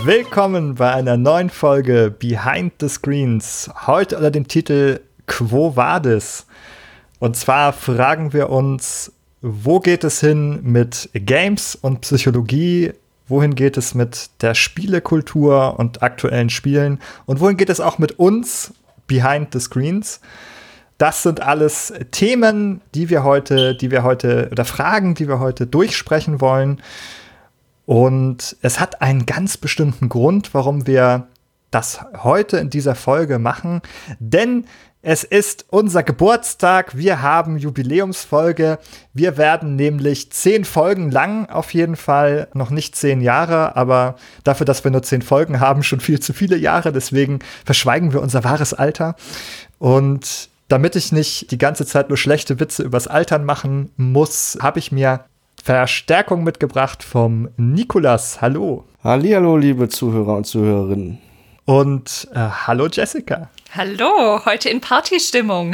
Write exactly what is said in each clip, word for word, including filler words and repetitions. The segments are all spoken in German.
Willkommen bei einer neuen Folge Behind the Screens. Heute unter dem Titel Quo Vadis? Und zwar fragen wir uns, wo geht es hin mit Games und Psychologie? Wohin geht es mit der Spielekultur und aktuellen Spielen? Und wohin geht es auch mit uns Behind the Screens? Das sind alles Themen, die wir heute, die wir heute, oder Fragen, die wir heute durchsprechen wollen. Und es hat einen ganz bestimmten Grund, warum wir das heute in dieser Folge machen. Denn es ist unser Geburtstag. Wir haben Jubiläumsfolge. Wir werden nämlich zehn Folgen lang, auf jeden Fall noch nicht zehn Jahre, aber dafür, dass wir nur zehn Folgen haben, schon viel zu viele Jahre. Deswegen verschweigen wir unser wahres Alter. Und damit ich nicht die ganze Zeit nur schlechte Witze übers Altern machen muss, habe ich mir Verstärkung mitgebracht vom Nikolas. Hallo. Hallihallo, liebe Zuhörer und Zuhörerinnen. Und äh, hallo Jessica. Hallo, heute in Partystimmung.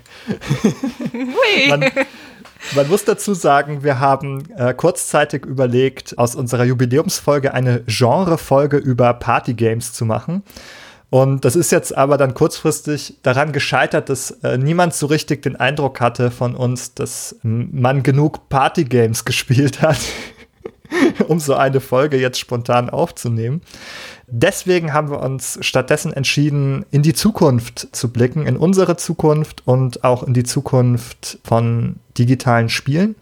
man, man muss dazu sagen, wir haben äh, kurzzeitig überlegt, aus unserer Jubiläumsfolge eine Genrefolge über Partygames zu machen. Und das ist jetzt aber dann kurzfristig daran gescheitert, dass äh, niemand so richtig den Eindruck hatte von uns, dass man genug Partygames gespielt hat, um so eine Folge jetzt spontan aufzunehmen. Deswegen haben wir uns stattdessen entschieden, in die Zukunft zu blicken, in unsere Zukunft und auch in die Zukunft von digitalen Spielen.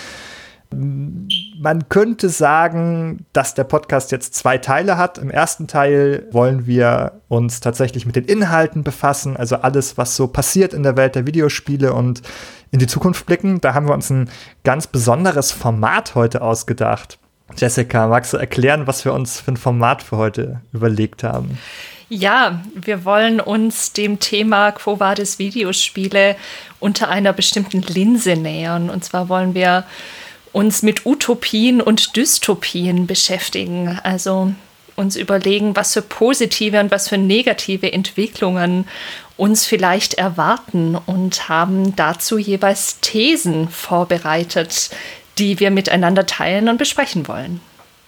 Man könnte sagen, dass der Podcast jetzt zwei Teile hat. Im ersten Teil wollen wir uns tatsächlich mit den Inhalten befassen, also alles, was so passiert in der Welt der Videospiele und in die Zukunft blicken. Da haben wir uns ein ganz besonderes Format heute ausgedacht. Jessica, magst du erklären, was wir uns für ein Format für heute überlegt haben? Ja, wir wollen uns dem Thema Quo Vadis Videospiele unter einer bestimmten Linse nähern. Und zwar wollen wir uns mit Utopien und Dystopien beschäftigen. Also uns überlegen, was für positive und was für negative Entwicklungen uns vielleicht erwarten und haben dazu jeweils Thesen vorbereitet, die wir miteinander teilen und besprechen wollen.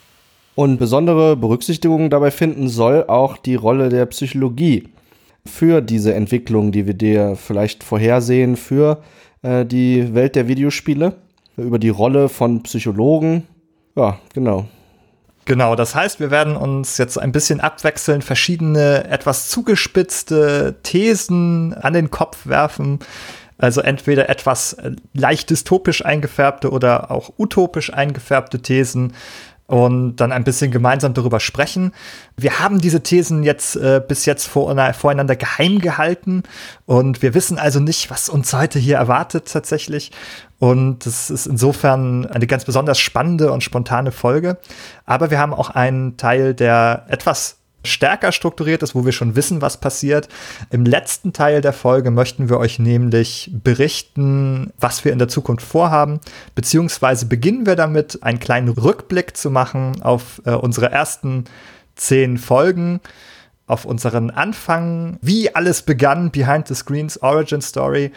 Und besondere Berücksichtigung dabei finden soll auch die Rolle der Psychologie für diese Entwicklung, die wir dir vielleicht vorhersehen, für äh, die Welt der Videospiele, über die Rolle von Psychologen. Ja, genau. Genau, das heißt, wir werden uns jetzt ein bisschen abwechselnd verschiedene, etwas zugespitzte Thesen an den Kopf werfen. Also entweder etwas leicht dystopisch eingefärbte oder auch utopisch eingefärbte Thesen und dann ein bisschen gemeinsam darüber sprechen. Wir haben diese Thesen jetzt äh, bis jetzt vor, voreinander geheim gehalten und wir wissen also nicht, was uns heute hier erwartet tatsächlich. Und es ist insofern eine ganz besonders spannende und spontane Folge. Aber wir haben auch einen Teil, der etwas stärker strukturiert ist, wo wir schon wissen, was passiert. Im letzten Teil der Folge möchten wir euch nämlich berichten, was wir in der Zukunft vorhaben, beziehungsweise beginnen wir damit, einen kleinen Rückblick zu machen auf äh, unsere ersten zehn Folgen, auf unseren Anfang, wie alles begann, Behind the Screens, Origin Story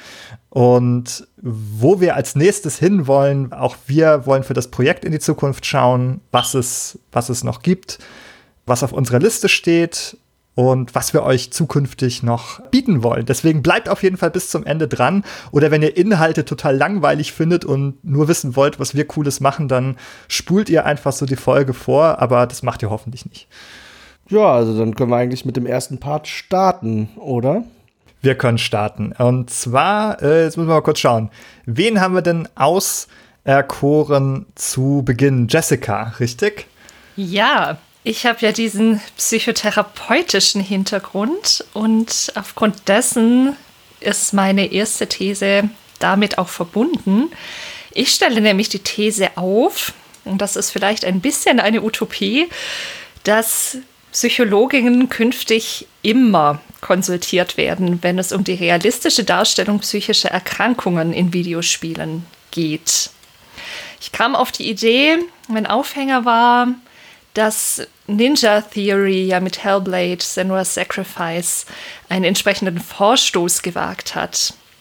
und wo wir als nächstes hinwollen. Auch wir wollen für das Projekt in die Zukunft schauen, was es, was es noch gibt, was auf unserer Liste steht und was wir euch zukünftig noch bieten wollen. Deswegen bleibt auf jeden Fall bis zum Ende dran. Oder wenn ihr Inhalte total langweilig findet und nur wissen wollt, was wir Cooles machen, dann spult ihr einfach so die Folge vor. Aber das macht ihr hoffentlich nicht. Ja, also dann können wir eigentlich mit dem ersten Part starten, oder? Wir können starten. Und zwar, äh, jetzt müssen wir mal kurz schauen. Wen haben wir denn auserkoren zu Beginn? Jessica, richtig? Ja, ich habe ja diesen psychotherapeutischen Hintergrund und aufgrund dessen ist meine erste These damit auch verbunden. Ich stelle nämlich die These auf, und das ist vielleicht ein bisschen eine Utopie, dass Psychologinnen künftig immer konsultiert werden, wenn es um die realistische Darstellung psychischer Erkrankungen in Videospielen geht. Ich kam auf die Idee, mein Aufhänger war, dass Ninja Theory ja mit Hellblade: Senua's Sacrifice einen entsprechenden Vorstoß gewagt hat.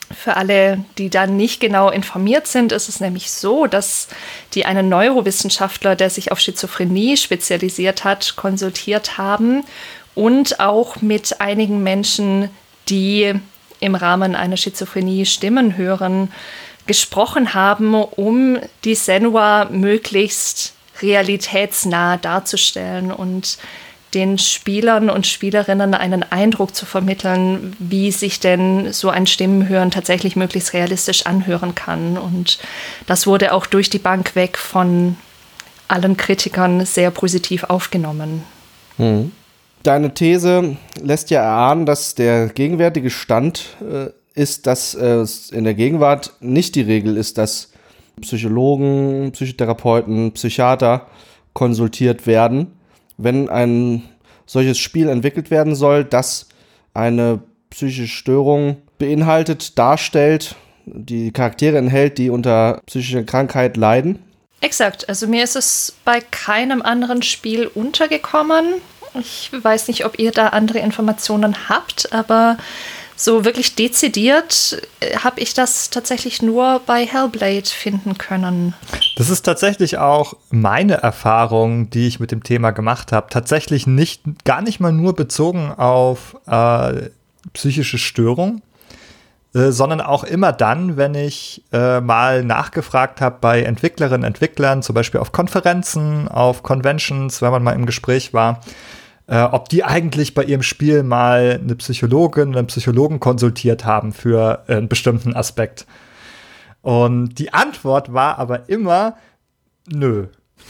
Für alle, die da nicht genau informiert sind, ist es nämlich so, dass die einen Neurowissenschaftler, der sich auf Schizophrenie spezialisiert hat, konsultiert haben und auch mit einigen Menschen, die im Rahmen einer Schizophrenie Stimmen hören, gesprochen haben, um die Senua möglichst realitätsnah darzustellen und den Spielern und Spielerinnen einen Eindruck zu vermitteln, wie sich denn so ein Stimmenhören tatsächlich möglichst realistisch anhören kann. Und das wurde auch durch die Bank weg von allen Kritikern sehr positiv aufgenommen. Hm. Deine These lässt ja erahnen, dass der gegenwärtige Stand äh, ist, dass es in der Gegenwart nicht die Regel ist, dass Psychologen, Psychotherapeuten, Psychiater konsultiert werden, wenn ein solches Spiel entwickelt werden soll, das eine psychische Störung beinhaltet, darstellt, die Charaktere enthält, die unter psychischer Krankheit leiden? Exakt. Also mir ist es bei keinem anderen Spiel untergekommen. Ich weiß nicht, ob ihr da andere Informationen habt, aber so wirklich dezidiert habe ich das tatsächlich nur bei Hellblade finden können. Das ist tatsächlich auch meine Erfahrung, die ich mit dem Thema gemacht habe. Tatsächlich nicht, gar nicht mal nur bezogen auf äh, psychische Störung, äh, sondern auch immer dann, wenn ich äh, mal nachgefragt habe bei Entwicklerinnen und Entwicklern, zum Beispiel auf Konferenzen, auf Conventions, wenn man mal im Gespräch war, Äh, ob die eigentlich bei ihrem Spiel mal eine Psychologin oder einen Psychologen konsultiert haben für äh, einen bestimmten Aspekt. Und die Antwort war aber immer, nö.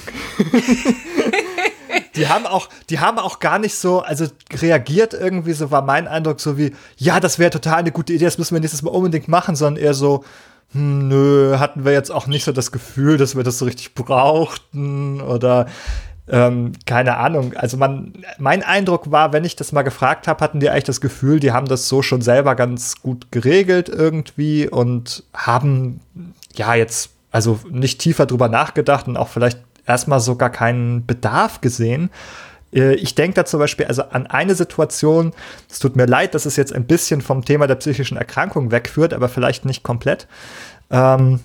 Die haben auch, die haben auch gar nicht so, also reagiert irgendwie, so war mein Eindruck, so wie, ja, das wäre total eine gute Idee, das müssen wir nächstes Mal unbedingt machen, sondern eher so, hm, nö, hatten wir jetzt auch nicht so das Gefühl, dass wir das so richtig brauchten oder Ähm, keine Ahnung, also man, mein Eindruck war, wenn ich das mal gefragt habe, hatten die eigentlich das Gefühl, die haben das so schon selber ganz gut geregelt irgendwie und haben ja jetzt also nicht tiefer drüber nachgedacht und auch vielleicht erstmal so gar keinen Bedarf gesehen. Äh, ich denke da zum Beispiel also an eine Situation, es tut mir leid, dass es jetzt ein bisschen vom Thema der psychischen Erkrankung wegführt, aber vielleicht nicht komplett. Ähm,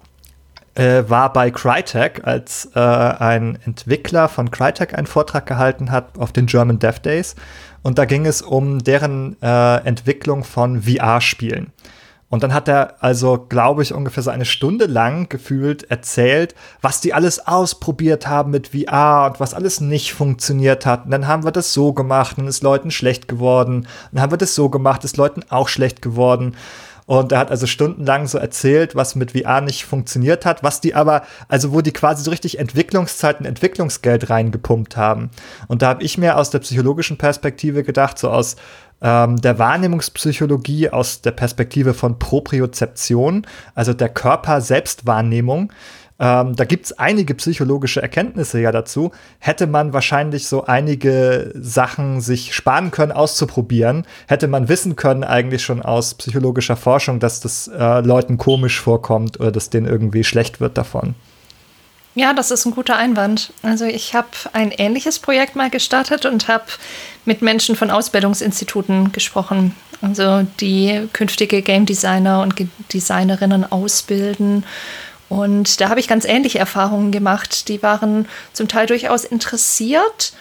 Äh, war bei Crytek, als äh, ein Entwickler von Crytek einen Vortrag gehalten hat auf den German Dev Days. Und da ging es um deren äh, Entwicklung von V R-Spielen. Und dann hat er also, glaube ich, ungefähr so eine Stunde lang gefühlt erzählt, was die alles ausprobiert haben mit V R und was alles nicht funktioniert hat. Und dann haben wir das so gemacht und ist Leuten schlecht geworden. Und dann haben wir das so gemacht, ist Leuten auch schlecht geworden. Und er hat also stundenlang so erzählt, was mit V R nicht funktioniert hat, was die aber, also wo die quasi so richtig Entwicklungszeit und Entwicklungsgeld reingepumpt haben. Und da habe ich mir aus der psychologischen Perspektive gedacht, so aus ähm, der Wahrnehmungspsychologie, aus der Perspektive von Propriozeption, also der Körper-Selbstwahrnehmung. Ähm, da gibt es einige psychologische Erkenntnisse ja dazu. Hätte man wahrscheinlich so einige Sachen sich sparen können, auszuprobieren, hätte man wissen können eigentlich schon aus psychologischer Forschung, dass das äh, Leuten komisch vorkommt oder dass denen irgendwie schlecht wird davon. Ja, das ist ein guter Einwand. Also ich habe ein ähnliches Projekt mal gestartet und habe mit Menschen von Ausbildungsinstituten gesprochen, also die künftige Game Designer und Designerinnen ausbilden. Und da habe ich ganz ähnliche Erfahrungen gemacht. Die waren zum Teil durchaus interessiert,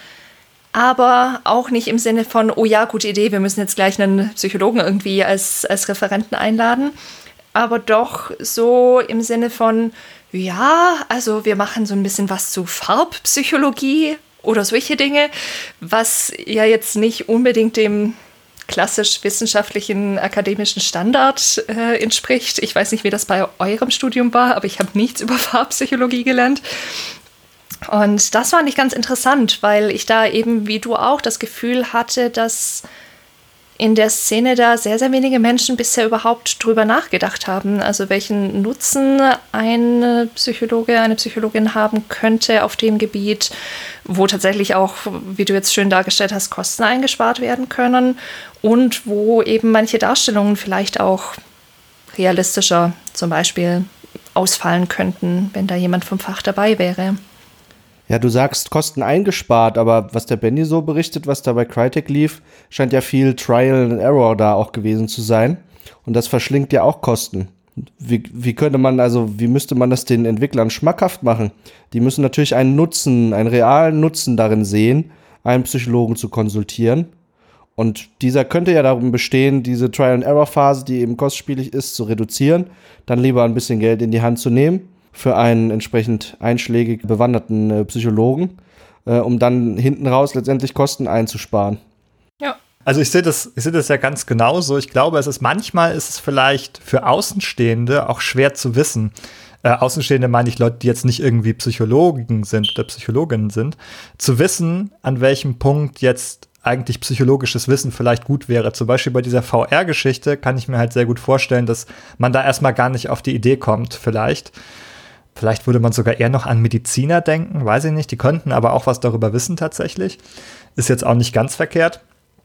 aber auch nicht im Sinne von, oh ja, gute Idee, wir müssen jetzt gleich einen Psychologen irgendwie als, als Referenten einladen. Aber doch so im Sinne von, ja, also wir machen so ein bisschen was zu Farbpsychologie oder solche Dinge, was ja jetzt nicht unbedingt dem klassisch wissenschaftlichen akademischen Standard äh, entspricht. Ich weiß nicht, wie das bei eurem Studium war, aber ich habe nichts über Farbpsychologie gelernt. Und das fand ich ganz interessant, weil ich da eben wie du auch das Gefühl hatte, dass in der Szene da sehr, sehr wenige Menschen bisher überhaupt drüber nachgedacht haben. Also welchen Nutzen ein Psychologe, eine Psychologin haben könnte auf dem Gebiet, wo tatsächlich auch, wie du jetzt schön dargestellt hast, Kosten eingespart werden können und wo eben manche Darstellungen vielleicht auch realistischer zum Beispiel ausfallen könnten, wenn da jemand vom Fach dabei wäre. Ja, du sagst Kosten eingespart, aber was der Benny so berichtet, was da bei Crytek lief, scheint ja viel Trial and Error da auch gewesen zu sein. Und das verschlingt ja auch Kosten. Wie, wie könnte man, also wie müsste man das den Entwicklern schmackhaft machen? Die müssen natürlich einen Nutzen, einen realen Nutzen darin sehen, einen Psychologen zu konsultieren. Und dieser könnte ja darum bestehen, diese Trial-and-Error-Phase, die eben kostspielig ist, zu reduzieren, dann lieber ein bisschen Geld in die Hand zu nehmen für einen entsprechend einschlägig bewanderten äh, Psychologen, äh, um dann hinten raus letztendlich Kosten einzusparen. Ja. Also ich sehe das, ich sehe das ja ganz genauso. Ich glaube, es ist manchmal ist es vielleicht für Außenstehende auch schwer zu wissen. Äh, Außenstehende meine ich Leute, die jetzt nicht irgendwie Psychologen sind oder Psychologinnen sind, zu wissen, an welchem Punkt jetzt eigentlich psychologisches Wissen vielleicht gut wäre. Zum Beispiel bei dieser V R-Geschichte kann ich mir halt sehr gut vorstellen, dass man da erstmal gar nicht auf die Idee kommt, vielleicht. Vielleicht würde man sogar eher noch an Mediziner denken, weiß ich nicht. Die könnten aber auch was darüber wissen tatsächlich. Ist jetzt auch nicht ganz verkehrt.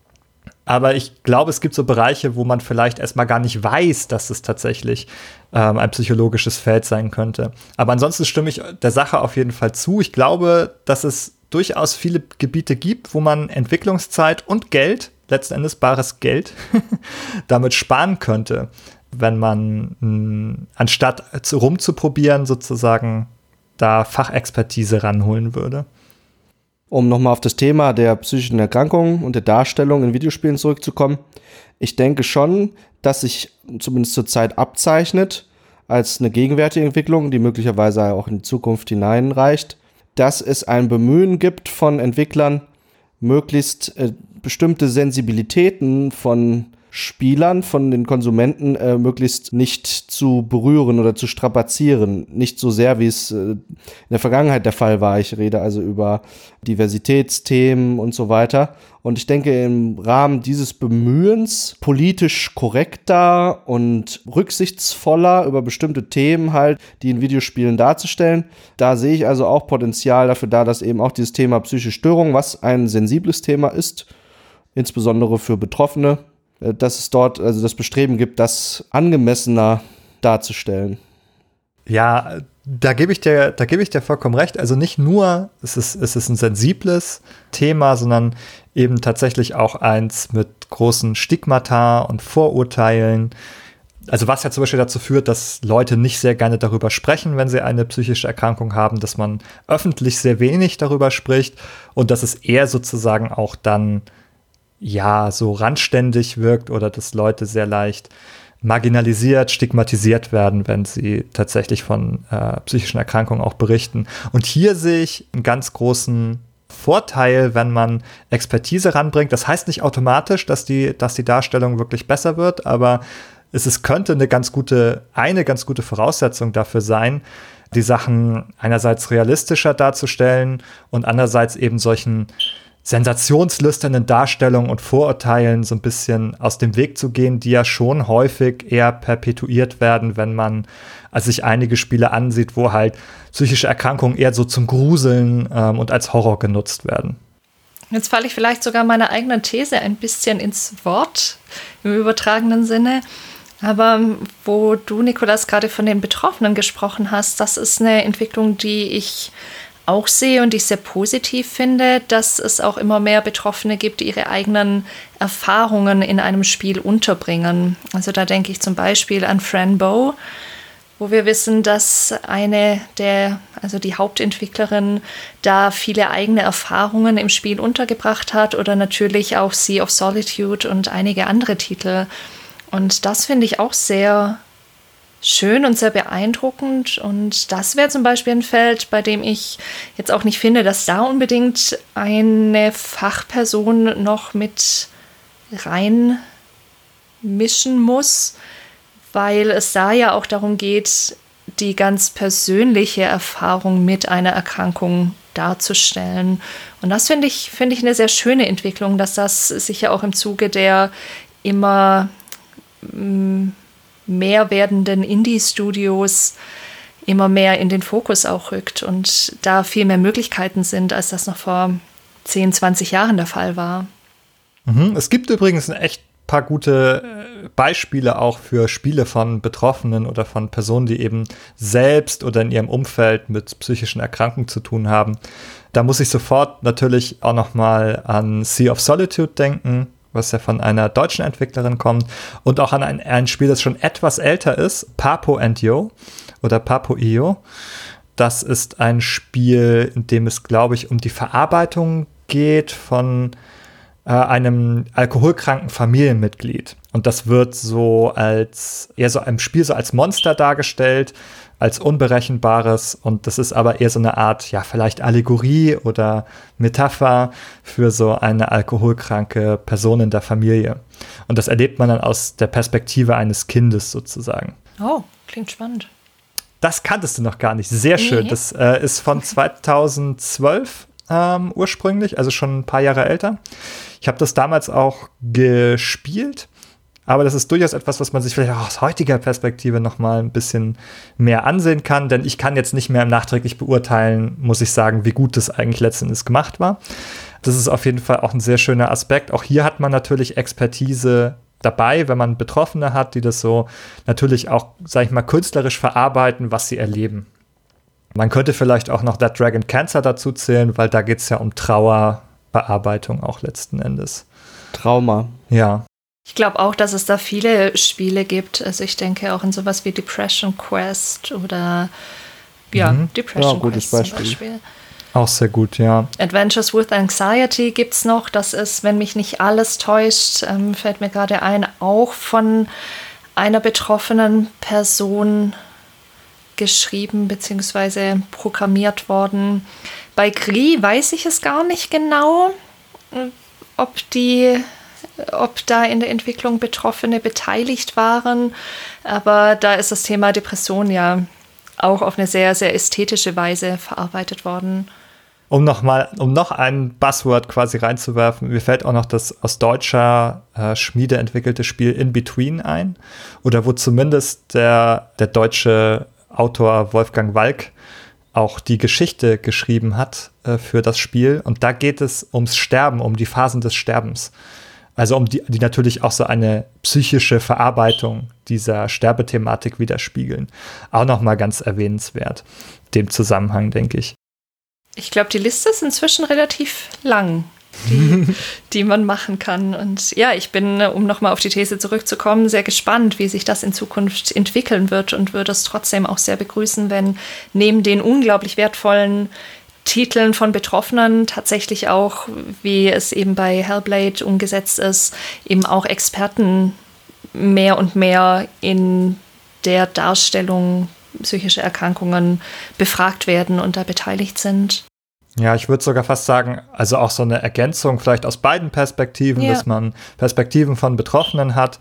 Aber ich glaube, es gibt so Bereiche, wo man vielleicht erstmal gar nicht weiß, dass es tatsächlich ähm, ein psychologisches Feld sein könnte. Aber ansonsten stimme ich der Sache auf jeden Fall zu. Ich glaube, dass es durchaus viele Gebiete gibt, wo man Entwicklungszeit und Geld, letzten Endes bares Geld, damit sparen könnte, wenn man mh, anstatt zu, rumzuprobieren, sozusagen da Fachexpertise ranholen würde. Um nochmal auf das Thema der psychischen Erkrankungen und der Darstellung in Videospielen zurückzukommen. Ich denke schon, dass sich zumindest zurzeit abzeichnet, als eine gegenwärtige Entwicklung, die möglicherweise auch in die Zukunft hineinreicht, dass es ein Bemühen gibt von Entwicklern, möglichst äh, bestimmte Sensibilitäten von Spielern, von den Konsumenten äh, möglichst nicht zu berühren oder zu strapazieren. Nicht so sehr, wie es äh, in der Vergangenheit der Fall war. Ich rede also über Diversitätsthemen und so weiter. Und ich denke, im Rahmen dieses Bemühens, politisch korrekter und rücksichtsvoller über bestimmte Themen halt, die in Videospielen darzustellen, da sehe ich also auch Potenzial dafür da, dass eben auch dieses Thema psychische Störung, was ein sensibles Thema ist, insbesondere für Betroffene, dass es dort also das Bestreben gibt, das angemessener darzustellen. Ja, da gebe ich dir, da gebe ich dir vollkommen recht. Also nicht nur ist es, ist es ein sensibles Thema, sondern eben tatsächlich auch eins mit großen Stigmata und Vorurteilen. Also was ja zum Beispiel dazu führt, dass Leute nicht sehr gerne darüber sprechen, wenn sie eine psychische Erkrankung haben, dass man öffentlich sehr wenig darüber spricht und dass es eher sozusagen auch dann ja so randständig wirkt oder dass Leute sehr leicht marginalisiert, stigmatisiert werden, wenn sie tatsächlich von äh, psychischen Erkrankungen auch berichten. Und hier sehe ich einen ganz großen Vorteil, wenn man Expertise ranbringt. Das heißt nicht automatisch, dass die, dass die Darstellung wirklich besser wird, aber es ist, könnte eine ganz gute, eine ganz gute Voraussetzung dafür sein, die Sachen einerseits realistischer darzustellen und andererseits eben solchen sensationslüsternen Darstellungen und Vorurteilen so ein bisschen aus dem Weg zu gehen, die ja schon häufig eher perpetuiert werden, wenn man also sich einige Spiele ansieht, wo halt psychische Erkrankungen eher so zum Gruseln ähm, und als Horror genutzt werden. Jetzt falle ich vielleicht sogar meiner eigenen These ein bisschen ins Wort, im übertragenen Sinne. Aber wo du, Nikolas, gerade von den Betroffenen gesprochen hast, das ist eine Entwicklung, die ich auch sehe und ich sehr positiv finde, dass es auch immer mehr Betroffene gibt, die ihre eigenen Erfahrungen in einem Spiel unterbringen. Also da denke ich zum Beispiel an Fran Bow, wo wir wissen, dass eine der, also die Hauptentwicklerin, da viele eigene Erfahrungen im Spiel untergebracht hat oder natürlich auch Sea of Solitude und einige andere Titel. Und das finde ich auch sehr schön und sehr beeindruckend. Und das wäre zum Beispiel ein Feld, bei dem ich jetzt auch nicht finde, dass da unbedingt eine Fachperson noch mit reinmischen muss, weil es da ja auch darum geht, die ganz persönliche Erfahrung mit einer Erkrankung darzustellen. Und das finde ich, finde ich eine sehr schöne Entwicklung, dass das sicher auch im Zuge der immer mh, mehr werdenden Indie-Studios immer mehr in den Fokus auch rückt und da viel mehr Möglichkeiten sind, als das noch vor zehn, zwanzig Jahren der Fall war. Mhm. Es gibt übrigens ein echt paar gute Beispiele auch für Spiele von Betroffenen oder von Personen, die eben selbst oder in ihrem Umfeld mit psychischen Erkrankungen zu tun haben. Da muss ich sofort natürlich auch noch mal an Sea of Solitude denken, was ja von einer deutschen Entwicklerin kommt, und auch an ein, ein Spiel, das schon etwas älter ist, Papo and Yo oder Papo und Yo. Das ist ein Spiel, in dem es, glaube ich, um die Verarbeitung geht von äh, einem alkoholkranken Familienmitglied. Und das wird so als, eher so im Spiel so als Monster dargestellt, als Unberechenbares. Und das ist aber eher so eine Art, ja, vielleicht Allegorie oder Metapher für so eine alkoholkranke Person in der Familie. Und das erlebt man dann aus der Perspektive eines Kindes sozusagen. Oh, klingt spannend. Das kanntest du noch gar nicht. Sehr schön. Nee. Das äh, ist von zweitausendzwölf ähm, ursprünglich, also schon ein paar Jahre älter. Ich habe das damals auch gespielt, aber das ist durchaus etwas, was man sich vielleicht auch aus heutiger Perspektive noch mal ein bisschen mehr ansehen kann, denn ich kann jetzt nicht mehr nachträglich beurteilen, muss ich sagen, wie gut das eigentlich letzten Endes gemacht war. Das ist auf jeden Fall auch ein sehr schöner Aspekt. Auch hier hat man natürlich Expertise dabei, wenn man Betroffene hat, die das so natürlich auch, sag ich mal, künstlerisch verarbeiten, was sie erleben. Man könnte vielleicht auch noch That Dragon Cancer dazu zählen, weil da geht es ja um Trauerbearbeitung auch letzten Endes. Trauma. Ja. Ich glaube auch, dass es da viele Spiele gibt. Also ich denke auch in sowas wie Depression Quest oder ja, mhm. Depression ja, gutes Quest Beispiel. zum Beispiel. Auch sehr gut, ja. Adventures with Anxiety gibt es noch. Das ist, wenn mich nicht alles täuscht, ähm, fällt mir gerade ein, auch von einer betroffenen Person geschrieben bzw. programmiert worden. Bei Gris weiß ich es gar nicht genau, ob die, ob da in der Entwicklung Betroffene beteiligt waren. Aber da ist das Thema Depression ja auch auf eine sehr, sehr ästhetische Weise verarbeitet worden. Um noch mal, um noch ein Buzzword quasi reinzuwerfen, mir fällt auch noch das aus deutscher äh, Schmiede entwickelte Spiel In Between ein, oder wo zumindest der, der deutsche Autor Wolfgang Walk auch die Geschichte geschrieben hat äh, für das Spiel. Und da geht es ums Sterben, um die Phasen des Sterbens. Also um die, die natürlich auch so eine psychische Verarbeitung dieser Sterbethematik widerspiegeln. Auch noch mal ganz erwähnenswert, dem Zusammenhang, denke ich. Ich glaube, die Liste ist inzwischen relativ lang, die, die man machen kann. Und ja, ich bin, um nochmal auf die These zurückzukommen, sehr gespannt, wie sich das in Zukunft entwickeln wird und würde es trotzdem auch sehr begrüßen, wenn neben den unglaublich wertvollen Titeln von Betroffenen tatsächlich auch, wie es eben bei Hellblade umgesetzt ist, eben auch Experten mehr und mehr in der Darstellung psychischer Erkrankungen befragt werden und da beteiligt sind. Ja, ich würde sogar fast sagen, also auch so eine Ergänzung vielleicht aus beiden Perspektiven, ja. Dass man Perspektiven von Betroffenen hat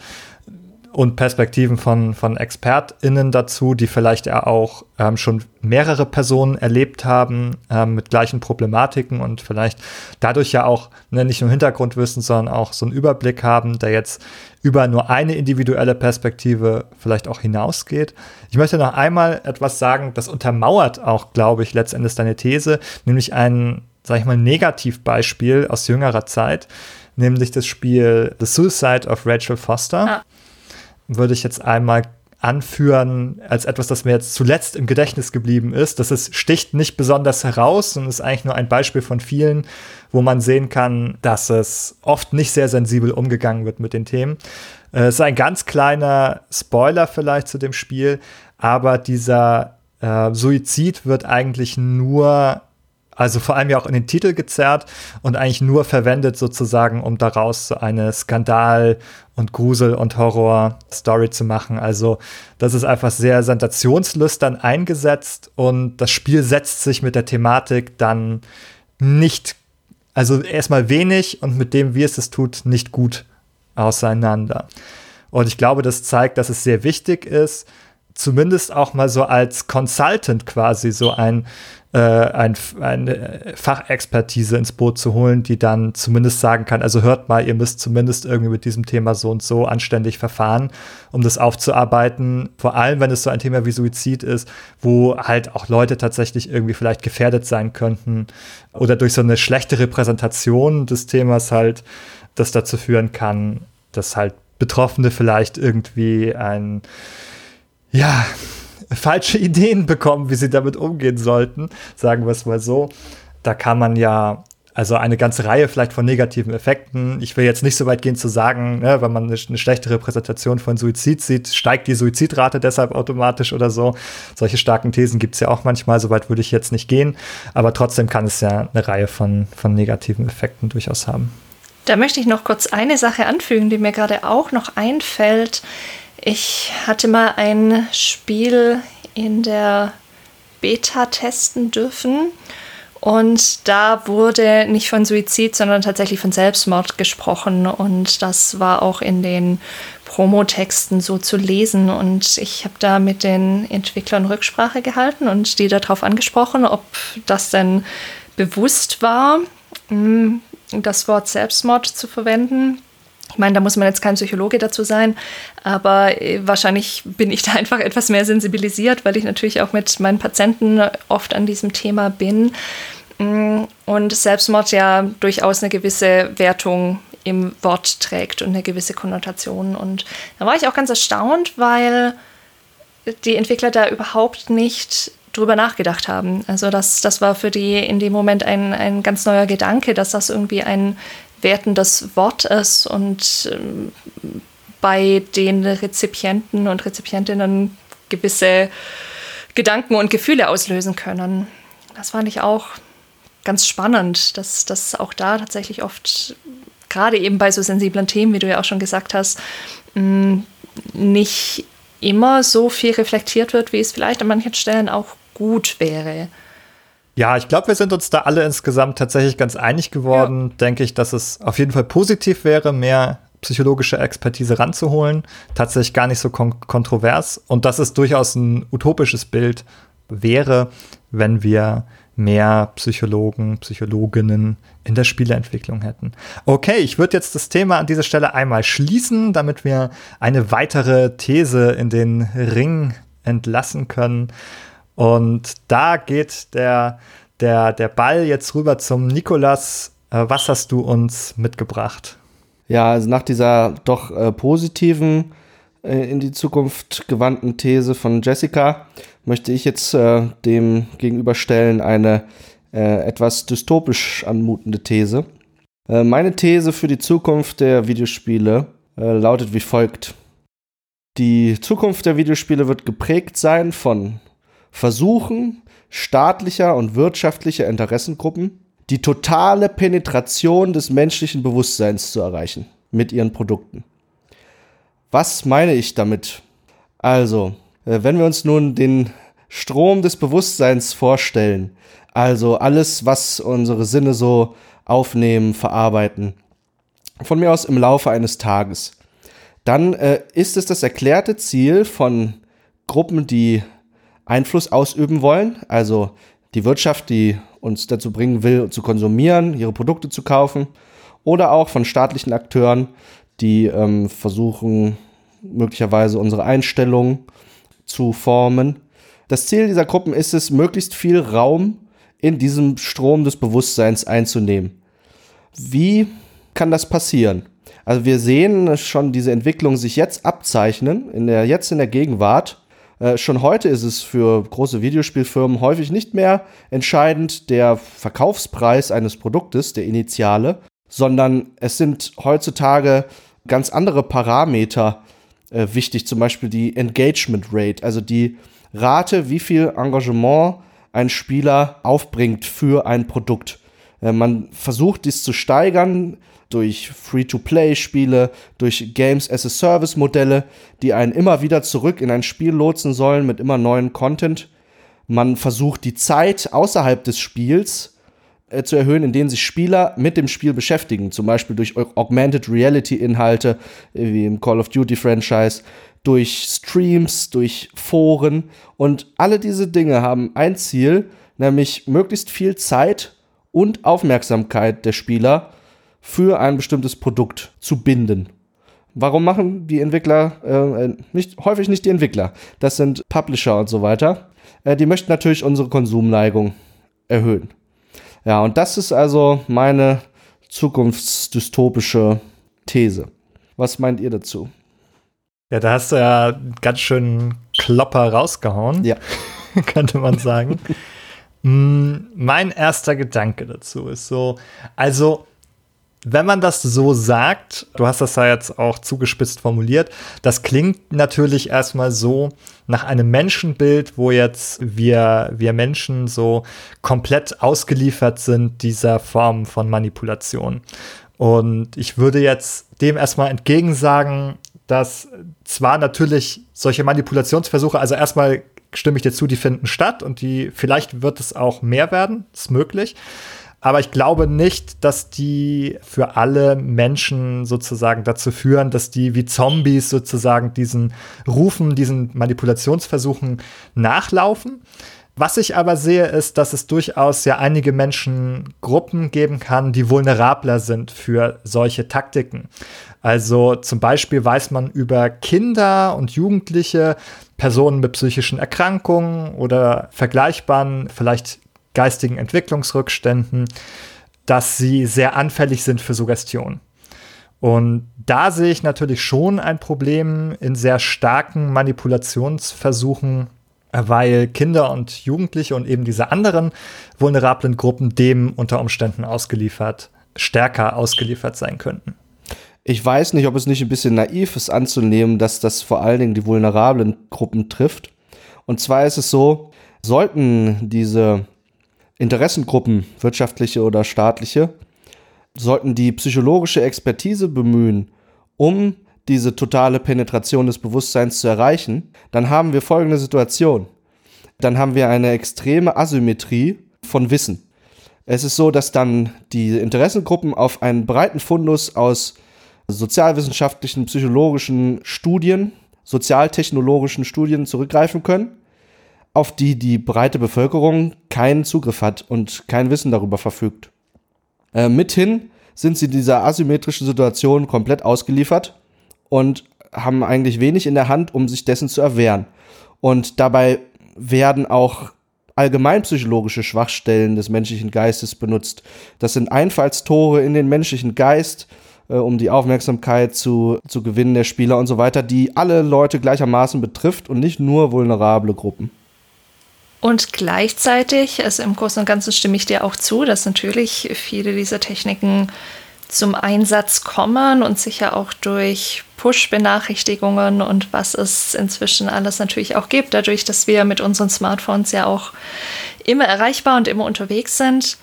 und Perspektiven von, von ExpertInnen dazu, die vielleicht ja auch ähm, schon mehrere Personen erlebt haben ähm, mit gleichen Problematiken und vielleicht dadurch ja auch ne, nicht nur Hintergrundwissen, sondern auch so einen Überblick haben, der jetzt über nur eine individuelle Perspektive vielleicht auch hinausgeht. Ich möchte noch einmal etwas sagen, das untermauert auch, glaube ich, letztendlich deine These, nämlich ein, sag ich mal, Negativbeispiel aus jüngerer Zeit, nämlich das Spiel The Suicide of Rachel Foster. Ah. Würde ich jetzt einmal anführen als etwas, das mir jetzt zuletzt im Gedächtnis geblieben ist. Das ist, sticht nicht besonders heraus und ist eigentlich nur ein Beispiel von vielen, wo man sehen kann, dass es oft nicht sehr sensibel umgegangen wird mit den Themen. Es ist ein ganz kleiner Spoiler vielleicht zu dem Spiel, aber dieser äh, Suizid wird eigentlich nur, also vor allem ja auch in den Titel gezerrt und eigentlich nur verwendet sozusagen, um daraus so eine Skandal- und Grusel- und Horror-Story zu machen. Also das ist einfach sehr sensationslüstern eingesetzt und das Spiel setzt sich mit der Thematik dann nicht, also erstmal wenig und mit dem, wie es es tut, nicht gut auseinander. Und ich glaube, das zeigt, dass es sehr wichtig ist, zumindest auch mal so als Consultant quasi so ein, äh, ein, eine Fachexpertise ins Boot zu holen, die dann zumindest sagen kann, also hört mal, ihr müsst zumindest irgendwie mit diesem Thema so und so anständig verfahren, um das aufzuarbeiten. Vor allem, wenn es so ein Thema wie Suizid ist, wo halt auch Leute tatsächlich irgendwie vielleicht gefährdet sein könnten oder durch so eine schlechte Repräsentation des Themas halt das dazu führen kann, dass halt Betroffene vielleicht irgendwie ein ja, falsche Ideen bekommen, wie sie damit umgehen sollten, sagen wir es mal so. Da kann man ja Also eine ganze Reihe vielleicht von negativen Effekten. Ich will jetzt nicht so weit gehen zu sagen, ne, wenn man eine, eine schlechte Repräsentation von Suizid sieht, steigt die Suizidrate deshalb automatisch oder so. Solche starken Thesen gibt es ja auch manchmal, so weit würde ich jetzt nicht gehen. Aber trotzdem kann es ja eine Reihe von, von negativen Effekten durchaus haben. Da möchte ich noch kurz eine Sache anfügen, die mir gerade auch noch einfällt. Ich hatte mal ein Spiel in der Beta testen dürfen. Und da wurde nicht von Suizid, sondern tatsächlich von Selbstmord gesprochen. Und das war auch in den Promotexten so zu lesen. Und ich habe da mit den Entwicklern Rücksprache gehalten und die darauf angesprochen, ob das denn bewusst war, das Wort Selbstmord zu verwenden. Ich meine, da muss man jetzt kein Psychologe dazu sein, aber wahrscheinlich bin ich da einfach etwas mehr sensibilisiert, weil ich natürlich auch mit meinen Patienten oft an diesem Thema bin und Selbstmord ja durchaus eine gewisse Wertung im Wort trägt und eine gewisse Konnotation. Und da war ich auch ganz erstaunt, weil die Entwickler da überhaupt nicht drüber nachgedacht haben. Also das, das war für die in dem Moment ein, ein ganz neuer Gedanke, dass das irgendwie ein wertendes Wort ist und ähm, bei den Rezipienten und Rezipientinnen gewisse Gedanken und Gefühle auslösen können. Das fand ich auch ganz spannend, dass das auch da tatsächlich oft, gerade eben bei so sensiblen Themen, wie du ja auch schon gesagt hast, mh, nicht immer so viel reflektiert wird, wie es vielleicht an manchen Stellen auch gut wäre. Ja, ich glaube, wir sind uns da alle insgesamt tatsächlich ganz einig geworden. Ja. Denke ich, dass es auf jeden Fall positiv wäre, mehr psychologische Expertise ranzuholen. Tatsächlich gar nicht so kon- kontrovers. Und dass es durchaus ein utopisches Bild wäre, wenn wir mehr Psychologen, Psychologinnen in der Spieleentwicklung hätten. Okay, ich würde jetzt das Thema an dieser Stelle einmal schließen, damit wir eine weitere These in den Ring entlassen können. Und da geht der, der, der Ball jetzt rüber zum Nikolas. Äh, was hast du uns mitgebracht? Ja, also nach dieser doch äh, positiven, äh, in die Zukunft gewandten These von Jessica möchte ich jetzt äh, dem gegenüberstellen eine äh, etwas dystopisch anmutende These. Äh, meine These für die Zukunft der Videospiele äh, lautet wie folgt. Die Zukunft der Videospiele wird geprägt sein von Versuchen staatlicher und wirtschaftlicher Interessengruppen, die totale Penetration des menschlichen Bewusstseins zu erreichen mit ihren Produkten. Was meine ich damit? Also, wenn wir uns nun den Strom des Bewusstseins vorstellen, also alles, was unsere Sinne so aufnehmen, verarbeiten, von mir aus im Laufe eines Tages, dann äh, ist es das erklärte Ziel von Gruppen, die Einfluss ausüben wollen, also die Wirtschaft, die uns dazu bringen will, zu konsumieren, ihre Produkte zu kaufen, oder auch von staatlichen Akteuren, die ähm, versuchen, möglicherweise unsere Einstellung zu formen. Das Ziel dieser Gruppen ist es, möglichst viel Raum in diesem Strom des Bewusstseins einzunehmen. Wie kann das passieren? Also wir sehen schon diese Entwicklung sich jetzt abzeichnen, in der, jetzt in der Gegenwart. Äh, schon heute ist es für große Videospielfirmen häufig nicht mehr entscheidend der Verkaufspreis eines Produktes, der Initiale, sondern es sind heutzutage ganz andere Parameter äh, wichtig, zum Beispiel die Engagement Rate, also die Rate, wie viel Engagement ein Spieler aufbringt für ein Produkt. Äh, man versucht, dies zu steigern durch Free-to-Play-Spiele, durch Games-as-a-Service-Modelle, die einen immer wieder zurück in ein Spiel lotsen sollen mit immer neuen Content. Man versucht, die Zeit außerhalb des Spiels äh, zu erhöhen, indem sich Spieler mit dem Spiel beschäftigen, zum Beispiel durch Augmented Reality-Inhalte, äh, wie im Call of Duty-Franchise, durch Streams, durch Foren. Und alle diese Dinge haben ein Ziel, nämlich möglichst viel Zeit und Aufmerksamkeit der Spieler für ein bestimmtes Produkt zu binden. Warum machen die Entwickler, äh, nicht, häufig nicht die Entwickler, das sind Publisher und so weiter, äh, die möchten natürlich unsere Konsumneigung erhöhen. Ja, und das ist also meine zukunftsdystopische These. Was meint ihr dazu? Ja, da hast du ja ganz schön Klopper rausgehauen, ja. könnte man sagen. Mein erster Gedanke dazu ist so, also wenn man das so sagt, du hast das ja jetzt auch zugespitzt formuliert, das klingt natürlich erstmal so nach einem Menschenbild, wo jetzt wir, wir Menschen so komplett ausgeliefert sind dieser Form von Manipulation. Und ich würde jetzt dem erstmal entgegensagen, dass zwar natürlich solche Manipulationsversuche, also erstmal stimme ich dir zu, die finden statt und die, vielleicht wird es auch mehr werden, ist möglich. Aber ich glaube nicht, dass die für alle Menschen sozusagen dazu führen, dass die wie Zombies sozusagen diesen Rufen, diesen Manipulationsversuchen nachlaufen. Was ich aber sehe, ist, dass es durchaus ja einige Menschengruppen geben kann, die vulnerabler sind für solche Taktiken. Also zum Beispiel weiß man über Kinder und Jugendliche, Personen mit psychischen Erkrankungen oder vergleichbaren, vielleicht geistigen Entwicklungsrückständen, dass sie sehr anfällig sind für Suggestion. Und da sehe ich natürlich schon ein Problem in sehr starken Manipulationsversuchen, weil Kinder und Jugendliche und eben diese anderen vulnerablen Gruppen dem unter Umständen ausgeliefert, stärker ausgeliefert sein könnten. Ich weiß nicht, ob es nicht ein bisschen naiv ist anzunehmen, dass das vor allen Dingen die vulnerablen Gruppen trifft. Und zwar ist es so, sollten diese Interessengruppen, wirtschaftliche oder staatliche, sollten die psychologische Expertise bemühen, um diese totale Penetration des Bewusstseins zu erreichen, dann haben wir folgende Situation. Dann haben wir eine extreme Asymmetrie von Wissen. Es ist so, dass dann die Interessengruppen auf einen breiten Fundus aus sozialwissenschaftlichen, psychologischen Studien, sozialtechnologischen Studien zurückgreifen können, auf die die breite Bevölkerung keinen Zugriff hat und kein Wissen darüber verfügt. Äh, mithin sind sie dieser asymmetrischen Situation komplett ausgeliefert und haben eigentlich wenig in der Hand, um sich dessen zu erwehren. Und dabei werden auch allgemeinpsychologische Schwachstellen des menschlichen Geistes benutzt. Das sind Einfallstore in den menschlichen Geist, äh, um die Aufmerksamkeit zu, zu gewinnen der Spieler und so weiter, die alle Leute gleichermaßen betrifft und nicht nur vulnerable Gruppen. Und gleichzeitig, also im Großen und Ganzen stimme ich dir auch zu, dass natürlich viele dieser Techniken zum Einsatz kommen und sicher auch durch Push-Benachrichtigungen und was es inzwischen alles natürlich auch gibt, dadurch, dass wir mit unseren Smartphones ja auch immer erreichbar und immer unterwegs sind.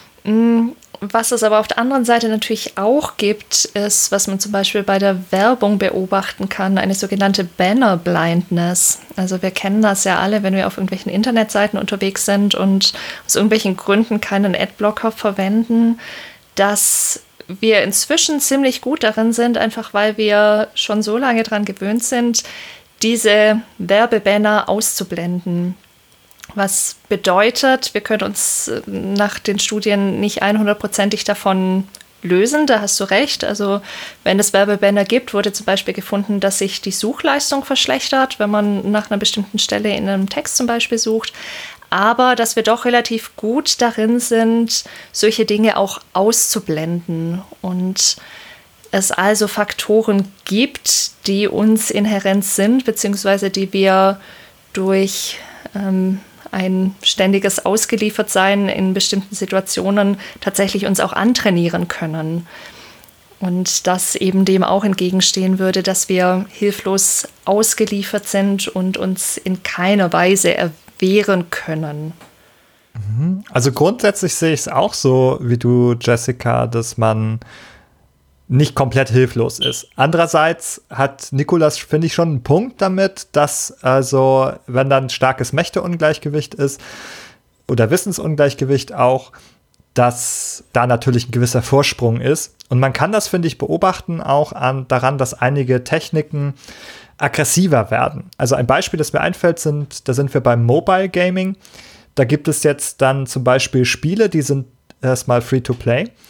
Was es aber auf der anderen Seite natürlich auch gibt, ist, was man zum Beispiel bei der Werbung beobachten kann, eine sogenannte Banner Blindness. Also wir kennen das ja alle, wenn wir auf irgendwelchen Internetseiten unterwegs sind und aus irgendwelchen Gründen keinen Adblocker verwenden, dass wir inzwischen ziemlich gut darin sind, einfach weil wir schon so lange daran gewöhnt sind, diese Werbebanner auszublenden. Was bedeutet, wir können uns nach den Studien nicht hundertprozentig davon lösen, da hast du recht. Also wenn es Werbebanner gibt, wurde zum Beispiel gefunden, dass sich die Suchleistung verschlechtert, wenn man nach einer bestimmten Stelle in einem Text zum Beispiel sucht. Aber dass wir doch relativ gut darin sind, solche Dinge auch auszublenden. Und es also Faktoren gibt, die uns inhärent sind, beziehungsweise die wir durch ähm, ein ständiges Ausgeliefertsein in bestimmten Situationen tatsächlich uns auch antrainieren können. Und das eben dem auch entgegenstehen würde, dass wir hilflos ausgeliefert sind und uns in keiner Weise erwehren können. Also grundsätzlich sehe ich es auch so wie du, Jessica, dass man nicht komplett hilflos ist. Andererseits hat Nikolas, finde ich, schon einen Punkt damit, dass also, wenn dann starkes Mächteungleichgewicht ist oder Wissensungleichgewicht auch, dass da natürlich ein gewisser Vorsprung ist. Und man kann das, finde ich, beobachten auch an, daran, dass einige Techniken aggressiver werden. Also ein Beispiel, das mir einfällt, sind, da sind wir beim Mobile Gaming. Da gibt es jetzt dann zum Beispiel Spiele, die sind erstmal Free-to-Play.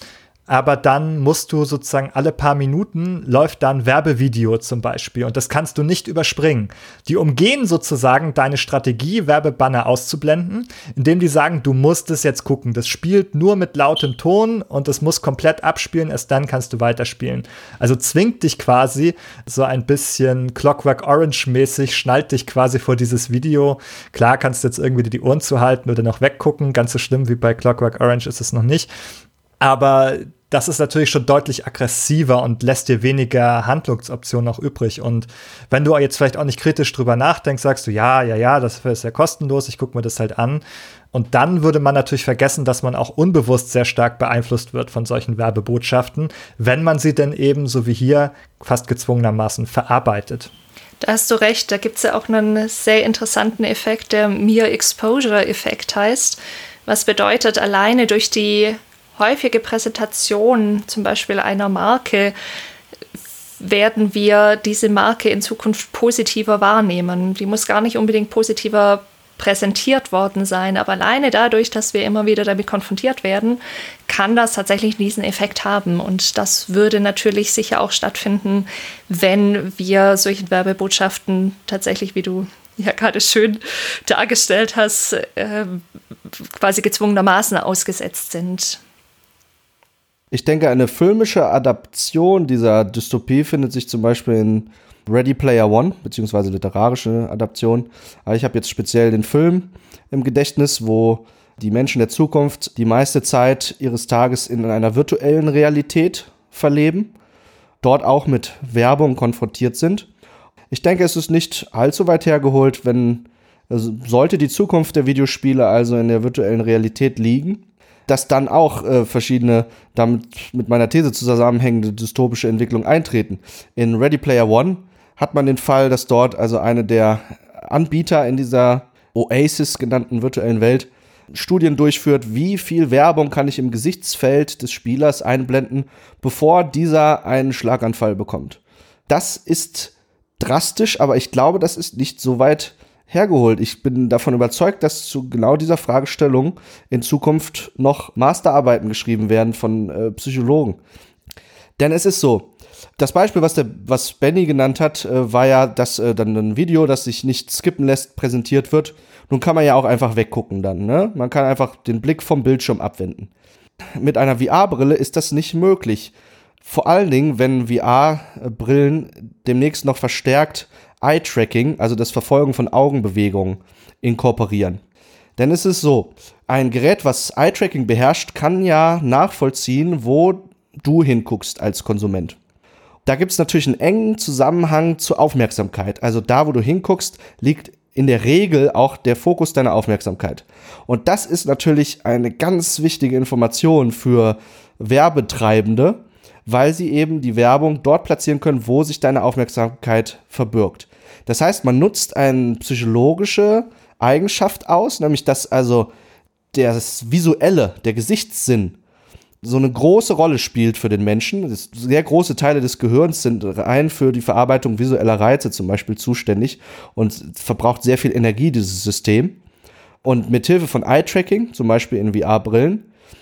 aber dann musst du sozusagen alle paar Minuten läuft da ein Werbevideo zum Beispiel und das kannst du nicht überspringen. Die umgehen sozusagen deine Strategie, Werbebanner auszublenden, indem die sagen, du musst es jetzt gucken. Das spielt nur mit lautem Ton und es muss komplett abspielen, erst dann kannst du weiterspielen. Also zwingt dich quasi so ein bisschen Clockwork Orange-mäßig, schnallt dich quasi vor dieses Video. Klar kannst du jetzt irgendwie die Ohren zuhalten oder noch weggucken, ganz so schlimm wie bei Clockwork Orange ist es noch nicht. Aber das ist natürlich schon deutlich aggressiver und lässt dir weniger Handlungsoptionen auch übrig. Und wenn du jetzt vielleicht auch nicht kritisch drüber nachdenkst, sagst du, ja, ja, ja, das ist ja kostenlos, ich gucke mir das halt an. Und dann würde man natürlich vergessen, dass man auch unbewusst sehr stark beeinflusst wird von solchen Werbebotschaften, wenn man sie denn eben, so wie hier, fast gezwungenermaßen verarbeitet. Da hast du recht, da gibt es ja auch einen sehr interessanten Effekt, der Mere Exposure-Effekt heißt. Was bedeutet, alleine durch die häufige Präsentation zum Beispiel einer Marke werden wir diese Marke in Zukunft positiver wahrnehmen. Die muss gar nicht unbedingt positiver präsentiert worden sein, aber alleine dadurch, dass wir immer wieder damit konfrontiert werden, kann das tatsächlich diesen Effekt haben. Und das würde natürlich sicher auch stattfinden, wenn wir solchen Werbebotschaften tatsächlich, wie du ja gerade schön dargestellt hast, äh, quasi gezwungenermaßen ausgesetzt sind. Ich denke, eine filmische Adaption dieser Dystopie findet sich zum Beispiel in Ready Player One, beziehungsweise literarische Adaption. Aber ich habe jetzt speziell den Film im Gedächtnis, wo die Menschen der Zukunft die meiste Zeit ihres Tages in einer virtuellen Realität verleben, dort auch mit Werbung konfrontiert sind. Ich denke, es ist nicht allzu weit hergeholt, wenn also sollte die Zukunft der Videospiele also in der virtuellen Realität liegen, dass dann auch äh, verschiedene damit mit meiner These zusammenhängende dystopische Entwicklungen eintreten. In Ready Player One hat man den Fall, dass dort also eine der Anbieter in dieser Oasis genannten virtuellen Welt Studien durchführt, wie viel Werbung kann ich im Gesichtsfeld des Spielers einblenden, bevor dieser einen Schlaganfall bekommt. Das ist drastisch, aber ich glaube, das ist nicht so weit hergeholt. Ich bin davon überzeugt, dass zu genau dieser Fragestellung in Zukunft noch Masterarbeiten geschrieben werden von äh, Psychologen. Denn es ist so, das Beispiel, was, der, was Benny genannt hat, äh, war ja, dass äh, dann ein Video, das sich nicht skippen lässt, präsentiert wird. Nun kann man ja auch einfach weggucken dann, ne? Man kann einfach den Blick vom Bildschirm abwenden. Mit einer V R-Brille ist das nicht möglich. Vor allen Dingen, wenn V R-Brillen demnächst noch verstärkt Eye-Tracking, also das Verfolgen von Augenbewegungen, inkorporieren. Denn es ist so, ein Gerät, was Eye-Tracking beherrscht, kann ja nachvollziehen, wo du hinguckst als Konsument. Da gibt es natürlich einen engen Zusammenhang zur Aufmerksamkeit. Also da, wo du hinguckst, liegt in der Regel auch der Fokus deiner Aufmerksamkeit. Und das ist natürlich eine ganz wichtige Information für Werbetreibende, weil sie eben die Werbung dort platzieren können, wo sich deine Aufmerksamkeit verbirgt. Das heißt, man nutzt eine psychologische Eigenschaft aus, nämlich dass also das Visuelle, der Gesichtssinn, so eine große Rolle spielt für den Menschen. Das, sehr große Teile des Gehirns sind rein für die Verarbeitung visueller Reize zum Beispiel zuständig und verbraucht sehr viel Energie, dieses System. Und mithilfe von Eye-Tracking, zum Beispiel in V R-Brillen,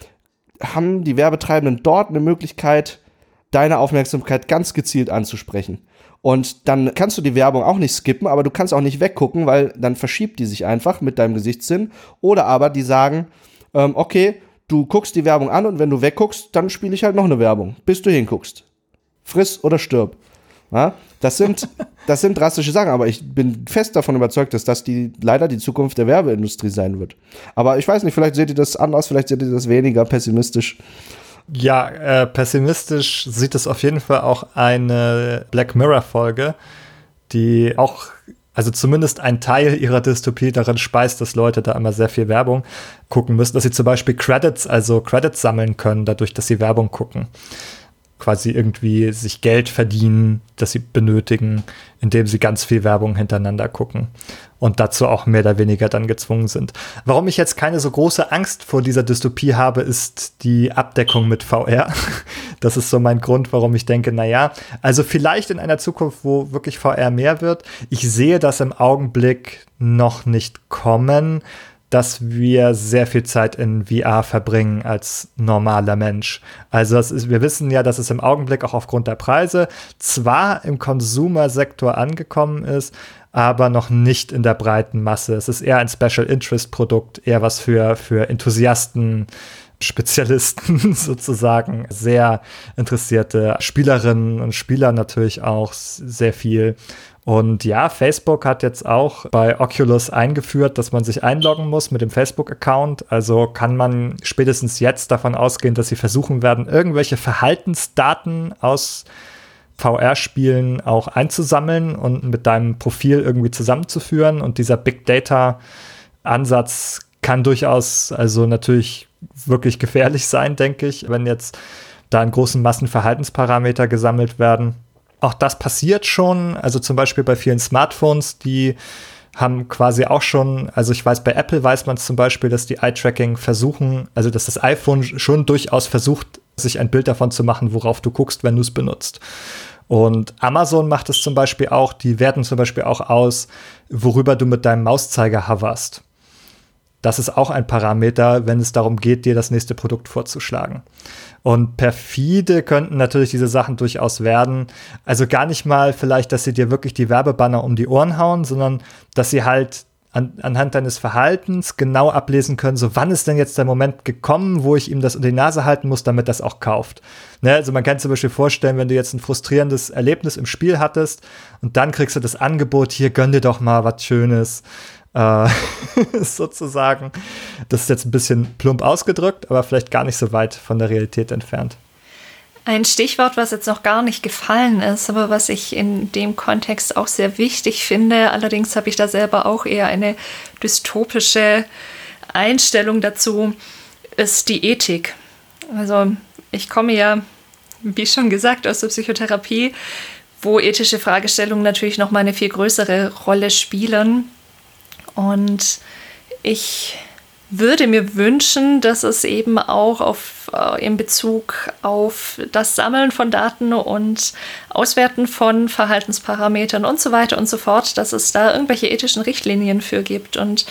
haben die Werbetreibenden dort eine Möglichkeit, deine Aufmerksamkeit ganz gezielt anzusprechen. Und dann kannst du die Werbung auch nicht skippen, aber du kannst auch nicht weggucken, weil dann verschiebt die sich einfach mit deinem Gesichtssinn. Oder aber die sagen, ähm, okay, du guckst die Werbung an und wenn du wegguckst, dann spiele ich halt noch eine Werbung, bis du hinguckst. Friss oder stirb. Ja, das sind, das sind drastische Sachen, aber ich bin fest davon überzeugt, dass das die, leider die Zukunft der Werbeindustrie sein wird. Aber ich weiß nicht, vielleicht seht ihr das anders, vielleicht seht ihr das weniger pessimistisch. Ja, äh, pessimistisch sieht es auf jeden Fall auch eine Black Mirror-Folge, die auch, also zumindest ein Teil ihrer Dystopie darin speist, dass Leute da immer sehr viel Werbung gucken müssen, dass sie zum Beispiel Credits, also Credits sammeln können, dadurch, dass sie Werbung gucken. Quasi irgendwie sich Geld verdienen, das sie benötigen, indem sie ganz viel Werbung hintereinander gucken und dazu auch mehr oder weniger dann gezwungen sind. Warum ich jetzt keine so große Angst vor dieser Dystopie habe, ist die Abdeckung mit V R. Das ist so mein Grund, warum ich denke, naja, also vielleicht in einer Zukunft, wo wirklich V R mehr wird. Ich sehe das im Augenblick noch nicht kommen. dass wir sehr viel Zeit in V R verbringen als normaler Mensch. Also das ist, wir wissen ja, dass es im Augenblick auch aufgrund der Preise zwar im Consumer-Sektor angekommen ist, aber noch nicht in der breiten Masse. Es ist eher ein Special-Interest-Produkt, eher was für, für Enthusiasten, Spezialisten sozusagen, sehr interessierte Spielerinnen und Spieler natürlich auch sehr viel. Und ja, Facebook hat jetzt auch bei Oculus eingeführt, dass man sich einloggen muss mit dem Facebook-Account. Also kann man spätestens jetzt davon ausgehen, dass sie versuchen werden, irgendwelche Verhaltensdaten aus V R-Spielen auch einzusammeln und mit deinem Profil irgendwie zusammenzuführen. Und dieser Big Data-Ansatz kann durchaus, also natürlich wirklich gefährlich sein, denke ich, wenn jetzt da in großen Massen Verhaltensparameter gesammelt werden. Auch das passiert schon, also zum Beispiel bei vielen Smartphones, die haben quasi auch schon, also ich weiß, bei Apple weiß man es zum Beispiel, dass die Eye-Tracking versuchen, also dass das iPhone schon durchaus versucht, sich ein Bild davon zu machen, worauf du guckst, wenn du es benutzt. Und Amazon macht es zum Beispiel auch, die werten zum Beispiel auch aus, worüber du mit deinem Mauszeiger hoverst. Das ist auch ein Parameter, wenn es darum geht, dir das nächste Produkt vorzuschlagen. Und perfide könnten natürlich diese Sachen durchaus werden. Also gar nicht mal vielleicht, dass sie dir wirklich die Werbebanner um die Ohren hauen, sondern dass sie halt an, anhand deines Verhaltens genau ablesen können, so wann ist denn jetzt der Moment gekommen, wo ich ihm das unter die Nase halten muss, damit das auch kauft. Ne? Also man kann zum Beispiel vorstellen, wenn du jetzt ein frustrierendes Erlebnis im Spiel hattest und dann kriegst du das Angebot, hier gönn dir doch mal was Schönes. Äh, sozusagen. Das ist jetzt ein bisschen plump ausgedrückt, aber vielleicht gar nicht so weit von der Realität entfernt. Ein Stichwort, was jetzt noch gar nicht gefallen ist, aber was ich in dem Kontext auch sehr wichtig finde, allerdings habe ich da selber auch eher eine dystopische Einstellung dazu, ist die Ethik. Also ich komme ja, wie schon gesagt, aus der Psychotherapie, wo ethische Fragestellungen natürlich noch mal eine viel größere Rolle spielen. Und ich würde mir wünschen, dass es eben auch auf, äh, in Bezug auf das Sammeln von Daten und Auswerten von Verhaltensparametern und so weiter und so fort, dass es da irgendwelche ethischen Richtlinien für gibt. Und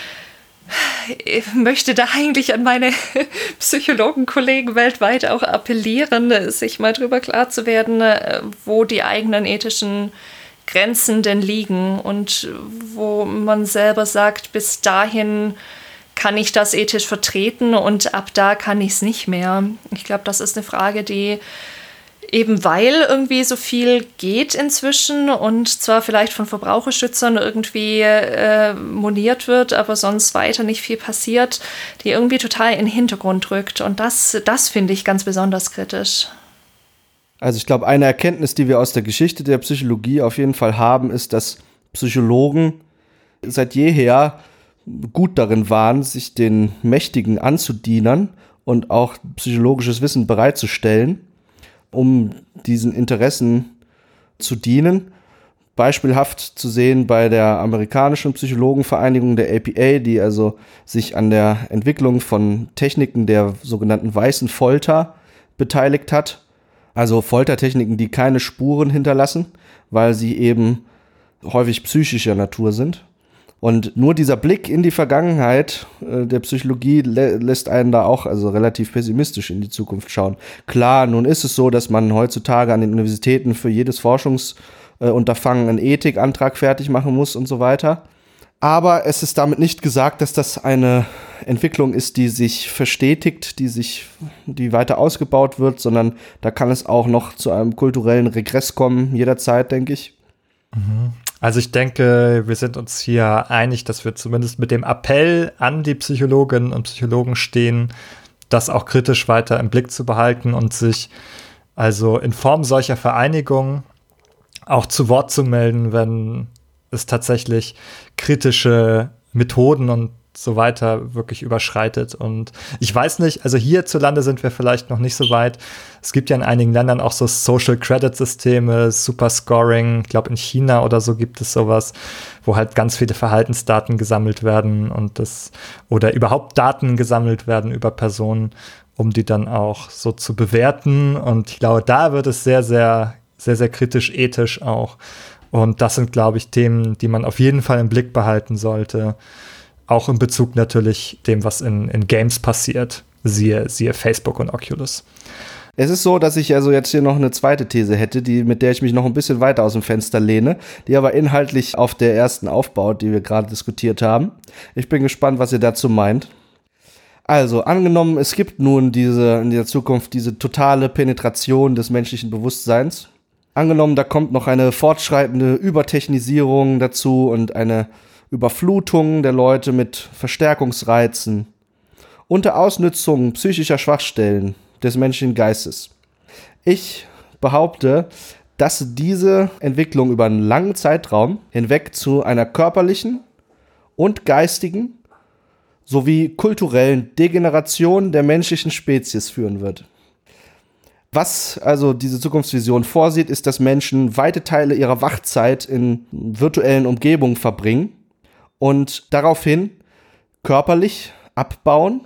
ich möchte da eigentlich an meine Psychologenkollegen weltweit auch appellieren, sich mal drüber klar zu werden, wo die eigenen ethischen Grenzen denn liegen und wo man selber sagt, bis dahin kann ich das ethisch vertreten und ab da kann ich es nicht mehr. Ich glaube, das ist eine Frage, die eben weil irgendwie so viel geht inzwischen und zwar vielleicht von Verbraucherschützern irgendwie äh, moniert wird, aber sonst weiter nicht viel passiert, die irgendwie total in den Hintergrund rückt. Und das, das finde ich ganz besonders kritisch. Also ich glaube, eine Erkenntnis, die wir aus der Geschichte der Psychologie auf jeden Fall haben, ist, dass Psychologen seit jeher gut darin waren, sich den Mächtigen anzudienen und auch psychologisches Wissen bereitzustellen, um diesen Interessen zu dienen. Beispielhaft zu sehen bei der amerikanischen Psychologenvereinigung, der A P A, die also sich an der Entwicklung von Techniken der sogenannten weißen Folter beteiligt hat. Also Foltertechniken, die keine Spuren hinterlassen, weil sie eben häufig psychischer Natur sind. Und nur dieser Blick in die Vergangenheit äh, der Psychologie lä- lässt einen da auch also relativ pessimistisch in die Zukunft schauen. Klar, nun ist es so, dass man heutzutage an den Universitäten für jedes Forschungsunterfangen äh, einen Ethikantrag fertig machen muss und so weiter. Aber es ist damit nicht gesagt, dass das eine Entwicklung ist, die sich verstetigt, die sich, die weiter ausgebaut wird, sondern da kann es auch noch zu einem kulturellen Regress kommen, jederzeit, denke ich. Also ich denke, wir sind uns hier einig, dass wir zumindest mit dem Appell an die Psychologinnen und Psychologen stehen, das auch kritisch weiter im Blick zu behalten und sich also in Form solcher Vereinigungen auch zu Wort zu melden, wenn es tatsächlich kritische Methoden und so weiter wirklich überschreitet. Und ich weiß nicht, also hierzulande sind wir vielleicht noch nicht so weit. Es gibt ja in einigen Ländern auch so Social Credit Systeme, Superscoring. Ich glaube, in China oder so gibt es sowas, wo halt ganz viele Verhaltensdaten gesammelt werden und das oder überhaupt Daten gesammelt werden über Personen, um die dann auch so zu bewerten. Und ich glaube, da wird es sehr, sehr, sehr, sehr kritisch, ethisch auch. Und das sind, glaube ich, Themen, die man auf jeden Fall im Blick behalten sollte. auch in Bezug natürlich dem, was in, in Games passiert, siehe, siehe Facebook und Oculus. Es ist so, dass ich also jetzt hier noch eine zweite These hätte, die, mit der ich mich noch ein bisschen weiter aus dem Fenster lehne, die aber inhaltlich auf der ersten aufbaut, die wir gerade diskutiert haben. Ich bin gespannt, was ihr dazu meint. Also, angenommen, es gibt nun diese, in der Zukunft diese totale Penetration des menschlichen Bewusstseins. Angenommen, da kommt noch eine fortschreitende Übertechnisierung dazu und eine Überflutung der Leute mit Verstärkungsreizen. Unter Ausnützung psychischer Schwachstellen des menschlichen Geistes. Ich behaupte, dass diese Entwicklung über einen langen Zeitraum hinweg zu einer körperlichen und geistigen sowie kulturellen Degeneration der menschlichen Spezies führen wird. Was also diese Zukunftsvision vorsieht, ist, dass Menschen weite Teile ihrer Wachzeit in virtuellen Umgebungen verbringen und daraufhin körperlich abbauen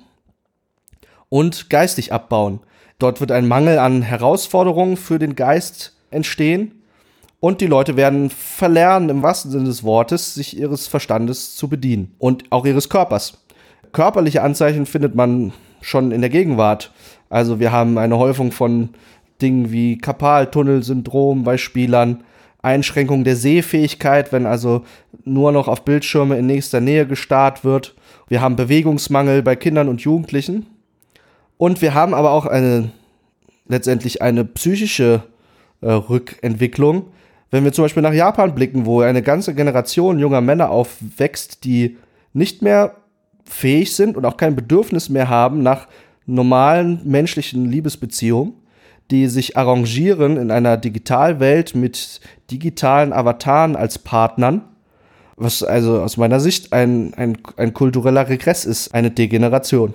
und geistig abbauen. Dort wird ein Mangel an Herausforderungen für den Geist entstehen und die Leute werden verlernen, im wahrsten Sinne des Wortes, sich ihres Verstandes zu bedienen und auch ihres Körpers. Körperliche Anzeichen findet man schon in der Gegenwart. Also wir haben eine Häufung von Dingen wie Karpaltunnelsyndrom bei Spielern, Einschränkung der Sehfähigkeit, wenn also nur noch auf Bildschirme in nächster Nähe gestarrt wird. Wir haben Bewegungsmangel bei Kindern und Jugendlichen. Und wir haben aber auch eine letztendlich eine psychische äh, Rückentwicklung. Wenn wir zum Beispiel nach Japan blicken, wo eine ganze Generation junger Männer aufwächst, die nicht mehr fähig sind und auch kein Bedürfnis mehr haben nach normalen menschlichen Liebesbeziehungen, die sich arrangieren in einer Digitalwelt mit digitalen Avataren als Partnern, was also aus meiner Sicht ein, ein, ein kultureller Regress ist, eine Degeneration.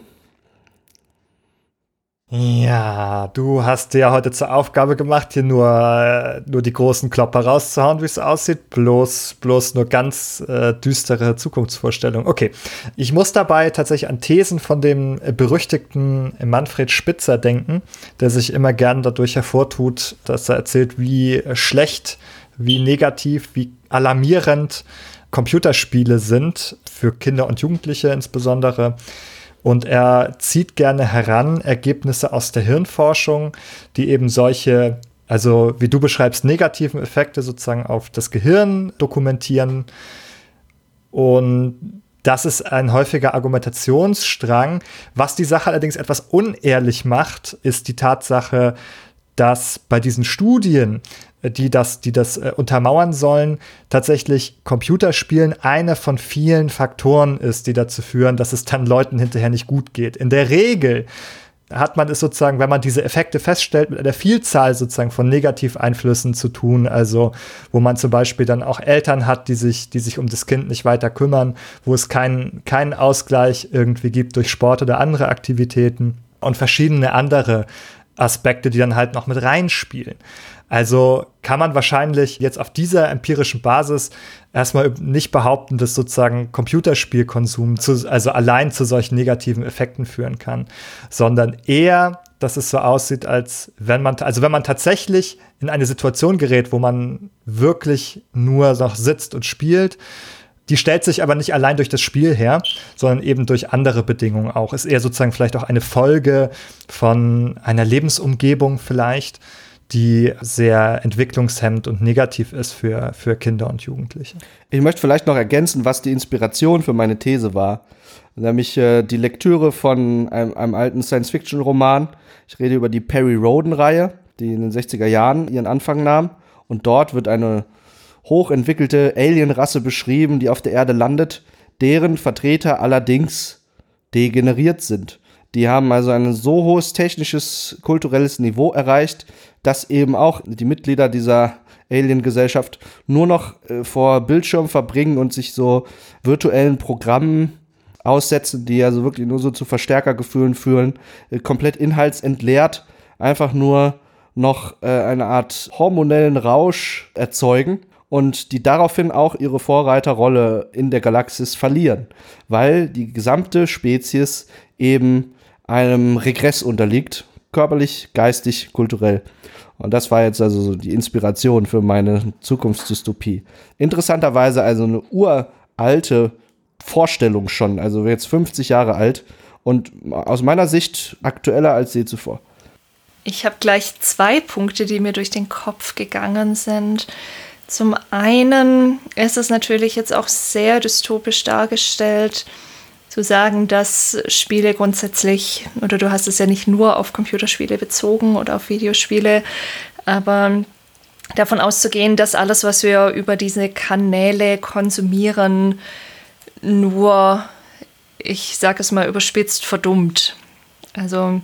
Ja, du hast dir ja heute zur Aufgabe gemacht, hier nur, nur die großen Klopper rauszuhauen, wie es aussieht. Bloß, bloß nur ganz äh, düstere Zukunftsvorstellungen. Okay, ich muss dabei tatsächlich an Thesen von dem berüchtigten Manfred Spitzer denken, der sich immer gern dadurch hervortut, dass er erzählt, wie schlecht, wie negativ, wie alarmierend Computerspiele sind, für Kinder und Jugendliche insbesondere. Und er zieht gerne heran Ergebnisse aus der Hirnforschung, die eben solche, also wie du beschreibst, negativen Effekte sozusagen auf das Gehirn dokumentieren. Und das ist ein häufiger Argumentationsstrang. Was die Sache allerdings etwas unehrlich macht, ist die Tatsache, dass bei diesen Studien, die das, die das äh, untermauern sollen, tatsächlich Computerspielen eine von vielen Faktoren ist, die dazu führen, dass es dann Leuten hinterher nicht gut geht. In der Regel hat man es sozusagen, wenn man diese Effekte feststellt, mit einer Vielzahl sozusagen von Negativeinflüssen zu tun, also wo man zum Beispiel dann auch Eltern hat, die sich, die sich um das Kind nicht weiter kümmern, wo es keinen, keinen Ausgleich irgendwie gibt durch Sport oder andere Aktivitäten und verschiedene andere Aspekte, die dann halt noch mit reinspielen. Also kann man wahrscheinlich jetzt auf dieser empirischen Basis erstmal nicht behaupten, dass sozusagen Computerspielkonsum zu, also allein zu solchen negativen Effekten führen kann, sondern eher, dass es so aussieht, als wenn man, also wenn man tatsächlich in eine Situation gerät, wo man wirklich nur noch sitzt und spielt, die stellt sich aber nicht allein durch das Spiel her, sondern eben durch andere Bedingungen auch. Ist eher sozusagen vielleicht auch eine Folge von einer Lebensumgebung vielleicht, die sehr entwicklungshemmend und negativ ist für, für Kinder und Jugendliche. Ich möchte vielleicht noch ergänzen, was die Inspiration für meine These war. Nämlich äh, die Lektüre von einem, einem alten Science-Fiction-Roman. Ich rede über die Perry Rhodan-Reihe, die in den sechziger Jahren ihren Anfang nahm. Und dort wird eine hochentwickelte Alienrasse beschrieben, die auf der Erde landet, deren Vertreter allerdings degeneriert sind. Die haben also ein so hohes technisches, kulturelles Niveau erreicht, dass eben auch die Mitglieder dieser Alien-Gesellschaft nur noch äh, vor Bildschirm verbringen und sich so virtuellen Programmen aussetzen, die also wirklich nur so zu Verstärkergefühlen führen, äh, komplett inhaltsentleert, einfach nur noch äh, eine Art hormonellen Rausch erzeugen und die daraufhin auch ihre Vorreiterrolle in der Galaxis verlieren, weil die gesamte Spezies eben einem Regress unterliegt, körperlich, geistig, kulturell. Und das war jetzt also so die Inspiration für meine Zukunftsdystopie. Interessanterweise also eine uralte Vorstellung schon. Also jetzt fünfzig Jahre alt und aus meiner Sicht aktueller als je zuvor. Ich habe gleich zwei Punkte, die mir durch den Kopf gegangen sind. Zum einen ist es natürlich jetzt auch sehr dystopisch dargestellt, zu sagen, dass Spiele grundsätzlich, oder du hast es ja nicht nur auf Computerspiele bezogen oder auf Videospiele, aber davon auszugehen, dass alles, was wir über diese Kanäle konsumieren, nur, ich sage es mal überspitzt, verdummt. Also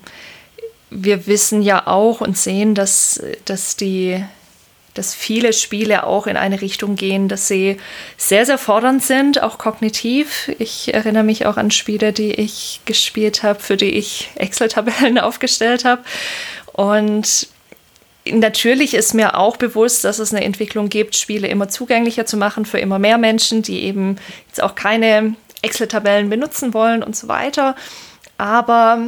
wir wissen ja auch und sehen, dass, dass, die, dass viele Spiele auch in eine Richtung gehen, dass sie sehr, sehr fordernd sind, auch kognitiv. Ich erinnere mich auch an Spiele, die ich gespielt habe, für die ich Excel-Tabellen aufgestellt habe. Und natürlich ist mir auch bewusst, dass es eine Entwicklung gibt, Spiele immer zugänglicher zu machen für immer mehr Menschen, die eben jetzt auch keine Excel-Tabellen benutzen wollen und so weiter. Aber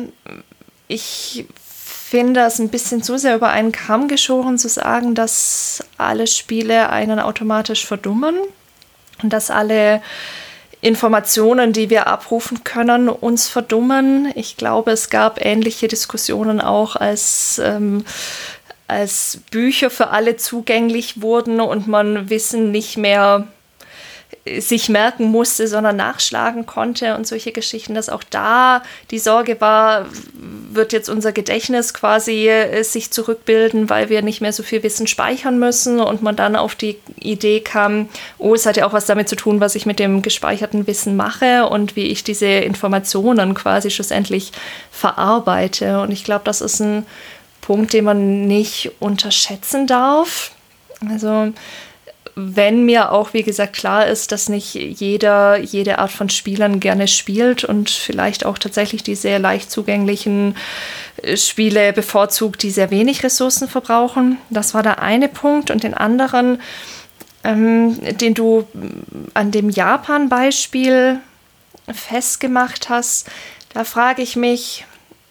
ich finde es ein bisschen zu sehr über einen Kamm geschoren, zu sagen, dass alle Spiele einen automatisch verdummen und dass alle Informationen, die wir abrufen können, uns verdummen. Ich glaube, es gab ähnliche Diskussionen auch, als ähm, als Bücher für alle zugänglich wurden und man Wissen nicht mehr sich merken musste, sondern nachschlagen konnte und solche Geschichten, dass auch da die Sorge war, wird jetzt unser Gedächtnis quasi äh, sich zurückbilden, weil wir nicht mehr so viel Wissen speichern müssen und man dann auf die Idee kam, oh, es hat ja auch was damit zu tun, was ich mit dem gespeicherten Wissen mache und wie ich diese Informationen quasi schlussendlich verarbeite. Und ich glaube, das ist ein Punkt, den man nicht unterschätzen darf. Also wenn mir auch, wie gesagt, klar ist, dass nicht jeder jede Art von Spielern gerne spielt und vielleicht auch tatsächlich die sehr leicht zugänglichen Spiele bevorzugt, die sehr wenig Ressourcen verbrauchen. Das war der eine Punkt. Und den anderen, ähm, den du an dem Japan-Beispiel festgemacht hast, da frage ich mich,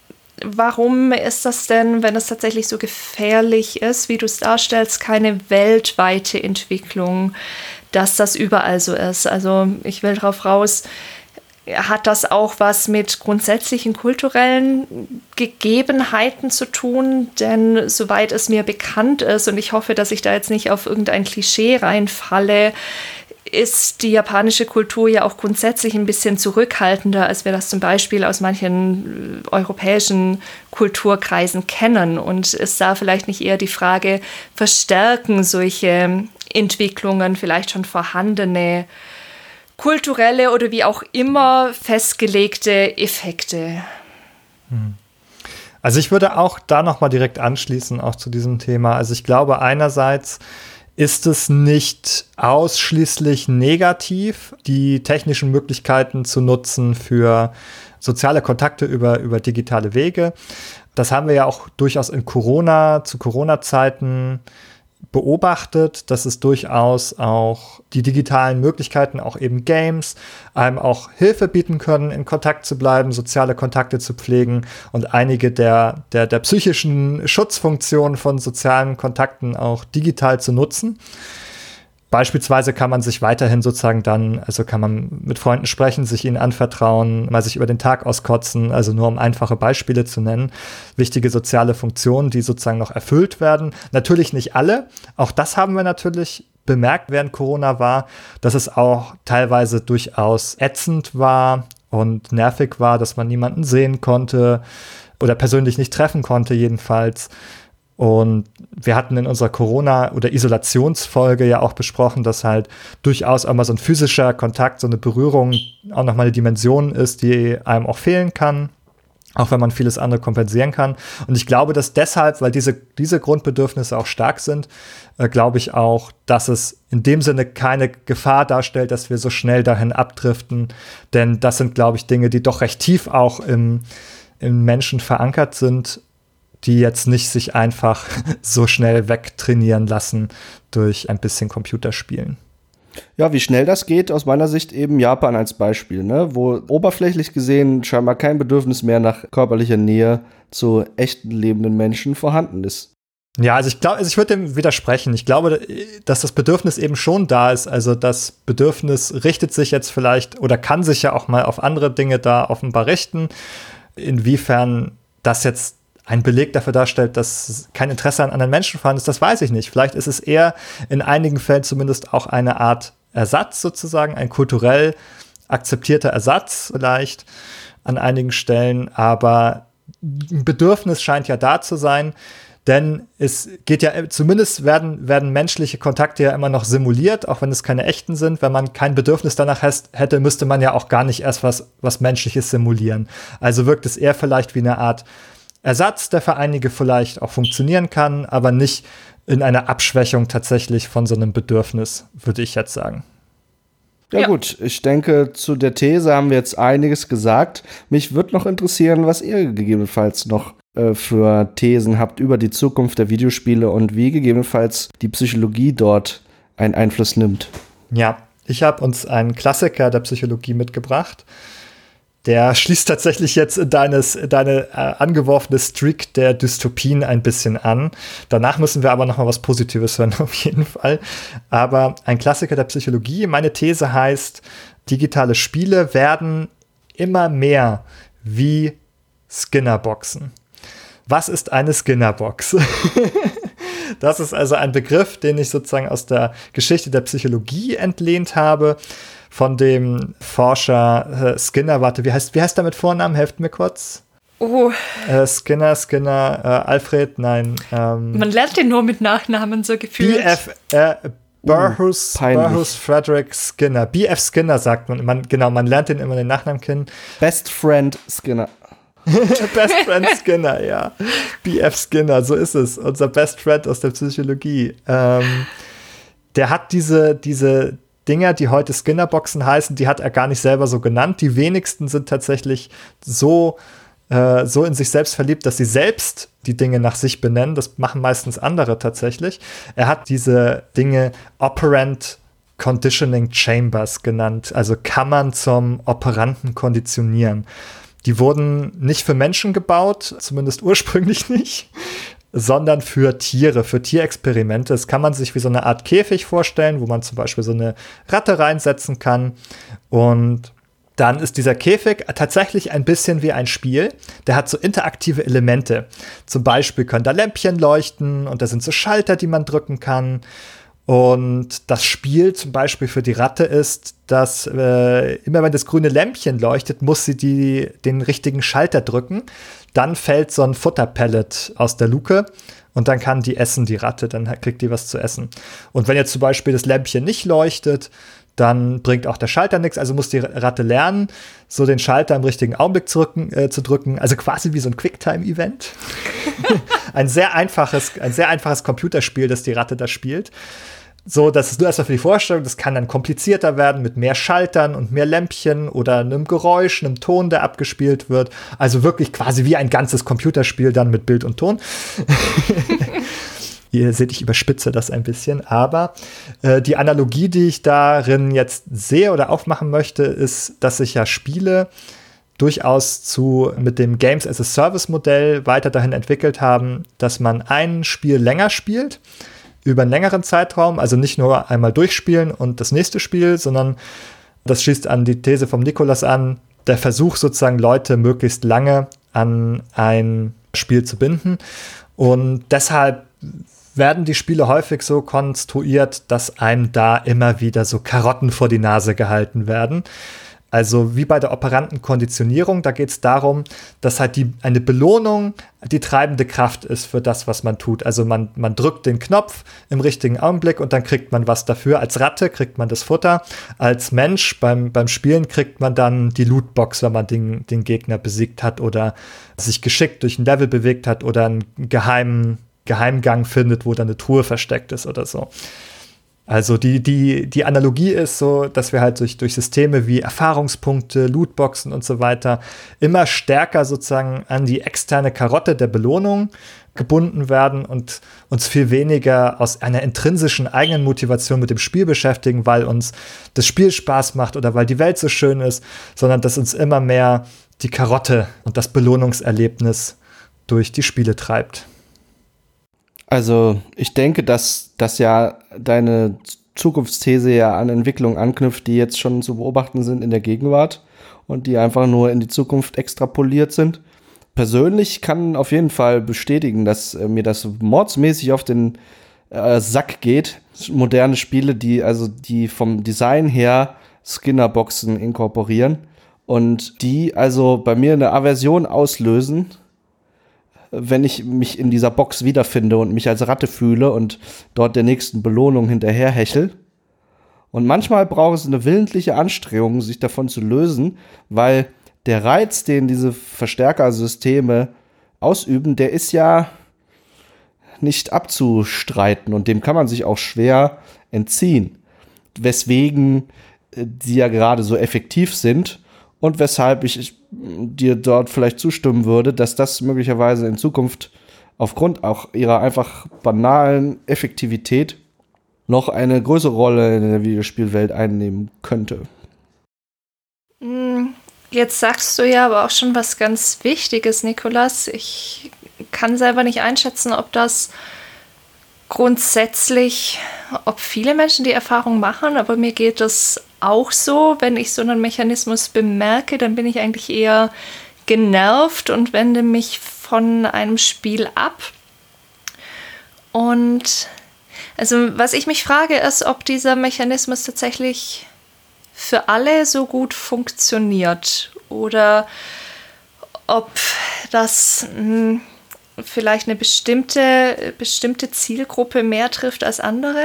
warum ist das denn, wenn es tatsächlich so gefährlich ist, wie du es darstellst, keine weltweite Entwicklung, dass das überall so ist? Also ich will darauf raus, hat das auch was mit grundsätzlichen kulturellen Gegebenheiten zu tun? Denn soweit es mir bekannt ist, und ich hoffe, dass ich da jetzt nicht auf irgendein Klischee reinfalle, ist die japanische Kultur ja auch grundsätzlich ein bisschen zurückhaltender, als wir das zum Beispiel aus manchen europäischen Kulturkreisen kennen. Und ist da vielleicht nicht eher die Frage, verstärken solche Entwicklungen vielleicht schon vorhandene kulturelle oder wie auch immer festgelegte Effekte? Also ich würde auch da nochmal direkt anschließen, auch zu diesem Thema. Also ich glaube einerseits, ist es nicht ausschließlich negativ, die technischen Möglichkeiten zu nutzen für soziale Kontakte über, über digitale Wege. Das haben wir ja auch durchaus in Corona, zu Corona-Zeiten beobachtet, dass es durchaus auch die digitalen Möglichkeiten, auch eben Games, einem auch Hilfe bieten können, in Kontakt zu bleiben, soziale Kontakte zu pflegen und einige der, der, der psychischen Schutzfunktionen von sozialen Kontakten auch digital zu nutzen. Beispielsweise kann man sich weiterhin sozusagen dann, also kann man mit Freunden sprechen, sich ihnen anvertrauen, mal sich über den Tag auskotzen, also nur um einfache Beispiele zu nennen. Wichtige soziale Funktionen, die sozusagen noch erfüllt werden. Natürlich nicht alle. Auch das haben wir natürlich bemerkt, während Corona war, dass es auch teilweise durchaus ätzend war und nervig war, dass man niemanden sehen konnte oder persönlich nicht treffen konnte jedenfalls. Und wir hatten in unserer Corona- oder Isolationsfolge ja auch besprochen, dass halt durchaus auch mal so ein physischer Kontakt, so eine Berührung auch nochmal eine Dimension ist, die einem auch fehlen kann, auch wenn man vieles andere kompensieren kann. Und ich glaube, dass deshalb, weil diese, diese Grundbedürfnisse auch stark sind, äh, glaube ich auch, dass es in dem Sinne keine Gefahr darstellt, dass wir so schnell dahin abdriften. Denn das sind, glaube ich, Dinge, die doch recht tief auch im, im Menschen verankert sind, die jetzt nicht sich einfach so schnell wegtrainieren lassen durch ein bisschen Computerspielen. Ja, wie schnell das geht, aus meiner Sicht eben Japan als Beispiel, ne? Wo oberflächlich gesehen scheinbar kein Bedürfnis mehr nach körperlicher Nähe zu echten lebenden Menschen vorhanden ist. Ja, also ich glaube, also ich würde dem widersprechen. Ich glaube, dass das Bedürfnis eben schon da ist. Also das Bedürfnis richtet sich jetzt vielleicht oder kann sich ja auch mal auf andere Dinge da offenbar richten. Inwiefern das jetzt ein Beleg dafür darstellt, dass kein Interesse an anderen Menschen vorhanden ist, das weiß ich nicht. Vielleicht ist es eher in einigen Fällen zumindest auch eine Art Ersatz sozusagen, ein kulturell akzeptierter Ersatz vielleicht an einigen Stellen. Aber ein Bedürfnis scheint ja da zu sein. Denn es geht ja, zumindest werden, werden menschliche Kontakte ja immer noch simuliert, auch wenn es keine echten sind. Wenn man kein Bedürfnis danach hätte, müsste man ja auch gar nicht erst was, was Menschliches simulieren. Also wirkt es eher vielleicht wie eine Art Ersatz, der für einige vielleicht auch funktionieren kann, aber nicht in einer Abschwächung tatsächlich von so einem Bedürfnis, würde ich jetzt sagen. Ja, ja gut, ich denke, zu der These haben wir jetzt einiges gesagt. Mich würde noch interessieren, was ihr gegebenenfalls noch für Thesen habt über die Zukunft der Videospiele und wie gegebenenfalls die Psychologie dort einen Einfluss nimmt. Ja, ich habe uns einen Klassiker der Psychologie mitgebracht. Der schließt tatsächlich jetzt deines, deine äh, angeworfene Streak der Dystopien ein bisschen an. Danach müssen wir aber noch mal was Positives hören, auf jeden Fall. Aber ein Klassiker der Psychologie. Meine These heißt, digitale Spiele werden immer mehr wie Skinnerboxen. Was ist eine Skinnerbox? Das ist also ein Begriff, den ich sozusagen aus der Geschichte der Psychologie entlehnt habe, von dem Forscher äh, Skinner. Warte, wie heißt, wie heißt der mit Vornamen? Helft mir kurz. Oh. Äh, Skinner, Skinner, äh, Alfred, nein. Ähm, Man lernt den nur mit Nachnamen so gefühlt. B F äh, Burroughs, uh, Burroughs Frederick Skinner. B F Skinner sagt man. man. Genau, man lernt den immer den Nachnamen kennen. Best Friend Skinner. Best Friend Skinner, ja. B F Skinner, so ist es. Unser Best Friend aus der Psychologie. Ähm, der hat diese, diese Dinger, die heute Skinnerboxen heißen, die hat er gar nicht selber so genannt. Die wenigsten sind tatsächlich so, äh, so in sich selbst verliebt, dass sie selbst die Dinge nach sich benennen. Das machen meistens andere tatsächlich. Er hat diese Dinge Operant Conditioning Chambers genannt, also Kammern zum Operanten konditionieren. Die wurden nicht für Menschen gebaut, zumindest ursprünglich nicht, sondern für Tiere, für Tierexperimente. Das kann man sich wie so eine Art Käfig vorstellen, wo man zum Beispiel so eine Ratte reinsetzen kann. Und dann ist dieser Käfig tatsächlich ein bisschen wie ein Spiel. Der hat so interaktive Elemente. Zum Beispiel können da Lämpchen leuchten und da sind so Schalter, die man drücken kann. Und das Spiel zum Beispiel für die Ratte ist, dass äh, immer wenn das grüne Lämpchen leuchtet, muss sie die, den richtigen Schalter drücken. Dann fällt so ein Futterpellet aus der Luke und dann kann die essen, die Ratte. Dann kriegt die was zu essen. Und wenn jetzt zum Beispiel das Lämpchen nicht leuchtet, dann bringt auch der Schalter nichts. Also muss die Ratte lernen, so den Schalter im richtigen Augenblick zu drücken. Äh, zu drücken. Also quasi wie so ein Quicktime-Event. ein sehr einfaches, ein sehr einfaches Computerspiel, das die Ratte da spielt. So, das ist nur erstmal für die Vorstellung, das kann dann komplizierter werden mit mehr Schaltern und mehr Lämpchen oder einem Geräusch, einem Ton, der abgespielt wird. Also wirklich quasi wie ein ganzes Computerspiel dann mit Bild und Ton. Ihr seht, ich überspitze das ein bisschen, aber äh, die Analogie, die ich darin jetzt sehe oder aufmachen möchte, ist, dass sich ja Spiele durchaus zu mit dem Games as a Service Modell weiter dahin entwickelt haben, dass man ein Spiel länger spielt, über einen längeren Zeitraum, also nicht nur einmal durchspielen und das nächste Spiel, sondern das schließt an die These vom Nikolas an, der Versuch sozusagen Leute möglichst lange an ein Spiel zu binden. Und deshalb werden die Spiele häufig so konstruiert, dass einem da immer wieder so Karotten vor die Nase gehalten werden. Also wie bei der operanten Konditionierung, da geht es darum, dass halt die, eine Belohnung die treibende Kraft ist für das, was man tut. Also man, man drückt den Knopf im richtigen Augenblick und dann kriegt man was dafür. Als Ratte kriegt man das Futter. Als Mensch beim, beim Spielen kriegt man dann die Lootbox, wenn man den, den Gegner besiegt hat oder sich geschickt durch ein Level bewegt hat oder einen geheimen Geheimgang findet, wo dann eine Truhe versteckt ist oder so. Also die, die, die Analogie ist so, dass wir halt durch, durch Systeme wie Erfahrungspunkte, Lootboxen und so weiter immer stärker sozusagen an die externe Karotte der Belohnung gebunden werden und uns viel weniger aus einer intrinsischen eigenen Motivation mit dem Spiel beschäftigen, weil uns das Spiel Spaß macht oder weil die Welt so schön ist, sondern dass uns immer mehr die Karotte und das Belohnungserlebnis durch die Spiele treibt. Also ich denke, dass das ja deine Zukunftsthese ja an Entwicklungen anknüpft, die jetzt schon zu beobachten sind in der Gegenwart und die einfach nur in die Zukunft extrapoliert sind. Persönlich kann auf jeden Fall bestätigen, dass äh, mir das mordsmäßig auf den äh, Sack geht. Moderne Spiele, die also die vom Design her Skinnerboxen inkorporieren und die also bei mir eine Aversion auslösen, wenn ich mich in dieser Box wiederfinde und mich als Ratte fühle und dort der nächsten Belohnung hinterherhechel. Und manchmal braucht es eine willentliche Anstrengung, sich davon zu lösen, weil der Reiz, den diese Verstärkersysteme ausüben, der ist ja nicht abzustreiten und dem kann man sich auch schwer entziehen. Weswegen die ja gerade so effektiv sind und weshalb ich dir dort vielleicht zustimmen würde, dass das möglicherweise in Zukunft aufgrund auch ihrer einfach banalen Effektivität noch eine größere Rolle in der Videospielwelt einnehmen könnte. Jetzt sagst du ja aber auch schon was ganz Wichtiges, Nikolas. Ich kann selber nicht einschätzen, ob das grundsätzlich, ob viele Menschen die Erfahrung machen, aber mir geht es auch so, wenn ich so einen Mechanismus bemerke, dann bin ich eigentlich eher genervt und wende mich von einem Spiel ab. Und also was ich mich frage, ist, ob dieser Mechanismus tatsächlich für alle so gut funktioniert oder ob das mh, vielleicht eine bestimmte, bestimmte Zielgruppe mehr trifft als andere.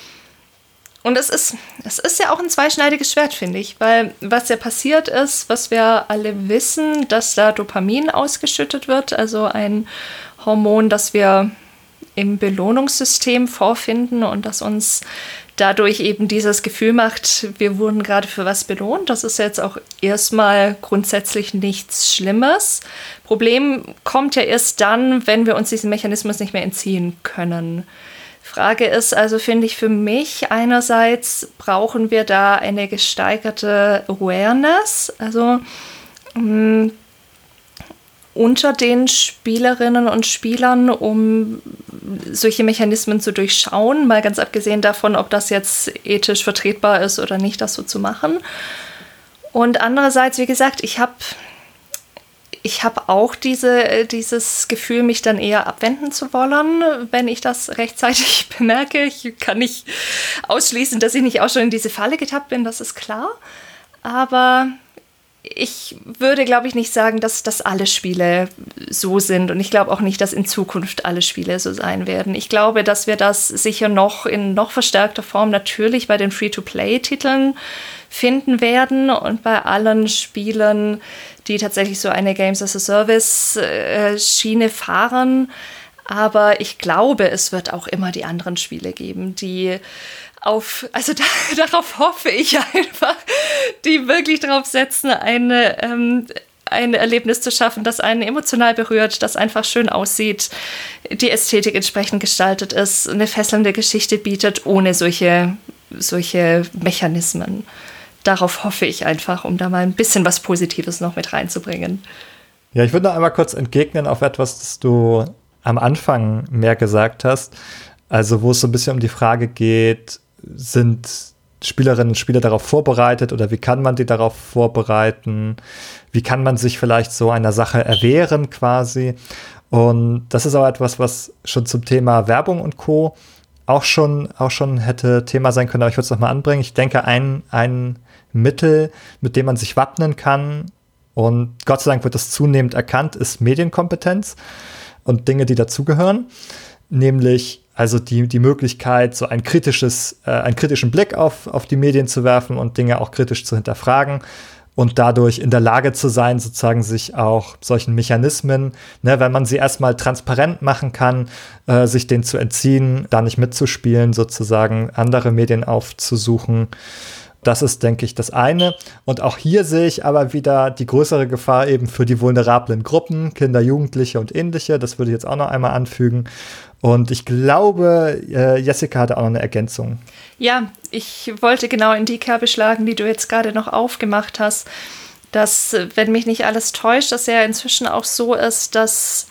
Und es ist, es ist ja auch ein zweischneidiges Schwert, finde ich, weil was ja passiert ist, was wir alle wissen, dass da Dopamin ausgeschüttet wird, also ein Hormon, das wir im Belohnungssystem vorfinden und das uns dadurch eben dieses Gefühl macht, wir wurden gerade für was belohnt. Das ist jetzt auch erstmal grundsätzlich nichts Schlimmes. Problem kommt ja erst dann, wenn wir uns diesem Mechanismus nicht mehr entziehen können. Frage ist also, finde ich für mich, einerseits brauchen wir da eine gesteigerte Awareness, also mh, unter den Spielerinnen und Spielern, um solche Mechanismen zu durchschauen, mal ganz abgesehen davon, ob das jetzt ethisch vertretbar ist oder nicht, das so zu machen. Und andererseits, wie gesagt, ich habe ich hab auch diese, dieses Gefühl, mich dann eher abwenden zu wollen, wenn ich das rechtzeitig bemerke. Ich kann nicht ausschließen, dass ich nicht auch schon in diese Falle getappt bin, das ist klar. Aber ich würde, glaube ich, nicht sagen, dass, dass alle Spiele so sind. Und ich glaube auch nicht, dass in Zukunft alle Spiele so sein werden. Ich glaube, dass wir das sicher noch in noch verstärkter Form natürlich bei den Free-to-Play-Titeln finden werden und bei allen Spielen, die tatsächlich so eine Games-as-a-Service-Schiene fahren. Aber ich glaube, es wird auch immer die anderen Spiele geben, die auf, also da, darauf hoffe ich einfach, die wirklich darauf setzen, eine, ähm, ein Erlebnis zu schaffen, das einen emotional berührt, das einfach schön aussieht, die Ästhetik entsprechend gestaltet ist, eine fesselnde Geschichte bietet, ohne solche, solche Mechanismen. Darauf hoffe ich einfach, um da mal ein bisschen was Positives noch mit reinzubringen. Ja, ich würde noch einmal kurz entgegnen auf etwas, das du am Anfang mehr gesagt hast. Also wo es so ein bisschen um die Frage geht, sind Spielerinnen und Spieler darauf vorbereitet oder wie kann man die darauf vorbereiten? Wie kann man sich vielleicht so einer Sache erwehren quasi? Und das ist auch etwas, was schon zum Thema Werbung und Co. auch schon, auch schon hätte Thema sein können, aber ich würde es noch mal anbringen. Ich denke, ein, ein Mittel, mit dem man sich wappnen kann, und Gott sei Dank wird das zunehmend erkannt, ist Medienkompetenz und Dinge, die dazugehören, nämlich also die, die Möglichkeit, so ein kritisches, äh, einen kritischen Blick auf, auf die Medien zu werfen und Dinge auch kritisch zu hinterfragen und dadurch in der Lage zu sein, sozusagen sich auch solchen Mechanismen, ne, wenn man sie erstmal transparent machen kann, äh, sich denen zu entziehen, da nicht mitzuspielen, sozusagen andere Medien aufzusuchen. Das ist, denke ich, das eine. Und auch hier sehe ich aber wieder die größere Gefahr eben für die vulnerablen Gruppen, Kinder, Jugendliche und ähnliche. Das würde ich jetzt auch noch einmal anfügen. Und ich glaube, äh, Jessica hatte auch noch eine Ergänzung. Ja, ich wollte genau in die Kerbe schlagen, die du jetzt gerade noch aufgemacht hast, dass, wenn mich nicht alles täuscht, dass ja inzwischen auch so ist, dass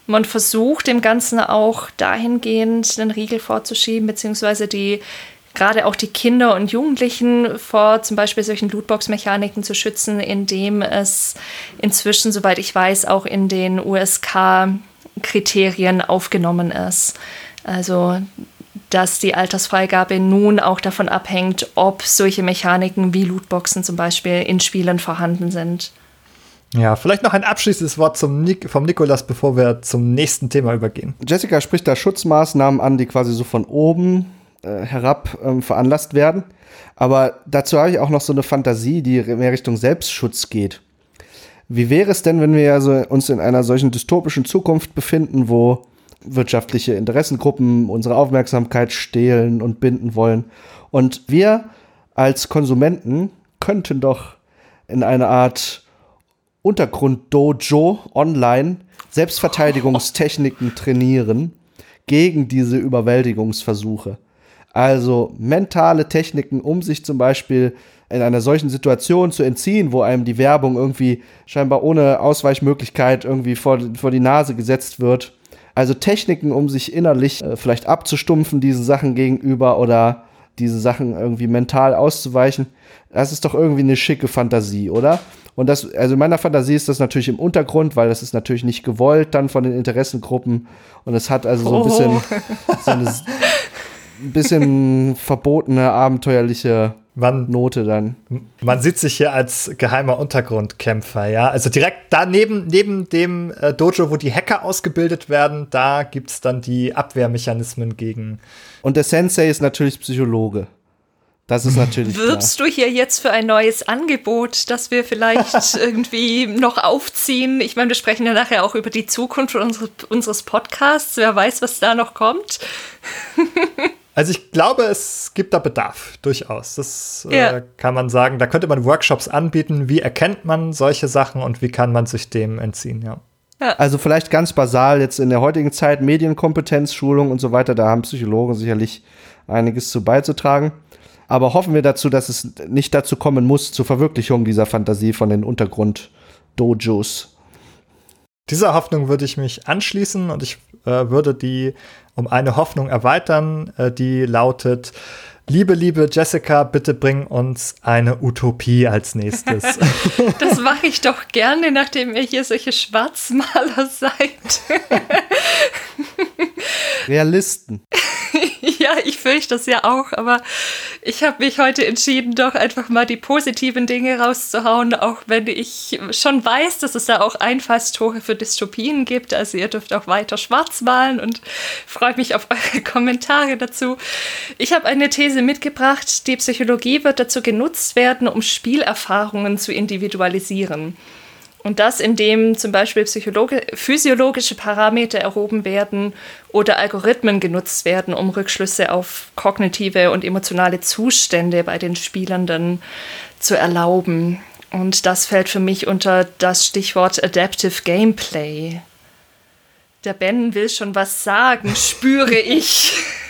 Man versucht dem Ganzen auch dahingehend den Riegel vorzuschieben, beziehungsweise die gerade auch die Kinder und Jugendlichen vor zum Beispiel solchen Lootbox-Mechaniken zu schützen, indem es inzwischen, soweit ich weiß, auch in den U S K-Kriterien aufgenommen ist. Also, dass die Altersfreigabe nun auch davon abhängt, ob solche Mechaniken wie Lootboxen zum Beispiel in Spielen vorhanden sind. Ja, vielleicht noch ein abschließendes Wort zum Nik- vom Nikolas, bevor wir zum nächsten Thema übergehen. Jessica spricht da Schutzmaßnahmen an, die quasi so von oben äh, herab ähm, veranlasst werden. Aber dazu habe ich auch noch so eine Fantasie, die mehr Richtung Selbstschutz geht. Wie wäre es denn, wenn wir also uns in einer solchen dystopischen Zukunft befinden, wo wirtschaftliche Interessengruppen unsere Aufmerksamkeit stehlen und binden wollen? Und wir als Konsumenten könnten doch in eine Art Untergrund-Dojo online Selbstverteidigungstechniken trainieren gegen diese Überwältigungsversuche. Also mentale Techniken, um sich zum Beispiel in einer solchen Situation zu entziehen, wo einem die Werbung irgendwie scheinbar ohne Ausweichmöglichkeit irgendwie vor, vor die Nase gesetzt wird. Also Techniken, um sich innerlich äh, vielleicht abzustumpfen diesen Sachen gegenüber oder diese Sachen irgendwie mental auszuweichen. Das ist doch irgendwie eine schicke Fantasie, oder? Und das, also in meiner Fantasie ist das natürlich im Untergrund, weil das ist natürlich nicht gewollt dann von den Interessengruppen. Und es hat also so ein bisschen, oh. so eine ein bisschen verbotene, abenteuerliche man, Note dann. Man sieht sich hier als geheimer Untergrundkämpfer, ja. Also direkt daneben, neben dem äh, Dojo, wo die Hacker ausgebildet werden, da gibt's dann die Abwehrmechanismen gegen. Und der Sensei ist natürlich Psychologe. Das ist natürlich Wirbst klar. du hier jetzt für ein neues Angebot, das wir vielleicht irgendwie noch aufziehen? Ich meine, wir sprechen ja nachher auch über die Zukunft unseres, unseres Podcasts. Wer weiß, was da noch kommt. Also ich glaube, es gibt da Bedarf, durchaus. Das ja. äh, kann man sagen. Da könnte man Workshops anbieten. Wie erkennt man solche Sachen und wie kann man sich dem entziehen, ja. Ja. Also vielleicht ganz basal jetzt in der heutigen Zeit Medienkompetenz, Schulung und so weiter. Da haben Psychologen sicherlich einiges zu beizutragen. Aber hoffen wir dazu, dass es nicht dazu kommen muss, zur Verwirklichung dieser Fantasie von den Untergrund-Dojos. Dieser Hoffnung würde ich mich anschließen und ich äh, würde die um eine Hoffnung erweitern, äh, die lautet: Liebe, liebe Jessica, bitte bring uns eine Utopie als nächstes. Das mache ich doch gerne, nachdem ihr hier solche Schwarzmaler seid. Realisten. Ja, ich fürchte das ja auch, aber ich habe mich heute entschieden, doch einfach mal die positiven Dinge rauszuhauen, auch wenn ich schon weiß, dass es da auch Einfallstore für Dystopien gibt. Also ihr dürft auch weiter schwarz malen und freue mich auf eure Kommentare dazu. Ich habe eine These mitgebracht: Die Psychologie wird dazu genutzt werden, um Spielerfahrungen zu individualisieren. Und das, indem zum Beispiel Psychologe- physiologische Parameter erhoben werden oder Algorithmen genutzt werden, um Rückschlüsse auf kognitive und emotionale Zustände bei den Spielenden zu erlauben. Und das fällt für mich unter das Stichwort Adaptive Gameplay. Der Ben will schon was sagen, spüre ich.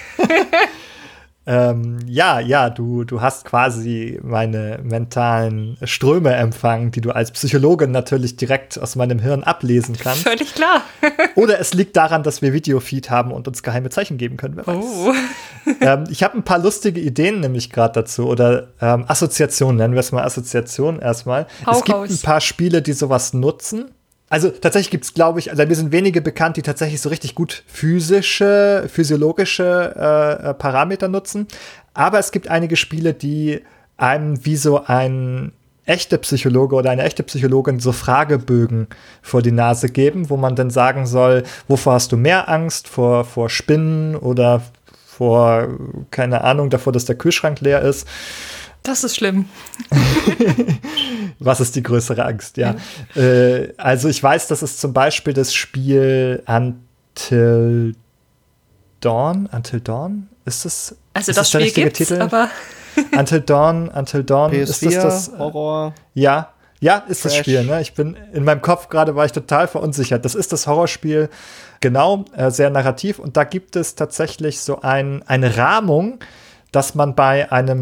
Ähm, ja, ja, du, du hast quasi meine mentalen Ströme empfangen, die du als Psychologin natürlich direkt aus meinem Hirn ablesen kannst. Völlig klar. Oder es liegt daran, dass wir Videofeed haben und uns geheime Zeichen geben können. Wer weiß. Oh. ähm, ich habe ein paar lustige Ideen nämlich gerade dazu. Oder ähm, Assoziationen, nennen wir es mal Assoziationen erstmal. Hau es gibt raus. ein paar Spiele, die sowas nutzen. Also tatsächlich gibt es, glaube ich, also mir sind wenige bekannt, die tatsächlich so richtig gut physische, physiologische äh, Parameter nutzen. Aber es gibt einige Spiele, die einem wie so ein echter Psychologe oder eine echte Psychologin so Fragebögen vor die Nase geben, wo man dann sagen soll, wovor hast du mehr Angst? Vor, vor Spinnen oder vor, keine Ahnung, davor, dass der Kühlschrank leer ist. Das ist schlimm. Was ist die größere Angst, ja. Mhm. Äh, also ich weiß, dass es zum Beispiel das Spiel Until Dawn, Until Dawn, ist das? Also ist das, das Spiel gibt's, Titel? Aber Until Dawn, Until Dawn, P S vier, ist das das? Horror? Ja, ja, ist Trash. Das Spiel, ne? Ich bin, in meinem Kopf gerade war ich total verunsichert. Das ist das Horrorspiel, genau, äh, sehr narrativ. Und da gibt es tatsächlich so ein, eine Rahmung, dass man bei einem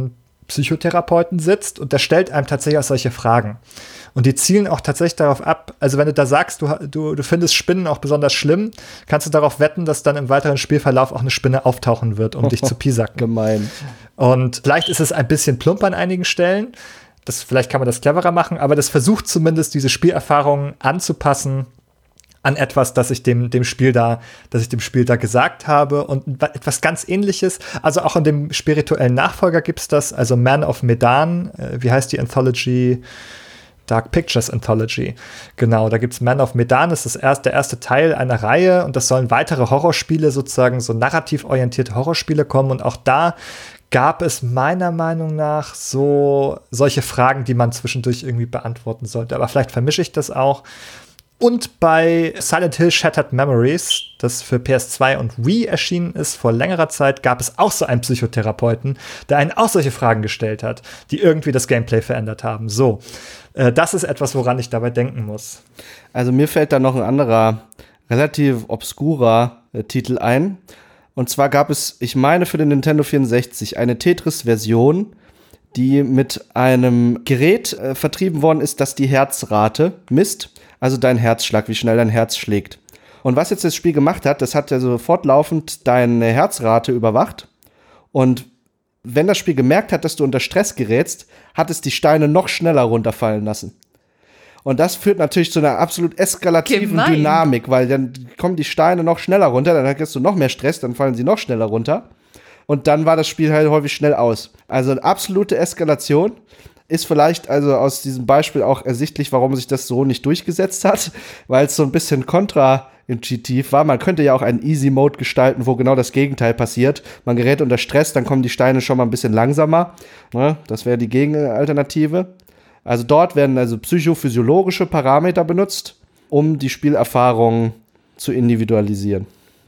Psychotherapeuten sitzt und der stellt einem tatsächlich auch solche Fragen. Und die zielen auch tatsächlich darauf ab, also wenn du da sagst, du, du, du findest Spinnen auch besonders schlimm, kannst du darauf wetten, dass dann im weiteren Spielverlauf auch eine Spinne auftauchen wird, um dich zu piesacken. Gemein. Und vielleicht ist es ein bisschen plump an einigen Stellen, das, vielleicht kann man das cleverer machen, aber das versucht zumindest, diese Spielerfahrungen anzupassen an etwas, das ich dem, dem Spiel da, das ich dem Spiel da gesagt habe und etwas ganz Ähnliches. Also auch in dem spirituellen Nachfolger gibt's das, also Man of Medan, äh, wie heißt die Anthology? Dark Pictures Anthology. Genau, da gibt's Man of Medan, das ist das erste, der erste Teil einer Reihe und das sollen weitere Horrorspiele, sozusagen so narrativ orientierte Horrorspiele kommen und auch da gab es meiner Meinung nach so solche Fragen, die man zwischendurch irgendwie beantworten sollte. Aber vielleicht vermische ich das auch. Und bei Silent Hill Shattered Memories, das für P S zwei und Wii erschienen ist, vor längerer Zeit, gab es auch so einen Psychotherapeuten, der einen auch solche Fragen gestellt hat, die irgendwie das Gameplay verändert haben. So, äh, das ist etwas, woran ich dabei denken muss. Also mir fällt da noch ein anderer, relativ obskurer äh, Titel ein. Und zwar gab es, ich meine, für den Nintendo vierundsechzig eine Tetris-Version, die mit einem Gerät äh, vertrieben worden ist, das die Herzrate misst. Also dein Herzschlag, wie schnell dein Herz schlägt. Und was jetzt das Spiel gemacht hat, das hat ja so fortlaufend deine Herzrate überwacht. Und wenn das Spiel gemerkt hat, dass du unter Stress gerätst, hat es die Steine noch schneller runterfallen lassen. Und das führt natürlich zu einer absolut eskalativen Gemein. Dynamik, weil dann kommen die Steine noch schneller runter, dann hast du noch mehr Stress, dann fallen sie noch schneller runter. Und dann war das Spiel halt häufig schnell aus. Also eine absolute Eskalation. Ist vielleicht also aus diesem Beispiel auch ersichtlich, warum sich das so nicht durchgesetzt hat, weil es so ein bisschen kontraintuitiv war. Man könnte ja auch einen Easy-Mode gestalten, wo genau das Gegenteil passiert. Man gerät unter Stress, dann kommen die Steine schon mal ein bisschen langsamer. Das wäre die Gegenalternative. Also dort werden also psychophysiologische Parameter benutzt, um die Spielerfahrung zu individualisieren.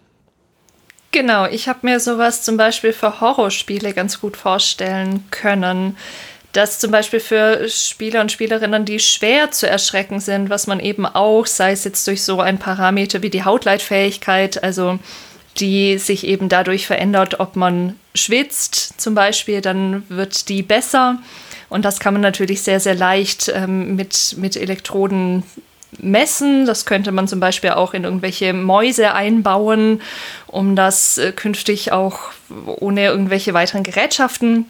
Genau, ich habe mir sowas zum Beispiel für Horrorspiele ganz gut vorstellen können. Dass zum Beispiel für Spieler und Spielerinnen, die schwer zu erschrecken sind, was man eben auch, sei es jetzt durch so ein Parameter wie die Hautleitfähigkeit, also die sich eben dadurch verändert, ob man schwitzt zum Beispiel, dann wird die besser. Und das kann man natürlich sehr, sehr leicht ähm, mit, mit Elektroden messen. Das könnte man zum Beispiel auch in irgendwelche Mäuse einbauen, um das äh, künftig auch ohne irgendwelche weiteren Gerätschaften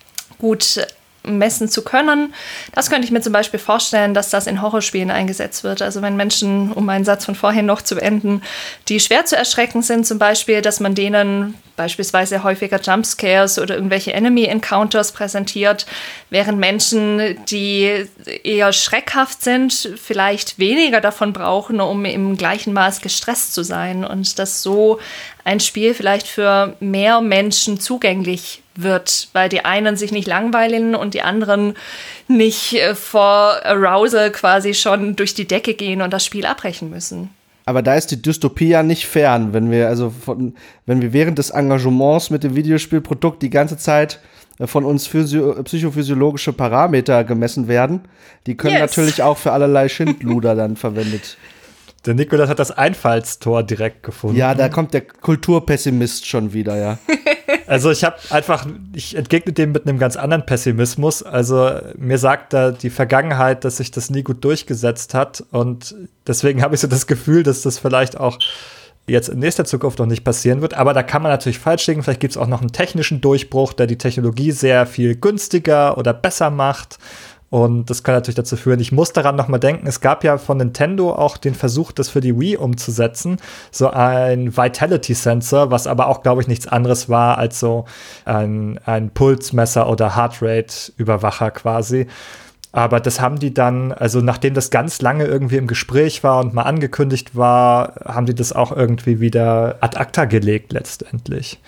gut messen zu können. Das könnte ich mir zum Beispiel vorstellen, dass das in Horrorspielen eingesetzt wird. Also wenn Menschen, um meinen Satz von vorhin noch zu beenden, die schwer zu erschrecken sind, zum Beispiel, dass man denen beispielsweise häufiger Jumpscares oder irgendwelche Enemy-Encounters präsentiert, während Menschen, die eher schreckhaft sind, vielleicht weniger davon brauchen, um im gleichen Maß gestresst zu sein und dass so ein Spiel vielleicht für mehr Menschen zugänglich wird, weil die einen sich nicht langweilen und die anderen nicht vor Arousal quasi schon durch die Decke gehen und das Spiel abbrechen müssen. Aber da ist die Dystopie ja nicht fern, wenn wir also von, wenn wir während des Engagements mit dem Videospielprodukt die ganze Zeit von uns physio- psychophysiologische Parameter gemessen werden, die können yes. natürlich auch für allerlei Schindluder dann verwendet. Der Nikolas hat das Einfallstor direkt gefunden. Ja, da kommt der Kulturpessimist schon wieder, ja. Also ich habe einfach, ich entgegne dem mit einem ganz anderen Pessimismus. Also mir sagt da die Vergangenheit, dass sich das nie gut durchgesetzt hat. Und deswegen habe ich so das Gefühl, dass das vielleicht auch jetzt in nächster Zukunft noch nicht passieren wird. Aber da kann man natürlich falsch liegen. Vielleicht gibt es auch noch einen technischen Durchbruch, der die Technologie sehr viel günstiger oder besser macht. Und das kann natürlich dazu führen, ich muss daran noch mal denken, es gab ja von Nintendo auch den Versuch, das für die Wii umzusetzen, so ein Vitality Sensor, was aber auch, glaube ich, nichts anderes war als so ein, ein Pulsmesser oder Heartrate-Überwacher quasi. Aber das haben die dann, also nachdem das ganz lange irgendwie im Gespräch war und mal angekündigt war, haben die das auch irgendwie wieder ad acta gelegt letztendlich.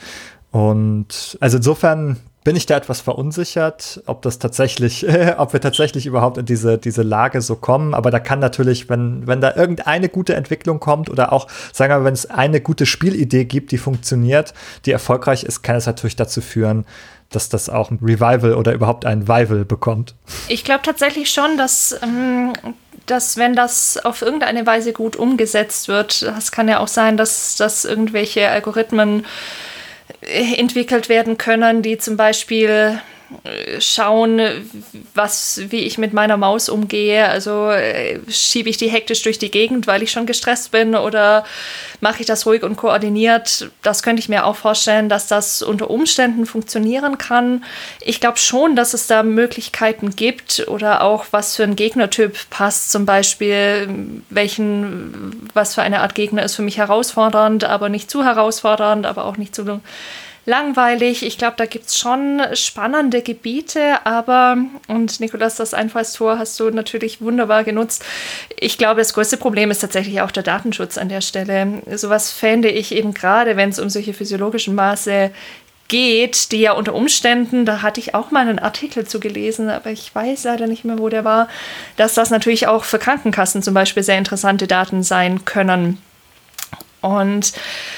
Und also insofern bin ich da etwas verunsichert, ob das tatsächlich, ob wir tatsächlich überhaupt in diese, diese Lage so kommen. Aber da kann natürlich, wenn, wenn da irgendeine gute Entwicklung kommt oder auch, sagen wir mal, wenn es eine gute Spielidee gibt, die funktioniert, die erfolgreich ist, kann es natürlich dazu führen, dass das auch ein Revival oder überhaupt ein Vival bekommt. Ich glaube tatsächlich schon, dass, ähm, dass wenn das auf irgendeine Weise gut umgesetzt wird, das kann ja auch sein, dass, dass irgendwelche Algorithmen entwickelt werden können, die zum Beispiel schauen, was, wie ich mit meiner Maus umgehe. Also äh, schiebe ich die hektisch durch die Gegend, weil ich schon gestresst bin, oder mache ich das ruhig und koordiniert? Das könnte ich mir auch vorstellen, dass das unter Umständen funktionieren kann. Ich glaube schon, dass es da Möglichkeiten gibt, oder auch was für ein Gegnertyp passt. Zum Beispiel, welchen, was für eine Art Gegner ist für mich herausfordernd, aber nicht zu herausfordernd, aber auch nicht zu langweilig. Ich glaube, da gibt es schon spannende Gebiete, aber, und Nikolas, das Einfallstor hast du natürlich wunderbar genutzt. Ich glaube, das größte Problem ist tatsächlich auch der Datenschutz an der Stelle. Sowas fände ich eben gerade, wenn es um solche physiologischen Maße geht, die ja unter Umständen, da hatte ich auch mal einen Artikel zu gelesen, aber ich weiß leider nicht mehr, wo der war, dass das natürlich auch für Krankenkassen zum Beispiel sehr interessante Daten sein können. Und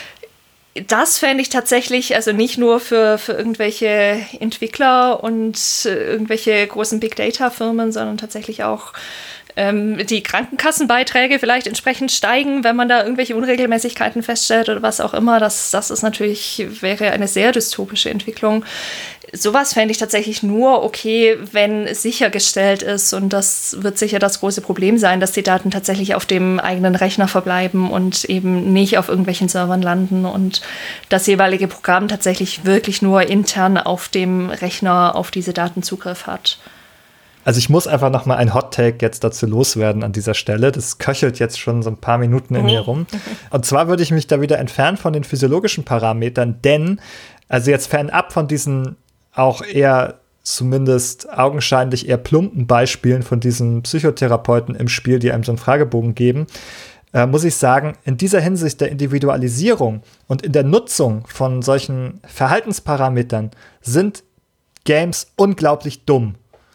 das fände ich tatsächlich, also nicht nur für, für irgendwelche Entwickler und irgendwelche großen Big-Data-Firmen, sondern tatsächlich auch ähm, die Krankenkassenbeiträge vielleicht entsprechend steigen, wenn man da irgendwelche Unregelmäßigkeiten feststellt oder was auch immer. Das, das ist natürlich, wäre eine sehr dystopische Entwicklung. Sowas fände ich tatsächlich nur okay, wenn sichergestellt ist, und das wird sicher das große Problem sein, dass die Daten tatsächlich auf dem eigenen Rechner verbleiben und eben nicht auf irgendwelchen Servern landen und das jeweilige Programm tatsächlich wirklich nur intern auf dem Rechner auf diese Daten Zugriff hat. Also ich muss einfach noch mal ein Hot-Take jetzt dazu loswerden an dieser Stelle. Das köchelt jetzt schon so ein paar Minuten in mir rum. Und zwar würde ich mich da wieder entfernen von den physiologischen Parametern, denn, also jetzt fernab von diesen auch eher zumindest augenscheinlich eher plumpen Beispielen von diesen Psychotherapeuten im Spiel, die einem so einen Fragebogen geben, äh, muss ich sagen, in dieser Hinsicht der Individualisierung und in der Nutzung von solchen Verhaltensparametern sind Games unglaublich dumm.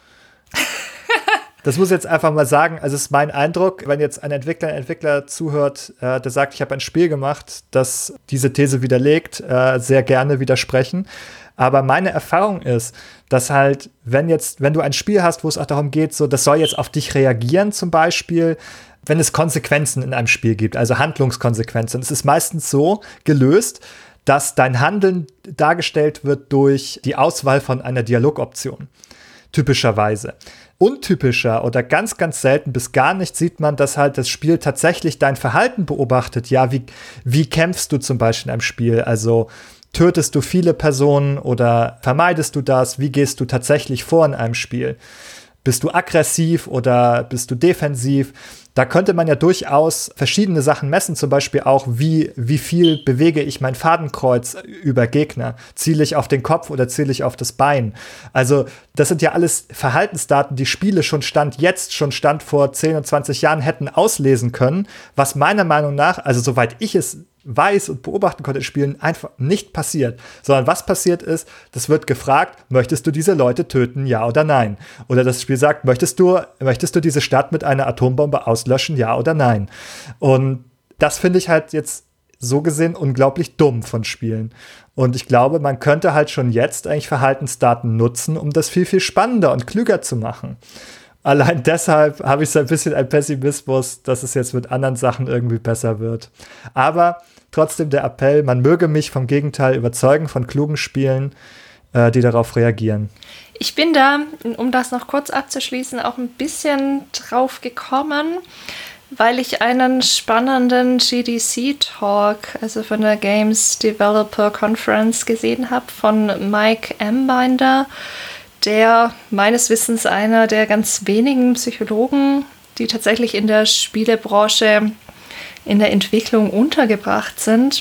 Das muss ich jetzt einfach mal sagen. Also es ist mein Eindruck, wenn jetzt ein Entwickler, ein Entwickler zuhört, äh, der sagt, ich habe ein Spiel gemacht, das diese These widerlegt, äh, sehr gerne widersprechen. Aber meine Erfahrung ist, dass halt, wenn jetzt, wenn du ein Spiel hast, wo es auch darum geht, so, das soll jetzt auf dich reagieren, zum Beispiel, wenn es Konsequenzen in einem Spiel gibt, also Handlungskonsequenzen. Es ist meistens so gelöst, dass dein Handeln dargestellt wird durch die Auswahl von einer Dialogoption. Typischerweise. Untypischer oder ganz, ganz selten bis gar nicht sieht man, dass halt das Spiel tatsächlich dein Verhalten beobachtet. Ja, wie, wie kämpfst du zum Beispiel in einem Spiel? Also tötest du viele Personen oder vermeidest du das? Wie gehst du tatsächlich vor in einem Spiel? Bist du aggressiv oder bist du defensiv? Da könnte man ja durchaus verschiedene Sachen messen, zum Beispiel auch, wie, wie viel bewege ich mein Fadenkreuz über Gegner? Ziele ich auf den Kopf oder ziele ich auf das Bein? Also das sind ja alles Verhaltensdaten, die Spiele schon Stand jetzt, schon Stand vor zehn und zwanzig Jahren hätten auslesen können, was meiner Meinung nach, also soweit ich es weiß und beobachten konnte in Spielen, einfach nicht passiert. Sondern was passiert ist, das wird gefragt, möchtest du diese Leute töten, ja oder nein? Oder das Spiel sagt, möchtest du, möchtest du diese Stadt mit einer Atombombe auslöschen, ja oder nein? Und das finde ich halt jetzt so gesehen unglaublich dumm von Spielen. Und ich glaube, man könnte halt schon jetzt eigentlich Verhaltensdaten nutzen, um das viel, viel spannender und klüger zu machen. Allein deshalb habe ich so ein bisschen einen Pessimismus, dass es jetzt mit anderen Sachen irgendwie besser wird. Aber trotzdem der Appell, man möge mich vom Gegenteil überzeugen von klugen Spielen, äh, die darauf reagieren. Ich bin da, um das noch kurz abzuschließen, auch ein bisschen drauf gekommen, weil ich einen spannenden G D C-Talk, also von der Games Developer Conference, gesehen habe von Mike Ambinder, der meines Wissens einer der ganz wenigen Psychologen, die tatsächlich in der Spielebranche in der Entwicklung untergebracht sind,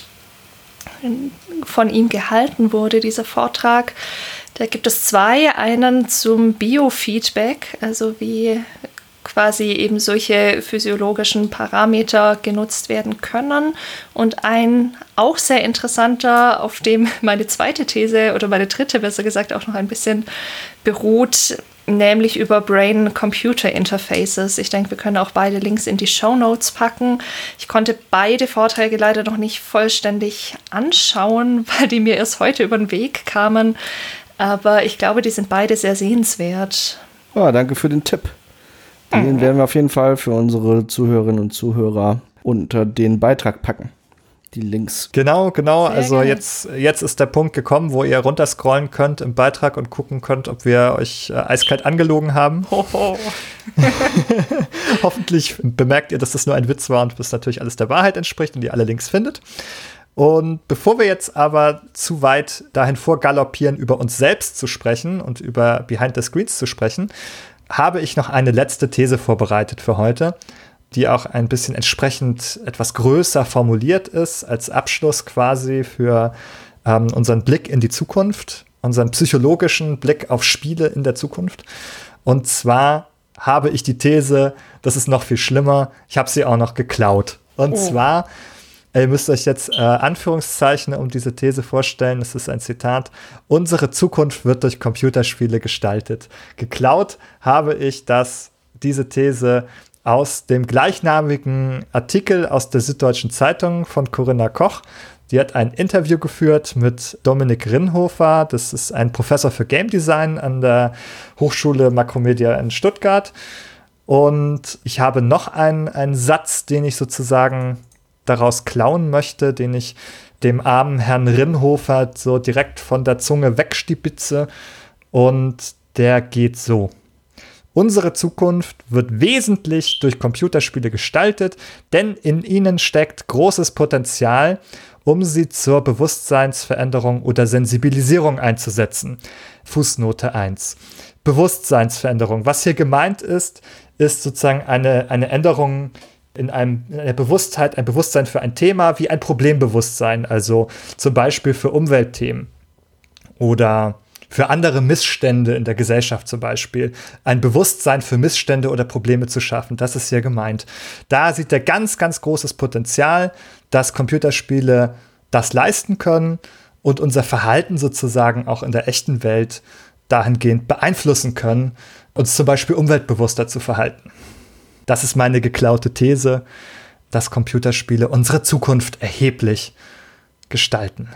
von ihm gehalten wurde, dieser Vortrag. Da gibt es zwei, einen zum Biofeedback, also wie quasi eben solche physiologischen Parameter genutzt werden können. Und ein auch sehr interessanter, auf dem meine zweite These oder meine dritte besser gesagt auch noch ein bisschen beruht, nämlich über Brain-Computer-Interfaces. Ich denke, wir können auch beide Links in die Shownotes packen. Ich konnte beide Vorträge leider noch nicht vollständig anschauen, weil die mir erst heute über den Weg kamen. Aber ich glaube, die sind beide sehr sehenswert. Ja, danke für den Tipp. Den werden wir auf jeden Fall für unsere Zuhörerinnen und Zuhörer unter den Beitrag packen. die Links. Genau, genau. Sehr also geil. jetzt, jetzt ist der Punkt gekommen, wo ihr runterscrollen könnt im Beitrag und gucken könnt, ob wir euch äh, eiskalt angelogen haben. Hoho. Hoffentlich bemerkt ihr, dass das nur ein Witz war und das natürlich alles der Wahrheit entspricht und ihr alle Links findet. Und bevor wir jetzt aber zu weit dahin vorgaloppieren, über uns selbst zu sprechen und über Behind the Screens zu sprechen, habe ich noch eine letzte These vorbereitet für heute, die auch ein bisschen entsprechend etwas größer formuliert ist, als Abschluss quasi für ähm, unseren Blick in die Zukunft, unseren psychologischen Blick auf Spiele in der Zukunft. Und zwar habe ich die These, das ist noch viel schlimmer, ich habe sie auch noch geklaut. Und Oh. zwar, ihr müsst euch jetzt äh, Anführungszeichen um diese These vorstellen, das ist ein Zitat, unsere Zukunft wird durch Computerspiele gestaltet. Geklaut habe ich das, diese These aus dem gleichnamigen Artikel aus der Süddeutschen Zeitung von Corinna Koch. Die hat ein Interview geführt mit Dominik Rinnhofer. Das ist ein Professor für Game Design an der Hochschule Makromedia in Stuttgart. Und ich habe noch einen, einen Satz, den ich sozusagen daraus klauen möchte, den ich dem armen Herrn Rinnhofer so direkt von der Zunge wegstibitze. Und der geht so. Unsere Zukunft wird wesentlich durch Computerspiele gestaltet, denn in ihnen steckt großes Potenzial, um sie zur Bewusstseinsveränderung oder Sensibilisierung einzusetzen. Fußnote eins. Bewusstseinsveränderung. Was hier gemeint ist, ist sozusagen eine, eine Änderung in einem in einer Bewusstheit, ein Bewusstsein für ein Thema wie ein Problembewusstsein, also zum Beispiel für Umweltthemen oder für andere Missstände in der Gesellschaft zum Beispiel, ein Bewusstsein für Missstände oder Probleme zu schaffen. Das ist hier gemeint. Da sieht er ganz, ganz großes Potenzial, dass Computerspiele das leisten können und unser Verhalten sozusagen auch in der echten Welt dahingehend beeinflussen können, uns zum Beispiel umweltbewusster zu verhalten. Das ist meine geklaute These, dass Computerspiele unsere Zukunft erheblich gestalten.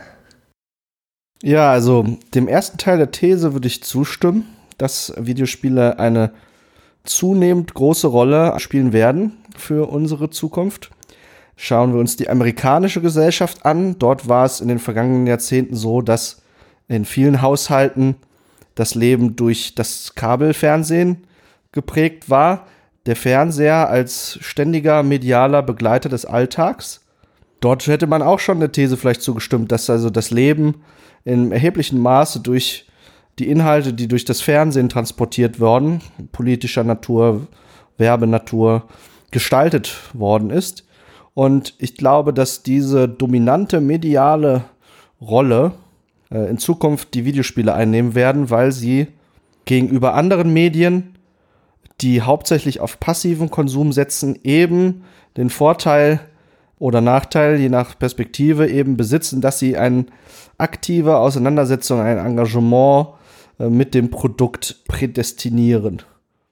Ja, also dem ersten Teil der These würde ich zustimmen, dass Videospiele eine zunehmend große Rolle spielen werden für unsere Zukunft. Schauen wir uns die amerikanische Gesellschaft an. Dort war es in den vergangenen Jahrzehnten so, dass in vielen Haushalten das Leben durch das Kabelfernsehen geprägt war. Der Fernseher als ständiger medialer Begleiter des Alltags. Dort hätte man auch schon eine These vielleicht zugestimmt, dass also das Leben in erheblichem Maße durch die Inhalte, die durch das Fernsehen transportiert worden, politischer Natur, Werbenatur, gestaltet worden ist. Und ich glaube, dass diese dominante mediale Rolle äh, in Zukunft die Videospiele einnehmen werden, weil sie gegenüber anderen Medien, die hauptsächlich auf passiven Konsum setzen, eben den Vorteil oder Nachteil, je nach Perspektive, eben besitzen, dass sie eine aktive Auseinandersetzung, ein Engagement äh, mit dem Produkt prädestinieren.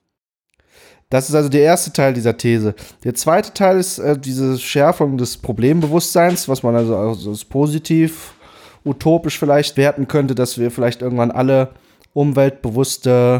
Das ist also der erste Teil dieser These. Der zweite Teil ist äh, diese Schärfung des Problembewusstseins, was man also als positiv, utopisch vielleicht werten könnte, dass wir vielleicht irgendwann alle umweltbewusste,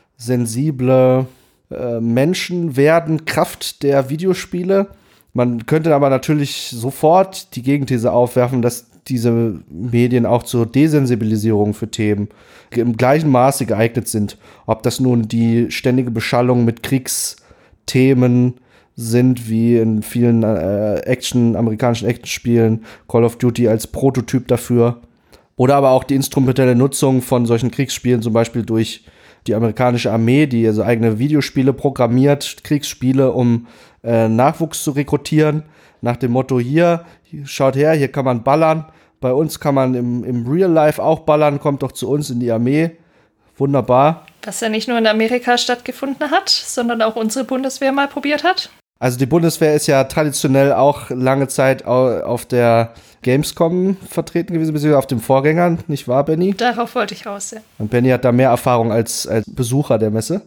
sensible äh, Menschen werden, Kraft der Videospiele. Man könnte aber natürlich sofort die Gegenthese aufwerfen, dass diese Medien auch zur Desensibilisierung für Themen im gleichen Maße geeignet sind. Ob das nun die ständige Beschallung mit Kriegsthemen sind, wie in vielen äh, Action, amerikanischen Actionspielen, Call of Duty als Prototyp dafür. Oder aber auch die instrumentelle Nutzung von solchen Kriegsspielen, zum Beispiel durch die amerikanische Armee, die also eigene Videospiele programmiert, Kriegsspiele, um äh, Nachwuchs zu rekrutieren, nach dem Motto, hier, schaut her, hier kann man ballern, bei uns kann man im, im Real Life auch ballern, kommt doch zu uns in die Armee, wunderbar. Was ja nicht nur in Amerika stattgefunden hat, sondern auch unsere Bundeswehr mal probiert hat. Also die Bundeswehr ist ja traditionell auch lange Zeit auf der Gamescom vertreten gewesen, beziehungsweise auf dem Vorgänger, nicht wahr, Benny? Darauf wollte ich raus, ja. Und Benny hat da mehr Erfahrung als, als Besucher der Messe.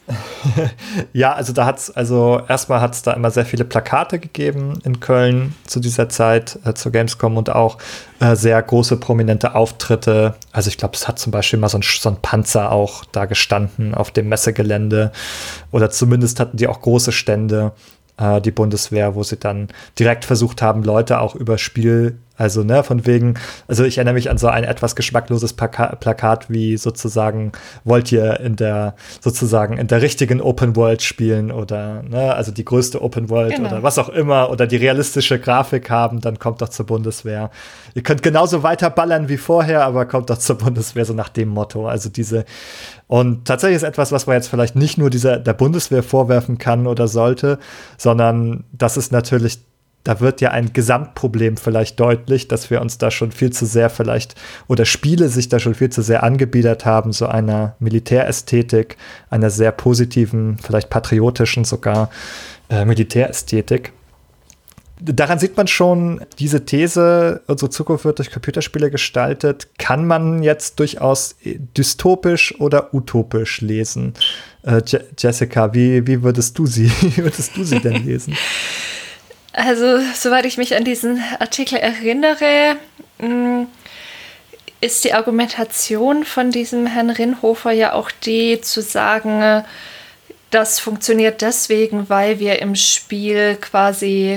Ja, also da hat's, also erstmal hat es da immer sehr viele Plakate gegeben in Köln zu dieser Zeit, äh, zur Gamescom und auch äh, sehr große, prominente Auftritte. Also ich glaube, es hat zum Beispiel mal so ein, so ein Panzer auch da gestanden auf dem Messegelände oder zumindest hatten die auch große Stände. äh, die Bundeswehr, wo sie dann direkt versucht haben, Leute auch über Spiel, also ne, von wegen, also ich erinnere mich an so ein etwas geschmackloses Plaka- Plakat, wie sozusagen, wollt ihr in der, sozusagen in der richtigen Open World spielen oder, ne, also die größte Open World Genau. oder was auch immer oder die realistische Grafik haben, dann kommt doch zur Bundeswehr. Ihr könnt genauso weiter ballern wie vorher, aber kommt doch zur Bundeswehr, so nach dem Motto. Also diese, und tatsächlich ist etwas, was man jetzt vielleicht nicht nur dieser, der Bundeswehr vorwerfen kann oder sollte, sondern das ist natürlich, da wird ja ein Gesamtproblem vielleicht deutlich, dass wir uns da schon viel zu sehr vielleicht oder Spiele sich da schon viel zu sehr angebiedert haben, so einer Militärästhetik, einer sehr positiven, vielleicht patriotischen sogar äh, Militärästhetik. Daran sieht man schon, diese These, unsere Zukunft wird durch Computerspiele gestaltet, kann man jetzt durchaus dystopisch oder utopisch lesen. Äh, Je- Jessica, wie, wie würdest du sie, wie würdest du sie denn lesen? Also, soweit ich mich an diesen Artikel erinnere, mh, ist die Argumentation von diesem Herrn Rinhofer ja auch die, zu sagen, das funktioniert deswegen, weil wir im Spiel quasi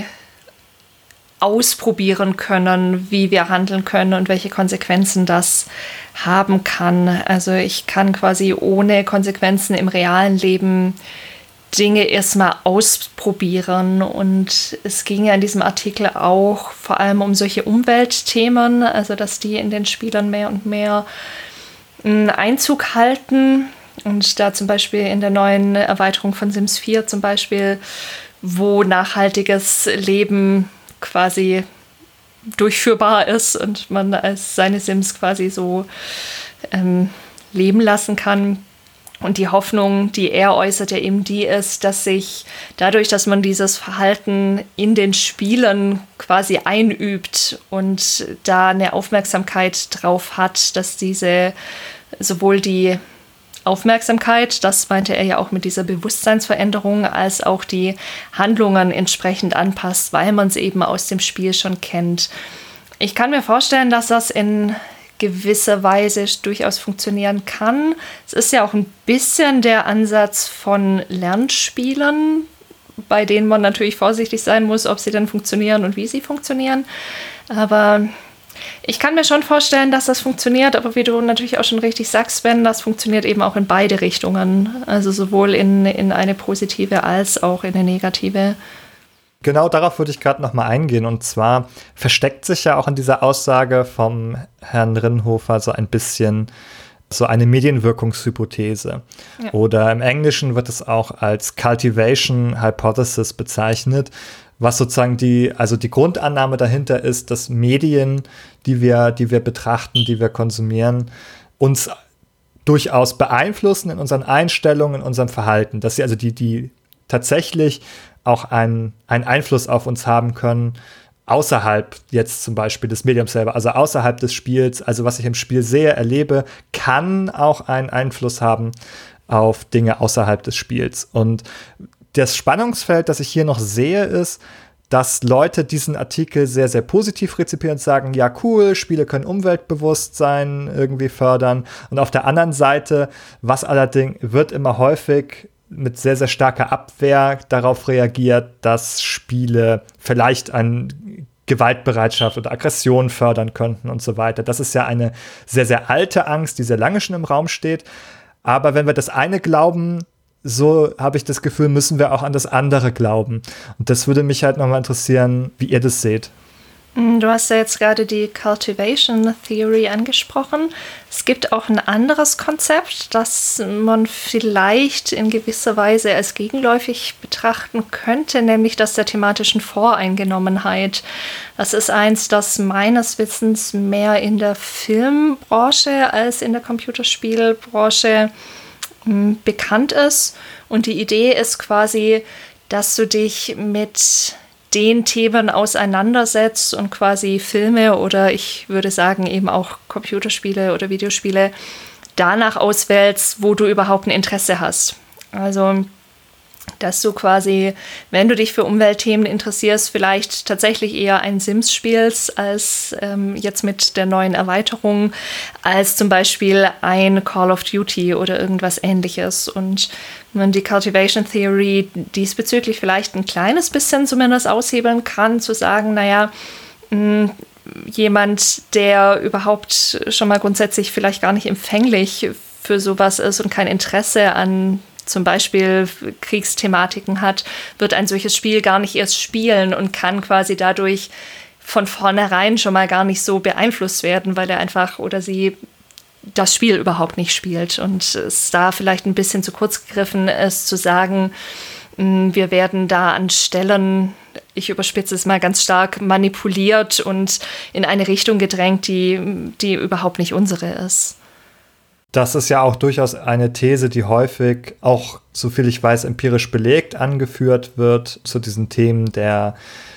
ausprobieren können, wie wir handeln können und welche Konsequenzen das haben kann. Also ich kann quasi ohne Konsequenzen im realen Leben Dinge erstmal ausprobieren. Und es ging ja in diesem Artikel auch vor allem um solche Umweltthemen, also dass die in den Spielern mehr und mehr einen Einzug halten. Und da zum Beispiel in der neuen Erweiterung von Sims vier zum Beispiel, wo nachhaltiges Leben quasi durchführbar ist und man als seine Sims quasi so ähm, leben lassen kann. Und die Hoffnung, die er äußert, ja eben die ist, dass sich dadurch, dass man dieses Verhalten in den Spielen quasi einübt und da eine Aufmerksamkeit drauf hat, dass diese sowohl die Aufmerksamkeit, das meinte er ja auch mit dieser Bewusstseinsveränderung, als auch die Handlungen entsprechend anpasst, weil man es eben aus dem Spiel schon kennt. Ich kann mir vorstellen, dass das in gewisser Weise durchaus funktionieren kann. Es ist ja auch ein bisschen der Ansatz von Lernspielen, bei denen man natürlich vorsichtig sein muss, ob sie denn funktionieren und wie sie funktionieren. Aber ich kann mir schon vorstellen, dass das funktioniert, aber wie du natürlich auch schon richtig sagst, Sven, das funktioniert eben auch in beide Richtungen. Also sowohl in, in eine positive als auch in eine negative. Genau darauf würde ich gerade noch mal eingehen. Und zwar versteckt sich ja auch in dieser Aussage vom Herrn Rinhofer so ein bisschen so eine Medienwirkungshypothese. Ja. Oder im Englischen wird es auch als Cultivation Hypothesis bezeichnet, was sozusagen die, also die Grundannahme dahinter ist, dass Medien, die wir, die wir betrachten, die wir konsumieren, uns durchaus beeinflussen in unseren Einstellungen, in unserem Verhalten. Dass sie also die, die tatsächlich auch einen, einen Einfluss auf uns haben können, außerhalb jetzt zum Beispiel des Mediums selber, also außerhalb des Spiels. Also was ich im Spiel sehe, erlebe, kann auch einen Einfluss haben auf Dinge außerhalb des Spiels. Und das Spannungsfeld, das ich hier noch sehe, ist, dass Leute diesen Artikel sehr, sehr positiv rezipieren und sagen, ja cool, Spiele können Umweltbewusstsein irgendwie fördern. Und auf der anderen Seite, was allerdings wird immer häufig mit sehr, sehr starker Abwehr darauf reagiert, dass Spiele vielleicht an Gewaltbereitschaft oder Aggression fördern könnten und so weiter. Das ist ja eine sehr, sehr alte Angst, die sehr lange schon im Raum steht. Aber wenn wir das eine glauben, so habe ich das Gefühl, müssen wir auch an das andere glauben. Und das würde mich halt nochmal interessieren, wie ihr das seht. Du hast ja jetzt gerade die Cultivation Theory angesprochen. Es gibt auch ein anderes Konzept, das man vielleicht in gewisser Weise als gegenläufig betrachten könnte, nämlich das der thematischen Voreingenommenheit. Das ist eins, das meines Wissens mehr in der Filmbranche als in der Computerspielbranche m, bekannt ist. Und die Idee ist quasi, dass du dich mit den Themen auseinandersetzt und quasi Filme oder ich würde sagen eben auch Computerspiele oder Videospiele danach auswählst, wo du überhaupt ein Interesse hast. Also dass du quasi, wenn du dich für Umweltthemen interessierst, vielleicht tatsächlich eher ein Sims spielst, als ähm, jetzt mit der neuen Erweiterung, als zum Beispiel ein Call of Duty oder irgendwas Ähnliches. Und man die Cultivation Theory diesbezüglich vielleicht ein kleines bisschen zumindest aushebeln kann, zu sagen, naja, mh, jemand, der überhaupt schon mal grundsätzlich vielleicht gar nicht empfänglich für sowas ist und kein Interesse an zum Beispiel Kriegsthematiken hat, wird ein solches Spiel gar nicht erst spielen und kann quasi dadurch von vornherein schon mal gar nicht so beeinflusst werden, weil er einfach oder sie das Spiel überhaupt nicht spielt. Und es da vielleicht ein bisschen zu kurz gegriffen ist, zu sagen, wir werden da an Stellen, ich überspitze es mal ganz stark, manipuliert und in eine Richtung gedrängt, die, die überhaupt nicht unsere ist. Das ist ja auch durchaus eine These, die häufig auch, soviel ich weiß, empirisch belegt angeführt wird zu diesen Themen der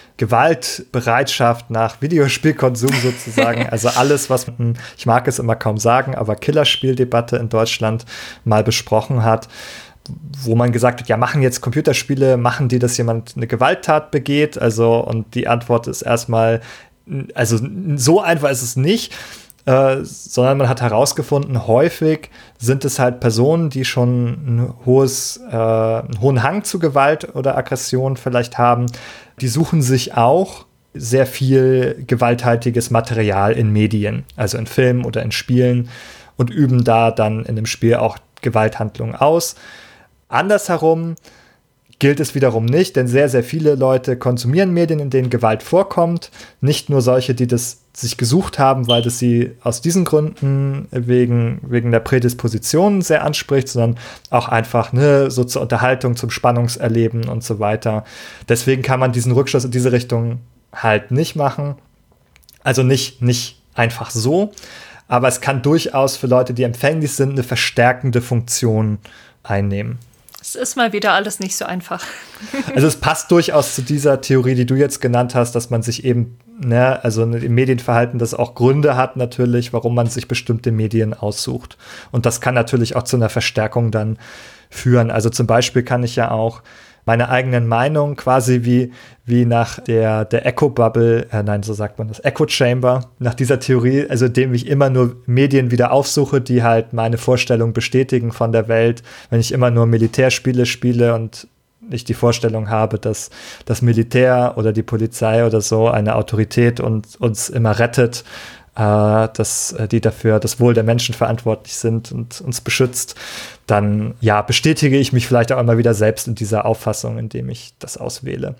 Gewaltbereitschaft nach Videospielkonsum sozusagen. Also alles, was, ich mag es immer kaum sagen, aber Killerspieldebatte in Deutschland mal besprochen hat, wo man gesagt hat, ja, machen jetzt Computerspiele, machen die, dass jemand eine Gewalttat begeht? Also, und die Antwort ist erstmal, also so einfach ist es nicht. Äh, sondern man hat herausgefunden, häufig sind es halt Personen, die schon ein hohes, äh, einen hohen Hang zu Gewalt oder Aggression vielleicht haben. Die suchen sich auch sehr viel gewalthaltiges Material in Medien, also in Filmen oder in Spielen, und üben da dann in dem Spiel auch Gewalthandlungen aus. Andersherum gilt es wiederum nicht, denn sehr, sehr viele Leute konsumieren Medien, in denen Gewalt vorkommt. Nicht nur solche, die das sich gesucht haben, weil das sie aus diesen Gründen wegen, wegen der Prädisposition sehr anspricht, sondern auch einfach ne, so zur Unterhaltung, zum Spannungserleben und so weiter. Deswegen kann man diesen Rückschluss in diese Richtung halt nicht machen. Also nicht, nicht einfach so, aber es kann durchaus für Leute, die empfänglich sind, eine verstärkende Funktion einnehmen. Es ist mal wieder alles nicht so einfach. Also es passt durchaus zu dieser Theorie, die du jetzt genannt hast, dass man sich eben, ne, also im Medienverhalten, das auch Gründe hat natürlich, warum man sich bestimmte Medien aussucht. Und das kann natürlich auch zu einer Verstärkung dann führen. Also zum Beispiel kann ich ja auch meine eigenen Meinungen quasi wie, wie nach der, der Echo-Bubble, äh, nein, so sagt man das, Echo-Chamber, nach dieser Theorie, also indem ich immer nur Medien wieder aufsuche, die halt meine Vorstellung bestätigen von der Welt. Wenn ich immer nur Militärspiele spiele und ich die Vorstellung habe, dass das Militär oder die Polizei oder so eine Autorität und uns immer rettet, äh, dass die dafür das Wohl der Menschen verantwortlich sind und uns beschützt, dann ja, bestätige ich mich vielleicht auch immer wieder selbst in dieser Auffassung, indem ich das auswähle.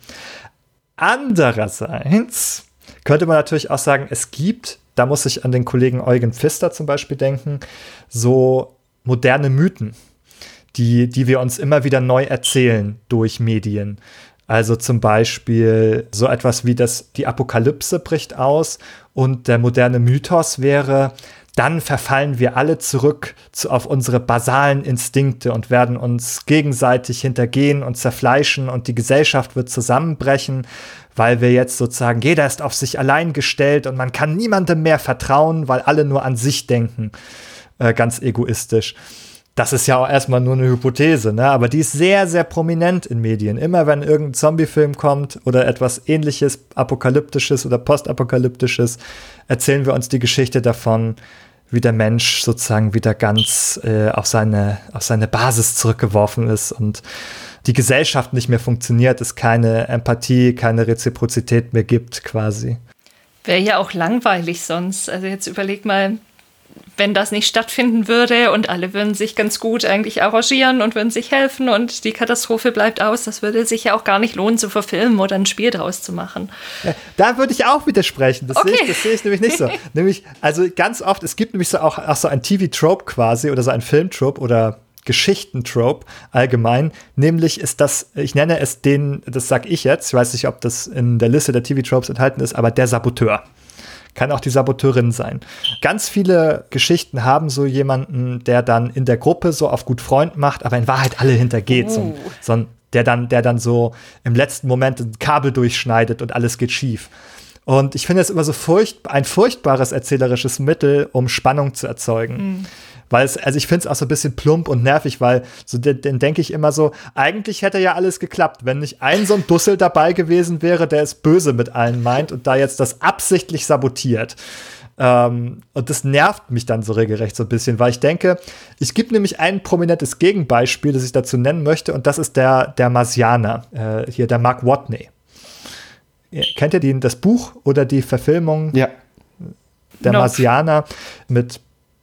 Andererseits könnte man natürlich auch sagen, es gibt, da muss ich an den Kollegen Eugen Pfister zum Beispiel denken, so moderne Mythen, die, die wir uns immer wieder neu erzählen durch Medien. Also zum Beispiel so etwas wie das, die Apokalypse bricht aus und der moderne Mythos wäre, dann verfallen wir alle zurück zu, auf unsere basalen Instinkte und werden uns gegenseitig hintergehen und zerfleischen und die Gesellschaft wird zusammenbrechen, weil wir jetzt sozusagen, jeder ist auf sich allein gestellt und man kann niemandem mehr vertrauen, weil alle nur an sich denken, äh, ganz egoistisch. Das ist ja auch erstmal nur eine Hypothese, ne? Aber die ist sehr, sehr prominent in Medien. Immer wenn irgendein Zombie-Film kommt oder etwas Ähnliches, Apokalyptisches oder Postapokalyptisches, erzählen wir uns die Geschichte davon, wie der Mensch sozusagen wieder ganz äh, auf seine, auf seine Basis zurückgeworfen ist und die Gesellschaft nicht mehr funktioniert, es keine Empathie, keine Reziprozität mehr gibt quasi. Wäre ja auch langweilig sonst. Also jetzt überleg mal, wenn das nicht stattfinden würde und alle würden sich ganz gut eigentlich arrangieren und würden sich helfen und die Katastrophe bleibt aus, das würde sich ja auch gar nicht lohnen zu verfilmen oder ein Spiel daraus zu machen. Ja, da würde ich auch widersprechen. Das, okay. sehe ich, das sehe ich nämlich nicht so. nämlich, also ganz oft, es gibt nämlich so auch, auch so ein T V-Trope quasi oder so ein Film-Trope oder Geschichten-Trope allgemein, nämlich ist das, ich nenne es den, das sag ich jetzt, ich weiß nicht, ob das in der Liste der T V-Tropes enthalten ist, aber der Saboteur. Kann auch die Saboteurin sein. Ganz viele Geschichten haben so jemanden, der dann in der Gruppe so auf gut Freund macht, aber in Wahrheit alle hintergeht. Uh. So, so ein, der, dann, der dann so im letzten Moment ein Kabel durchschneidet und alles geht schief. Und ich finde es immer so furcht, ein furchtbares erzählerisches Mittel, um Spannung zu erzeugen. Mm. Weil es, also ich finde es auch so ein bisschen plump und nervig, weil so dann denke ich immer so, eigentlich hätte ja alles geklappt, wenn nicht ein so ein Dussel dabei gewesen wäre, der es böse mit allen meint und da jetzt das absichtlich sabotiert. Ähm, und das nervt mich dann so regelrecht so ein bisschen, weil ich denke, ich gebe nämlich ein prominentes Gegenbeispiel, das ich dazu nennen möchte, und das ist der, der Marsianer, äh, hier der Mark Watney. Kennt ihr den, das Buch oder die Verfilmung? Ja. Der Nope. Marsianer mit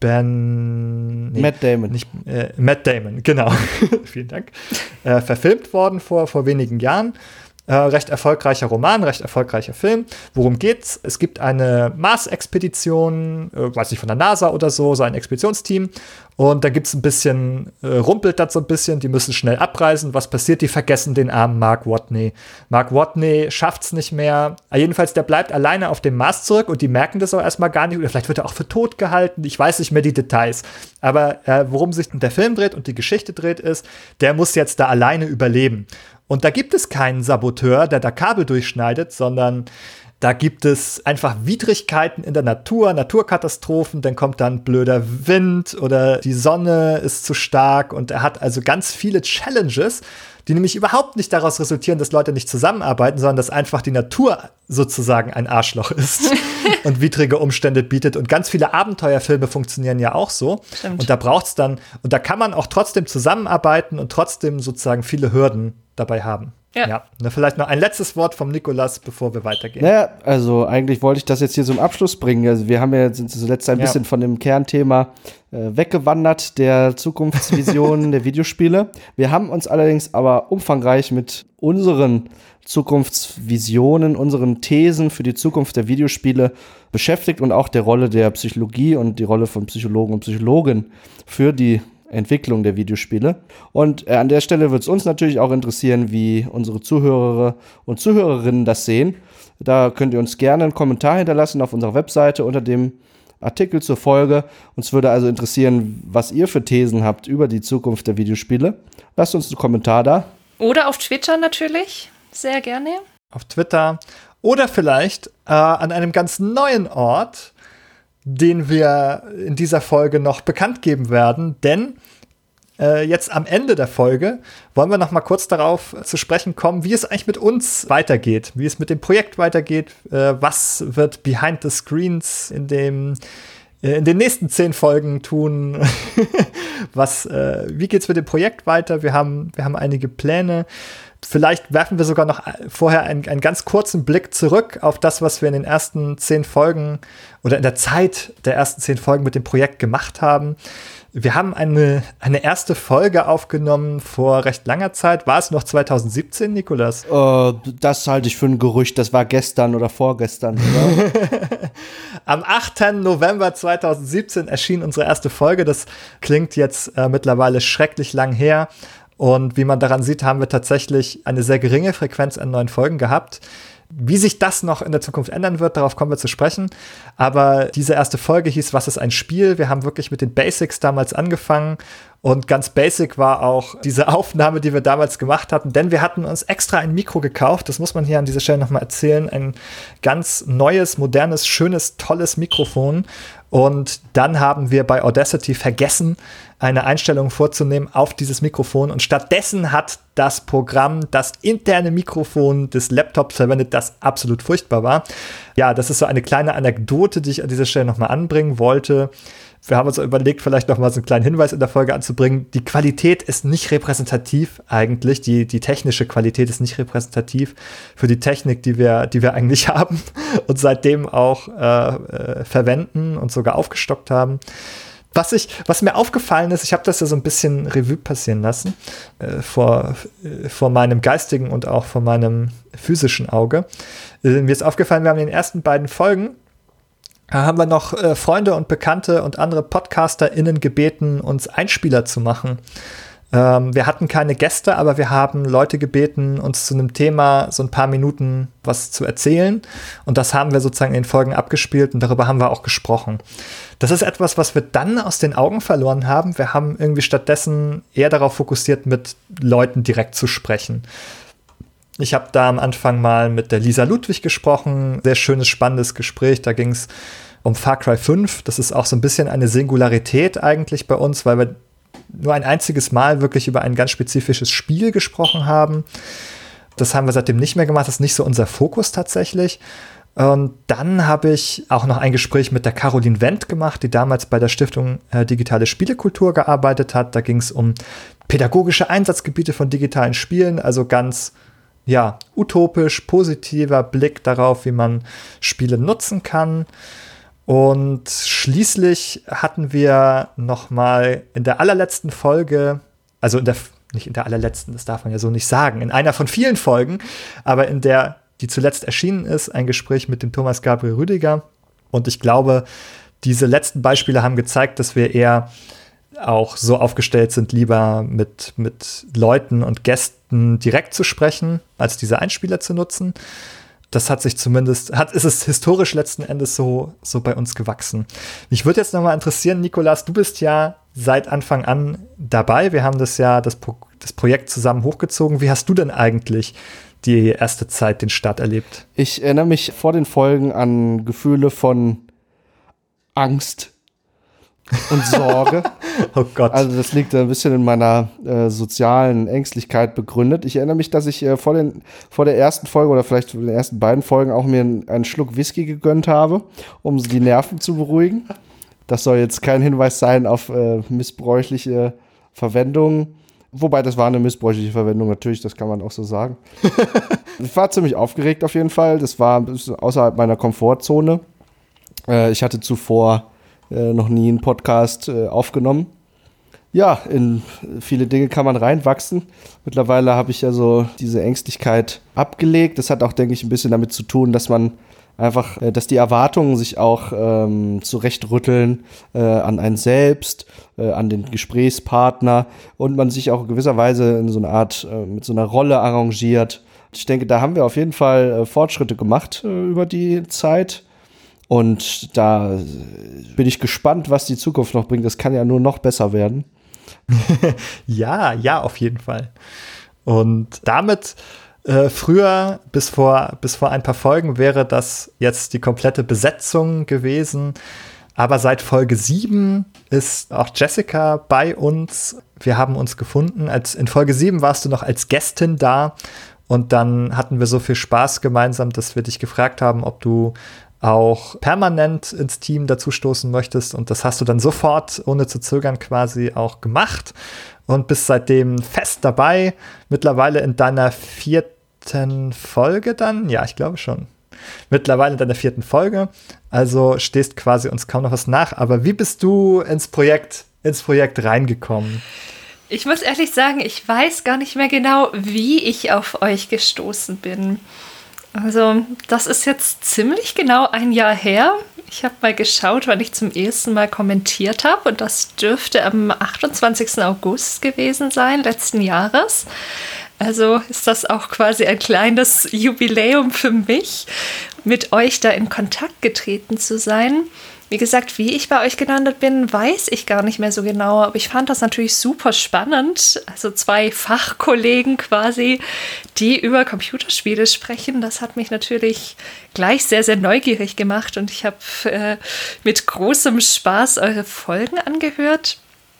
Ben... Nee, Matt Damon. Nicht, äh, Matt Damon, genau. Vielen Dank. Äh, verfilmt worden vor, vor wenigen Jahren. Äh, recht erfolgreicher Roman, recht erfolgreicher Film. Worum geht's? Es gibt eine Mars-Expedition, äh, weiß nicht, von der NASA oder so, so ein Expeditionsteam. Und da gibt's ein bisschen, äh, rumpelt das so ein bisschen, die müssen schnell abreisen. Was passiert? Die vergessen den armen Mark Watney. Mark Watney schafft's nicht mehr. Äh, jedenfalls, der bleibt alleine auf dem Mars zurück und die merken das auch erstmal gar nicht. Oder vielleicht wird er auch für tot gehalten. Ich weiß nicht mehr die Details. Aber äh, worum sich der Film dreht und die Geschichte dreht, ist, der muss jetzt da alleine überleben. Und da gibt es keinen Saboteur, der da Kabel durchschneidet, sondern da gibt es einfach Widrigkeiten in der Natur, Naturkatastrophen, dann kommt dann blöder Wind oder die Sonne ist zu stark und er hat also ganz viele Challenges, die nämlich überhaupt nicht daraus resultieren, dass Leute nicht zusammenarbeiten, sondern dass einfach die Natur sozusagen ein Arschloch ist und widrige Umstände bietet. Und ganz viele Abenteuerfilme funktionieren ja auch so. Stimmt. Und da braucht's dann, und da kann man auch trotzdem zusammenarbeiten und trotzdem sozusagen viele Hürden dabei haben. Ja. ja. Na, vielleicht noch ein letztes Wort vom Nikolas, bevor wir weitergehen. Naja, also eigentlich wollte ich das jetzt hier zum Abschluss bringen. Also wir haben ja jetzt zuletzt ein Ja. bisschen von dem Kernthema äh, weggewandert, der Zukunftsvisionen der Videospiele. Wir haben uns allerdings aber umfangreich mit unseren Zukunftsvisionen, unseren Thesen für die Zukunft der Videospiele beschäftigt und auch der Rolle der Psychologie und die Rolle von Psychologen und Psychologen für die Entwicklung der Videospiele. Und äh, an der Stelle wird es uns natürlich auch interessieren, wie unsere Zuhörer und Zuhörerinnen das sehen. Da könnt ihr uns gerne einen Kommentar hinterlassen auf unserer Webseite unter dem Artikel zur Folge. Uns würde also interessieren, was ihr für Thesen habt über die Zukunft der Videospiele. Lasst uns einen Kommentar da. Oder auf Twitter natürlich, sehr gerne. Auf Twitter oder vielleicht äh, an einem ganz neuen Ort, den wir in dieser Folge noch bekannt geben werden, denn äh, jetzt am Ende der Folge wollen wir noch mal kurz darauf zu sprechen kommen, wie es eigentlich mit uns weitergeht, wie es mit dem Projekt weitergeht, äh, was wird behind the screens in dem äh, in den nächsten zehn Folgen tun, was, äh, wie geht's mit dem Projekt weiter? Wir haben, wir haben einige Pläne. Vielleicht werfen wir sogar noch vorher einen, einen ganz kurzen Blick zurück auf das, was wir in den ersten zehn Folgen oder in der Zeit der ersten zehn Folgen mit dem Projekt gemacht haben. Wir haben eine, eine erste Folge aufgenommen vor recht langer Zeit. War es noch zwanzig siebzehn, Nikolas? Äh, das halte ich für ein Gerücht. Das war gestern oder vorgestern. Oder? Am achten November zwanzig siebzehn erschien unsere erste Folge. Das klingt jetzt äh, mittlerweile schrecklich lang her. Und wie man daran sieht, haben wir tatsächlich eine sehr geringe Frequenz an neuen Folgen gehabt. Wie sich das noch in der Zukunft ändern wird, darauf kommen wir zu sprechen. Aber diese erste Folge hieß Was ist ein Spiel? Wir haben wirklich mit den Basics damals angefangen. Und ganz basic war auch diese Aufnahme, die wir damals gemacht hatten. Denn wir hatten uns extra ein Mikro gekauft. Das muss man hier an dieser Stelle nochmal erzählen. Ein ganz neues, modernes, schönes, tolles Mikrofon. Und dann haben wir bei Audacity vergessen, eine Einstellung vorzunehmen auf dieses Mikrofon. Und stattdessen hat das Programm das interne Mikrofon des Laptops verwendet, das absolut furchtbar war. Ja, das ist so eine kleine Anekdote, die ich an dieser Stelle nochmal anbringen wollte. Wir haben uns überlegt, vielleicht noch mal so einen kleinen Hinweis in der Folge anzubringen. Die Qualität ist nicht repräsentativ eigentlich. Die, die technische Qualität ist nicht repräsentativ für die Technik, die wir, die wir eigentlich haben und seitdem auch äh, äh, verwenden und sogar aufgestockt haben. Was, ich, was mir aufgefallen ist, ich habe das ja so ein bisschen Revue passieren lassen, äh, vor, äh, vor meinem geistigen und auch vor meinem physischen Auge. Äh, mir ist aufgefallen, wir haben in den ersten beiden Folgen Da haben wir noch äh, Freunde und Bekannte und andere PodcasterInnen gebeten, uns Einspieler zu machen. Ähm, wir hatten keine Gäste, aber wir haben Leute gebeten, uns zu einem Thema so ein paar Minuten was zu erzählen. Und das haben wir sozusagen in den Folgen abgespielt und darüber haben wir auch gesprochen. Das ist etwas, was wir dann aus den Augen verloren haben. Wir haben irgendwie stattdessen eher darauf fokussiert, mit Leuten direkt zu sprechen. Ich habe da am Anfang mal mit der Lisa Ludwig gesprochen. Sehr schönes, spannendes Gespräch. Da ging es um Far Cry fünf. Das ist auch so ein bisschen eine Singularität eigentlich bei uns, weil wir nur ein einziges Mal wirklich über ein ganz spezifisches Spiel gesprochen haben. Das haben wir seitdem nicht mehr gemacht. Das ist nicht so unser Fokus tatsächlich. Und dann habe ich auch noch ein Gespräch mit der Caroline Wendt gemacht, die damals bei der Stiftung äh, Digitale Spielekultur gearbeitet hat. Da ging es um pädagogische Einsatzgebiete von digitalen Spielen, also ganz ja, utopisch, positiver Blick darauf, wie man Spiele nutzen kann. Und schließlich hatten wir noch mal in der allerletzten Folge, also in der, nicht in der allerletzten, das darf man ja so nicht sagen, in einer von vielen Folgen, aber in der, die zuletzt erschienen ist, ein Gespräch mit dem Thomas Gabriel Rüdiger. Und ich glaube, diese letzten Beispiele haben gezeigt, dass wir eher auch so aufgestellt sind, lieber mit, mit Leuten und Gästen direkt zu sprechen, als diese Einspieler zu nutzen. Das hat sich zumindest, hat, ist es historisch letzten Endes so, so bei uns gewachsen. Mich würde jetzt noch mal interessieren, Nikolas, du bist ja seit Anfang an dabei. Wir haben das ja, das, Pro, das Projekt zusammen hochgezogen. Wie hast du denn eigentlich die erste Zeit, den Start erlebt? Ich erinnere mich vor den Folgen an Gefühle von Angst und Sorge. Oh Gott. Also das liegt ein bisschen in meiner äh, sozialen Ängstlichkeit begründet. Ich erinnere mich, dass ich äh, vor, den, vor der ersten Folge oder vielleicht vor den ersten beiden Folgen auch mir einen, einen Schluck Whisky gegönnt habe, um die Nerven zu beruhigen. Das soll jetzt kein Hinweis sein auf äh, missbräuchliche Verwendung. Wobei, das war eine missbräuchliche Verwendung, natürlich, das kann man auch so sagen. Ich war ziemlich aufgeregt auf jeden Fall. Das war ein bisschen außerhalb meiner Komfortzone. Äh, ich hatte zuvor äh, noch nie einen Podcast äh, aufgenommen. Ja, in viele Dinge kann man reinwachsen. Mittlerweile habe ich ja so diese Ängstlichkeit abgelegt. Das hat auch, denke ich, ein bisschen damit zu tun, dass man einfach, äh, dass die Erwartungen sich auch ähm, zurechtrütteln äh, an einen selbst, äh, an den Gesprächspartner und man sich auch gewisserweise in so einer Art, äh, mit so einer Rolle arrangiert. Ich denke, da haben wir auf jeden Fall äh, Fortschritte gemacht äh, über die Zeit. Und da bin ich gespannt, was die Zukunft noch bringt. Das kann ja nur noch besser werden. ja, ja, auf jeden Fall. Und damit äh, früher, bis vor, bis vor ein paar Folgen, wäre das jetzt die komplette Besetzung gewesen. Aber seit Folge sieben ist auch Jessica bei uns. Wir haben uns gefunden. Als, in Folge sieben warst du noch als Gästin da. Und dann hatten wir so viel Spaß gemeinsam, dass wir dich gefragt haben, ob du auch permanent ins Team dazustoßen möchtest. Und das hast du dann sofort, ohne zu zögern, quasi auch gemacht. Und bist seitdem fest dabei. Mittlerweile in deiner vierten Folge dann? Ja, ich glaube schon. Mittlerweile in deiner vierten Folge. Also stehst quasi uns kaum noch was nach. Aber wie bist du ins Projekt, ins Projekt reingekommen? Ich muss ehrlich sagen, ich weiß gar nicht mehr genau, wie ich auf euch gestoßen bin. Also das ist jetzt ziemlich genau ein Jahr her. Ich habe mal geschaut, wann ich zum ersten Mal kommentiert habe. Und das dürfte am achtundzwanzigsten August gewesen sein, letzten Jahres. Also ist das auch quasi ein kleines Jubiläum für mich, mit euch da in Kontakt getreten zu sein. Wie gesagt, wie ich bei euch gelandet bin, weiß ich gar nicht mehr so genau, aber ich fand das natürlich super spannend. Also zwei Fachkollegen quasi, die über Computerspiele sprechen, das hat mich natürlich gleich sehr, sehr neugierig gemacht und ich habe äh, mit großem Spaß eure Folgen angehört.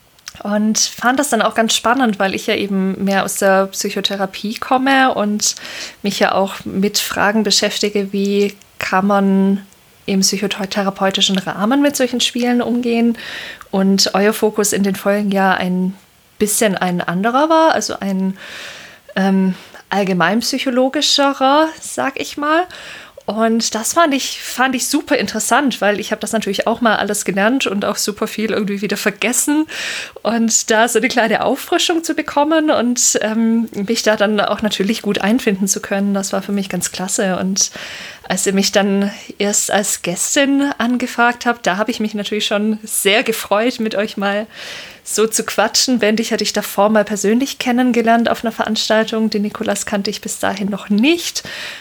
Und fand das dann auch ganz spannend, weil ich ja eben mehr aus der Psychotherapie komme und mich ja auch mit Fragen beschäftige, wie kann man im psychotherapeutischen Rahmen mit solchen Spielen umgehen. Und euer Fokus in den Folgen ja ein bisschen ein anderer war, also ein ähm, allgemeinpsychologischerer, sag ich mal. Und das fand ich, fand ich super interessant, weil ich habe das natürlich auch mal alles gelernt und auch super viel irgendwie wieder vergessen. Und da so eine kleine Auffrischung zu bekommen und ähm, mich da dann auch natürlich gut einfinden zu können, das war für mich ganz klasse. Und als ihr mich dann erst als Gästin angefragt habt, da habe ich mich natürlich schon sehr gefreut, mit euch mal so zu quatschen. Wendig hatte ich davor mal persönlich kennengelernt auf einer Veranstaltung. Den Nikolas kannte ich bis dahin noch nicht.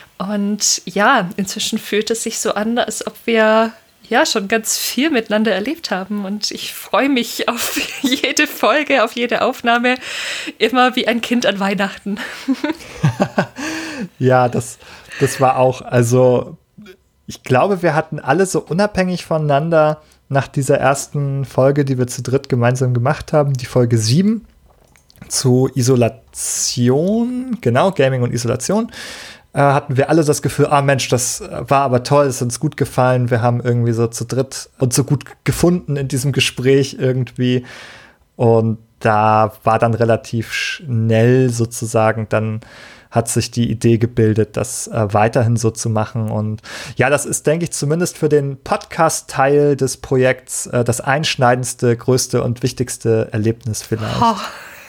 Und ja, inzwischen fühlt es sich so an, als ob wir ja schon ganz viel miteinander erlebt haben. Und ich freue mich auf jede Folge, auf jede Aufnahme, immer wie ein Kind an Weihnachten. Ja, das, das war auch, also ich glaube, wir hatten alle so unabhängig voneinander nach dieser ersten Folge, die wir zu dritt gemeinsam gemacht haben, die Folge sieben zu Isolation, genau, Gaming und Isolation, äh, hatten wir alle das Gefühl, ah Mensch, das war aber toll, es ist uns gut gefallen, wir haben irgendwie so zu dritt uns so gut gefunden in diesem Gespräch irgendwie. Und da war dann relativ schnell sozusagen, dann hat sich die Idee gebildet, das äh, weiterhin so zu machen. Und ja, das ist, denke ich, zumindest für den Podcast-Teil des Projekts äh, das einschneidendste, größte und wichtigste Erlebnis vielleicht. Oh.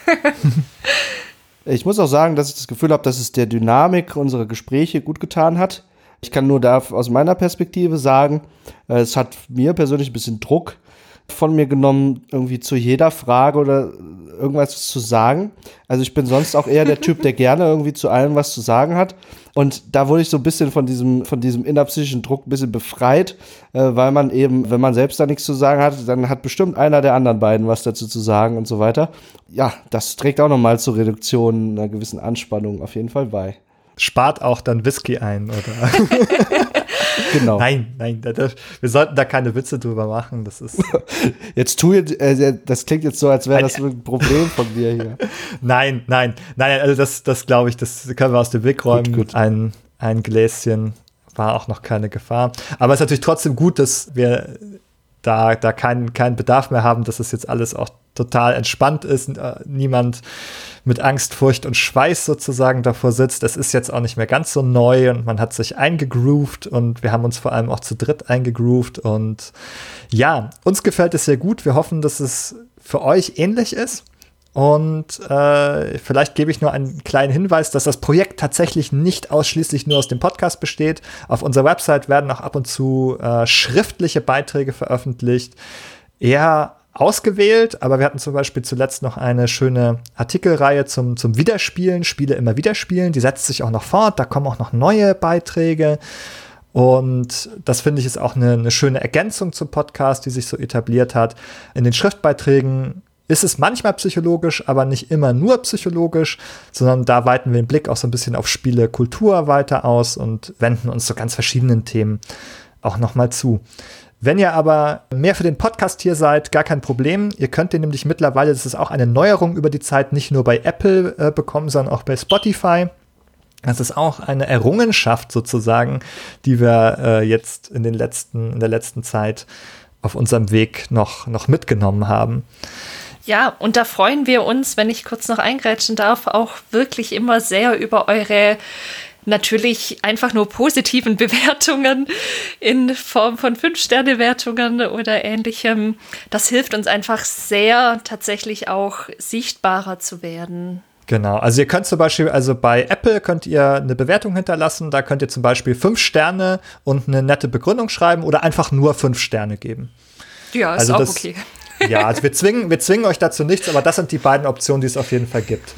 Ich muss auch sagen, dass ich das Gefühl habe, dass es der Dynamik unserer Gespräche gut getan hat. Ich kann nur da aus meiner Perspektive sagen, äh, es hat mir persönlich ein bisschen Druck von mir genommen, irgendwie zu jeder Frage oder irgendwas zu sagen. Also ich bin sonst auch eher der Typ, der gerne irgendwie zu allem was zu sagen hat. Und da wurde ich so ein bisschen von diesem, von diesem innerpsychischen Druck ein bisschen befreit, äh, weil man eben, wenn man selbst da nichts zu sagen hat, dann hat bestimmt einer der anderen beiden was dazu zu sagen und so weiter. Ja, das trägt auch nochmal zur Reduktion einer gewissen Anspannung auf jeden Fall bei. Spart auch dann Whisky ein, oder? Genau. Nein, nein, das, wir sollten da keine Witze drüber machen. Das ist. Jetzt tu jetzt, äh, das klingt jetzt so, als wäre das ein Problem von mir hier. Nein, nein, nein, also das, das glaube ich, das können wir aus dem Weg räumen. Gut, gut. Ein, ein Gläschen war auch noch keine Gefahr. Aber es ist natürlich trotzdem gut, dass wir da, da keinen keinen Bedarf mehr haben, dass es jetzt alles auch total entspannt ist, niemand mit Angst, Furcht und Schweiß sozusagen davor sitzt. Es ist jetzt auch nicht mehr ganz so neu und man hat sich eingegroovt und wir haben uns vor allem auch zu dritt eingegroovt und ja, uns gefällt es sehr gut. Wir hoffen, dass es für euch ähnlich ist und äh, vielleicht gebe ich nur einen kleinen Hinweis, dass das Projekt tatsächlich nicht ausschließlich nur aus dem Podcast besteht. Auf unserer Website werden auch ab und zu äh, schriftliche Beiträge veröffentlicht, eher ausgewählt, aber wir hatten zum Beispiel zuletzt noch eine schöne Artikelreihe zum, zum Wiederspielen, Spiele immer wieder spielen, die setzt sich auch noch fort, da kommen auch noch neue Beiträge und das finde ich ist auch eine, eine schöne Ergänzung zum Podcast, die sich so etabliert hat. In den Schriftbeiträgen ist es manchmal psychologisch, aber nicht immer nur psychologisch, sondern da weiten wir den Blick auch so ein bisschen auf Spiele, Kultur weiter aus und wenden uns so ganz verschiedenen Themen auch nochmal zu. Wenn ihr aber mehr für den Podcast hier seid, gar kein Problem. Ihr könnt den nämlich mittlerweile, das ist auch eine Neuerung über die Zeit, nicht nur bei Apple äh, bekommen, sondern auch bei Spotify. Das ist auch eine Errungenschaft sozusagen, die wir äh, jetzt in den letzten, in der letzten Zeit auf unserem Weg noch, noch mitgenommen haben. Ja, und da freuen wir uns, wenn ich kurz noch eingrätschen darf, auch wirklich immer sehr über eure natürlich einfach nur positiven Bewertungen in Form von fünf-Sterne-Wertungen oder Ähnlichem. Das hilft uns einfach sehr, tatsächlich auch sichtbarer zu werden. Genau, also ihr könnt zum Beispiel, also bei Apple könnt ihr eine Bewertung hinterlassen, da könnt ihr zum Beispiel fünf Sterne und eine nette Begründung schreiben oder einfach nur fünf Sterne geben. Ja, ist also auch das, okay. Ja, also wir zwingen, wir zwingen euch dazu nichts, aber das sind die beiden Optionen, die es auf jeden Fall gibt.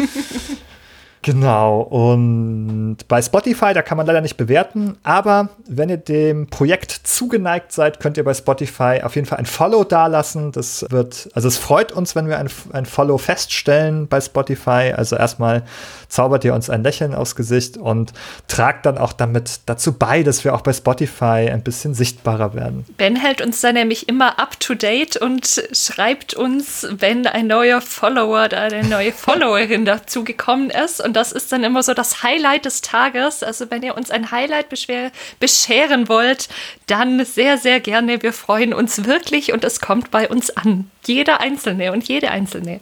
Genau, und bei Spotify, da kann man leider nicht bewerten, aber wenn ihr dem Projekt zugeneigt seid, könnt ihr bei Spotify auf jeden Fall ein Follow dalassen. Das wird, also es freut uns, wenn wir ein, ein Follow feststellen bei Spotify. Also erstmal zaubert ihr uns ein Lächeln aufs Gesicht und tragt dann auch damit dazu bei, dass wir auch bei Spotify ein bisschen sichtbarer werden. Ben hält uns da nämlich immer up to date und schreibt uns, wenn ein neuer Follower oder eine neue Followerin dazu gekommen ist. Und das ist dann immer so das Highlight des Tages. Also wenn ihr uns ein Highlight beschwer- bescheren wollt, dann sehr, sehr gerne. Wir freuen uns wirklich und es kommt bei uns an. Jeder Einzelne und jede Einzelne.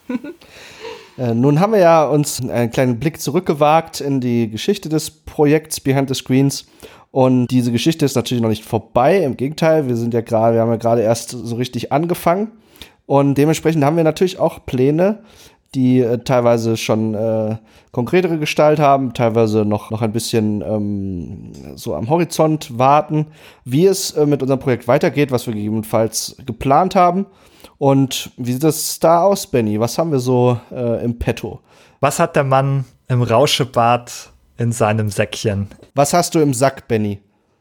Äh, nun haben wir ja uns einen kleinen Blick zurückgewagt in die Geschichte des Projekts Behind the Screens. Und diese Geschichte ist natürlich noch nicht vorbei. Im Gegenteil, wir sind ja gerade, wir haben ja gerade erst so richtig angefangen. Und dementsprechend haben wir natürlich auch Pläne, die äh, teilweise schon äh, konkretere Gestalt haben, teilweise noch, noch ein bisschen ähm, so am Horizont warten, wie es äh, mit unserem Projekt weitergeht, was wir gegebenenfalls geplant haben. Und wie sieht das da aus, Benny? Was haben wir so äh, im Petto? Was hat der Mann im Rauschebart in seinem Säckchen? Was hast du im Sack, Benny?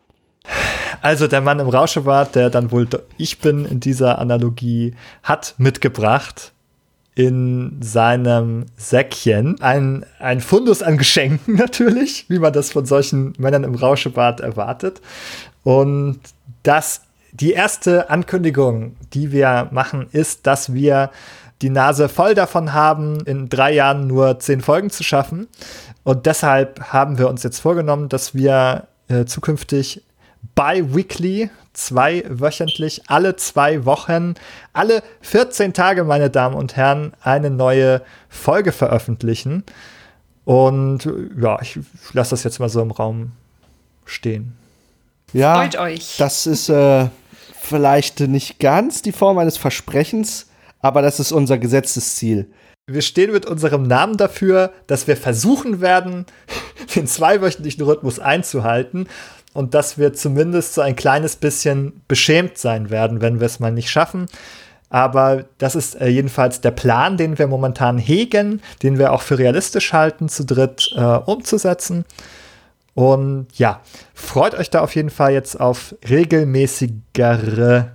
Also der Mann im Rauschebart, der dann wohl ich bin in dieser Analogie, hat mitgebracht in seinem Säckchen ein, ein Fundus an Geschenken natürlich, wie man das von solchen Männern im Rauschebart erwartet. Und das, die erste Ankündigung, die wir machen, ist, dass wir die Nase voll davon haben, in drei Jahren nur zehn Folgen zu schaffen. Und deshalb haben wir uns jetzt vorgenommen, dass wir äh, zukünftig bi-weekly, zweiwöchentlich, alle zwei Wochen, alle vierzehn Tage, meine Damen und Herren, eine neue Folge veröffentlichen. Und ja, ich lasse das jetzt mal so im Raum stehen. Ja, freut euch. Das ist äh, vielleicht nicht ganz die Form eines Versprechens, aber das ist unser gesetztes Ziel. Wir stehen mit unserem Namen dafür, dass wir versuchen werden, den zweiwöchentlichen Rhythmus einzuhalten und dass wir zumindest so ein kleines bisschen beschämt sein werden, wenn wir es mal nicht schaffen. Aber das ist äh, jedenfalls der Plan, den wir momentan hegen, den wir auch für realistisch halten, zu dritt äh, umzusetzen. Und ja, freut euch da auf jeden Fall jetzt auf regelmäßigere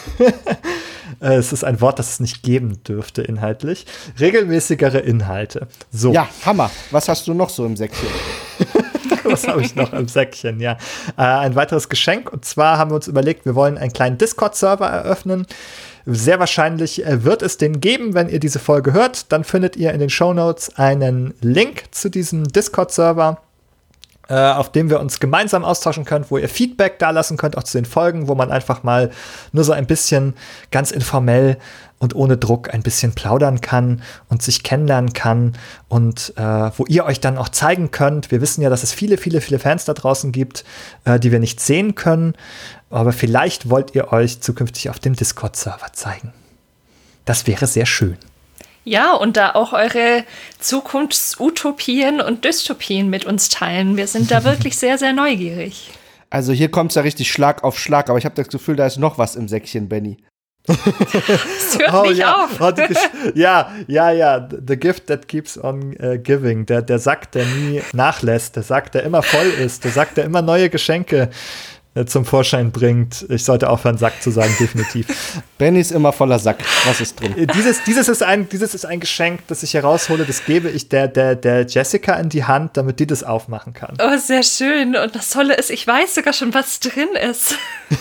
es ist ein Wort, das es nicht geben dürfte inhaltlich. Regelmäßigere Inhalte. So. Ja, Hammer. Was hast du noch so im Säckchen? Was habe ich noch im Säckchen? Ja, äh, ein weiteres Geschenk. Und zwar haben wir uns überlegt, wir wollen einen kleinen Discord-Server eröffnen. Sehr wahrscheinlich äh, wird es den geben, wenn ihr diese Folge hört. Dann findet ihr in den Shownotes einen Link zu diesem Discord-Server, äh, auf dem wir uns gemeinsam austauschen können, wo ihr Feedback dalassen könnt, auch zu den Folgen, wo man einfach mal nur so ein bisschen ganz informell und ohne Druck ein bisschen plaudern kann und sich kennenlernen kann und äh, wo ihr euch dann auch zeigen könnt. Wir wissen ja, dass es viele, viele, viele Fans da draußen gibt, äh, die wir nicht sehen können, aber vielleicht wollt ihr euch zukünftig auf dem Discord-Server zeigen. Das wäre sehr schön. Ja, und da auch eure Zukunftsutopien und Dystopien mit uns teilen. Wir sind da wirklich sehr, sehr neugierig. Also hier kommt es ja richtig Schlag auf Schlag, aber ich habe das Gefühl, da ist noch was im Säckchen, Benny. Das hört oh, nicht ja. auf. Oh, ja, ja, ja. The gift that keeps on uh, giving. Der, der Sack, der nie nachlässt. Der Sack, der immer voll ist. Der Sack, der immer neue Geschenke äh, zum Vorschein bringt. Ich sollte aufhören, Sack zu sagen, definitiv. Benny ist immer voller Sack. Was ist drin? Dieses, dieses, ist ein, dieses ist ein Geschenk, das ich heraushole. Das gebe ich der, der, der Jessica in die Hand, damit die das aufmachen kann. Oh, sehr schön. Und das Tolle ist, ich weiß sogar schon, was drin ist.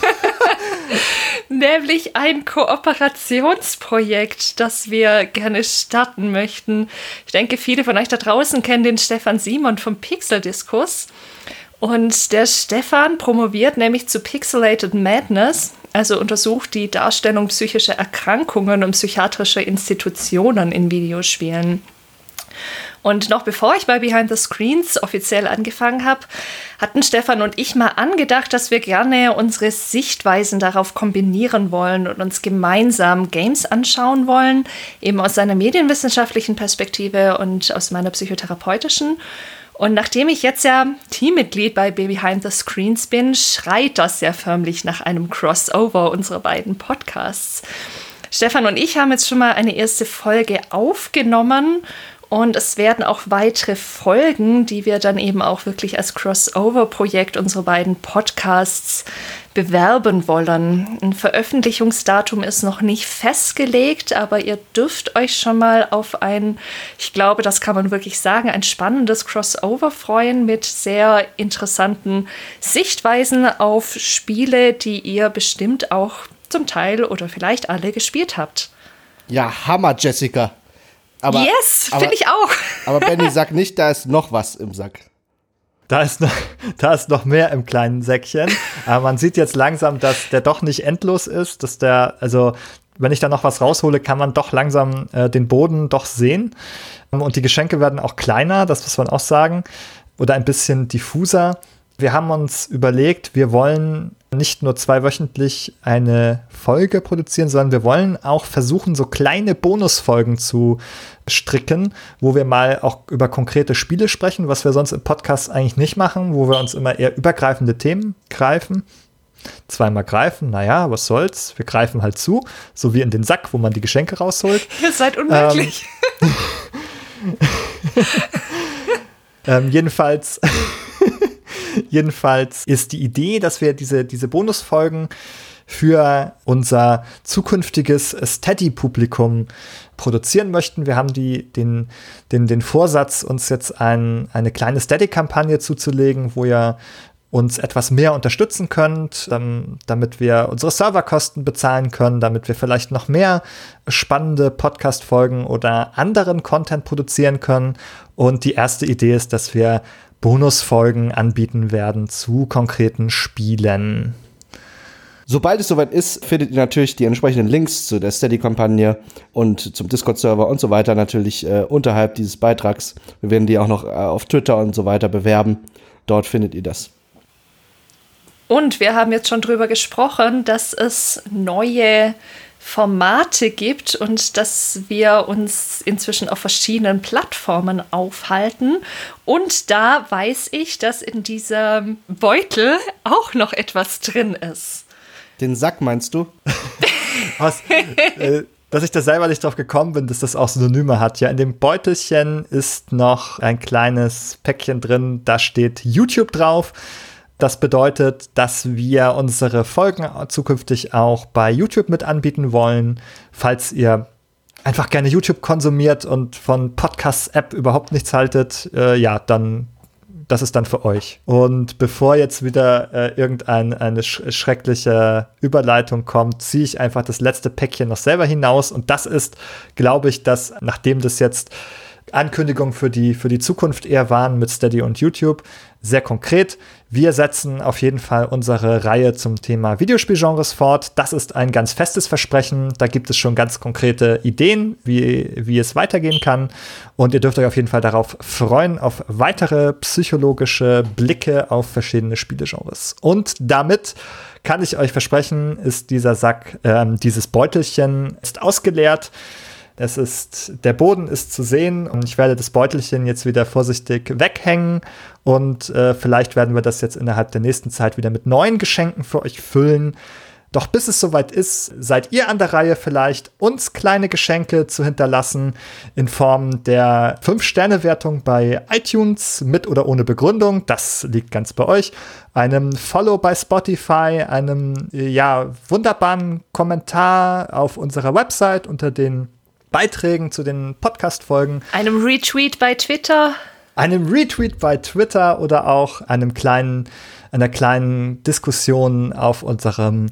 Nämlich ein Kooperationsprojekt, das wir gerne starten möchten. Ich denke, viele von euch da draußen kennen den Stefan Simon vom Pixel-Diskurs. Und der Stefan promoviert nämlich zu Pixelated Madness, also untersucht die Darstellung psychischer Erkrankungen und psychiatrischer Institutionen in Videospielen. Und noch bevor ich bei Behind the Screens offiziell angefangen habe, hatten Stefan und ich mal angedacht, dass wir gerne unsere Sichtweisen darauf kombinieren wollen und uns gemeinsam Games anschauen wollen, eben aus seiner medienwissenschaftlichen Perspektive und aus meiner psychotherapeutischen. Und nachdem ich jetzt ja Teammitglied bei Behind the Screens bin, schreit das ja förmlich nach einem Crossover unserer beiden Podcasts. Stefan und ich haben jetzt schon mal eine erste Folge aufgenommen. Und es werden auch weitere Folgen, die wir dann eben auch wirklich als Crossover-Projekt unserer beiden Podcasts bewerben wollen. Ein Veröffentlichungsdatum ist noch nicht festgelegt, aber ihr dürft euch schon mal auf ein, ich glaube, das kann man wirklich sagen, ein spannendes Crossover freuen mit sehr interessanten Sichtweisen auf Spiele, die ihr bestimmt auch zum Teil oder vielleicht alle gespielt habt. Ja, Hammer, Jessica. Aber, yes, finde ich auch. Aber Benny, sag nicht, da ist noch was im Sack. Da ist noch, da ist noch mehr im kleinen Säckchen. Aber man sieht jetzt langsam, dass der doch nicht endlos ist. Dass der, also, wenn ich da noch was raushole, kann man doch langsam äh, den Boden doch sehen. Und die Geschenke werden auch kleiner, das muss man auch sagen. Oder ein bisschen diffuser. Wir haben uns überlegt, wir wollen nicht nur zweiwöchentlich eine Folge produzieren, sondern wir wollen auch versuchen, so kleine Bonusfolgen zu stricken, wo wir mal auch über konkrete Spiele sprechen, was wir sonst im Podcast eigentlich nicht machen, wo wir uns immer eher übergreifende Themen greifen. Zweimal greifen, naja, was soll's, wir greifen halt zu, so wie in den Sack, wo man die Geschenke rausholt. Ihr seid unmöglich. Ähm, ähm, jedenfalls Jedenfalls ist die Idee, dass wir diese, diese Bonusfolgen für unser zukünftiges Steady-Publikum produzieren möchten. Wir haben die, den, den, den Vorsatz, uns jetzt ein, eine kleine Steady-Kampagne zuzulegen, wo ihr uns etwas mehr unterstützen könnt, ähm, damit wir unsere Serverkosten bezahlen können, damit wir vielleicht noch mehr spannende Podcast-Folgen oder anderen Content produzieren können. Und die erste Idee ist, dass wir Bonusfolgen anbieten werden zu konkreten Spielen. Sobald es soweit ist, findet ihr natürlich die entsprechenden Links zu der Steady-Kampagne und zum Discord-Server und so weiter natürlich äh, unterhalb dieses Beitrags. Wir werden die auch noch äh, auf Twitter und so weiter bewerben. Dort findet ihr das. Und wir haben jetzt schon drüber gesprochen, dass es neue Formate gibt und dass wir uns inzwischen auf verschiedenen Plattformen aufhalten. Und da weiß ich, dass in diesem Beutel auch noch etwas drin ist. Den Sack meinst du? Was, äh, dass ich da selber nicht drauf gekommen bin, dass das auch Synonyme hat. Ja, in dem Beutelchen ist noch ein kleines Päckchen drin, da steht YouTube drauf. Das bedeutet, dass wir unsere Folgen zukünftig auch bei YouTube mit anbieten wollen. Falls ihr einfach gerne YouTube konsumiert und von Podcast-App überhaupt nichts haltet, äh, ja, dann das ist dann für euch. Und bevor jetzt wieder äh, irgendeine eine sch- schreckliche Überleitung kommt, ziehe ich einfach das letzte Päckchen noch selber hinaus. Und das ist, glaube ich, dass, nachdem das jetzt Ankündigungen für die, für die Zukunft eher waren mit Steady und YouTube, sehr konkret. Wir setzen auf jeden Fall unsere Reihe zum Thema Videospielgenres fort. Das ist ein ganz festes Versprechen. Da gibt es schon ganz konkrete Ideen, wie, wie es weitergehen kann. Und ihr dürft euch auf jeden Fall darauf freuen, auf weitere psychologische Blicke auf verschiedene Spielegenres. Und damit kann ich euch versprechen, ist dieser Sack, äh, dieses Beutelchen ist ausgeleert. Es ist, der Boden ist zu sehen und ich werde das Beutelchen jetzt wieder vorsichtig weghängen und äh, vielleicht werden wir das jetzt innerhalb der nächsten Zeit wieder mit neuen Geschenken für euch füllen. Doch bis es soweit ist, seid ihr an der Reihe vielleicht, uns kleine Geschenke zu hinterlassen in Form der fünf Sterne Wertung bei iTunes mit oder ohne Begründung. Das liegt ganz bei euch. Einem Follow bei Spotify, einem ja wunderbaren Kommentar auf unserer Website unter den Beiträgen zu den Podcast-Folgen. Einem Retweet bei Twitter. Einem Retweet bei Twitter oder auch einem kleinen, einer kleinen Diskussion auf unserem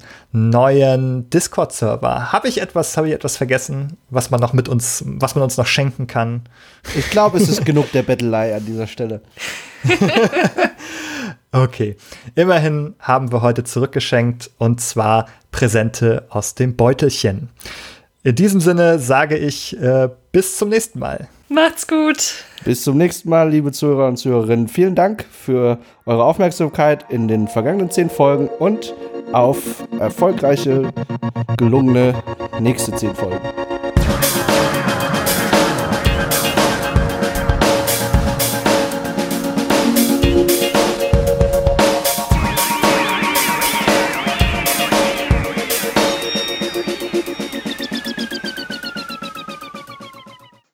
neuen Discord-Server. Habe ich etwas, habe ich etwas vergessen, was man noch mit uns, was man uns noch schenken kann? Ich glaube, es ist genug der Bettelei an dieser Stelle. Okay, immerhin haben wir heute zurückgeschenkt und zwar Präsente aus dem Beutelchen. In diesem Sinne sage ich äh, bis zum nächsten Mal. Macht's gut. Bis zum nächsten Mal, liebe Zuhörer und Zuhörerinnen. Vielen Dank für eure Aufmerksamkeit in den vergangenen zehn Folgen und auf erfolgreiche, gelungene nächste zehn Folgen.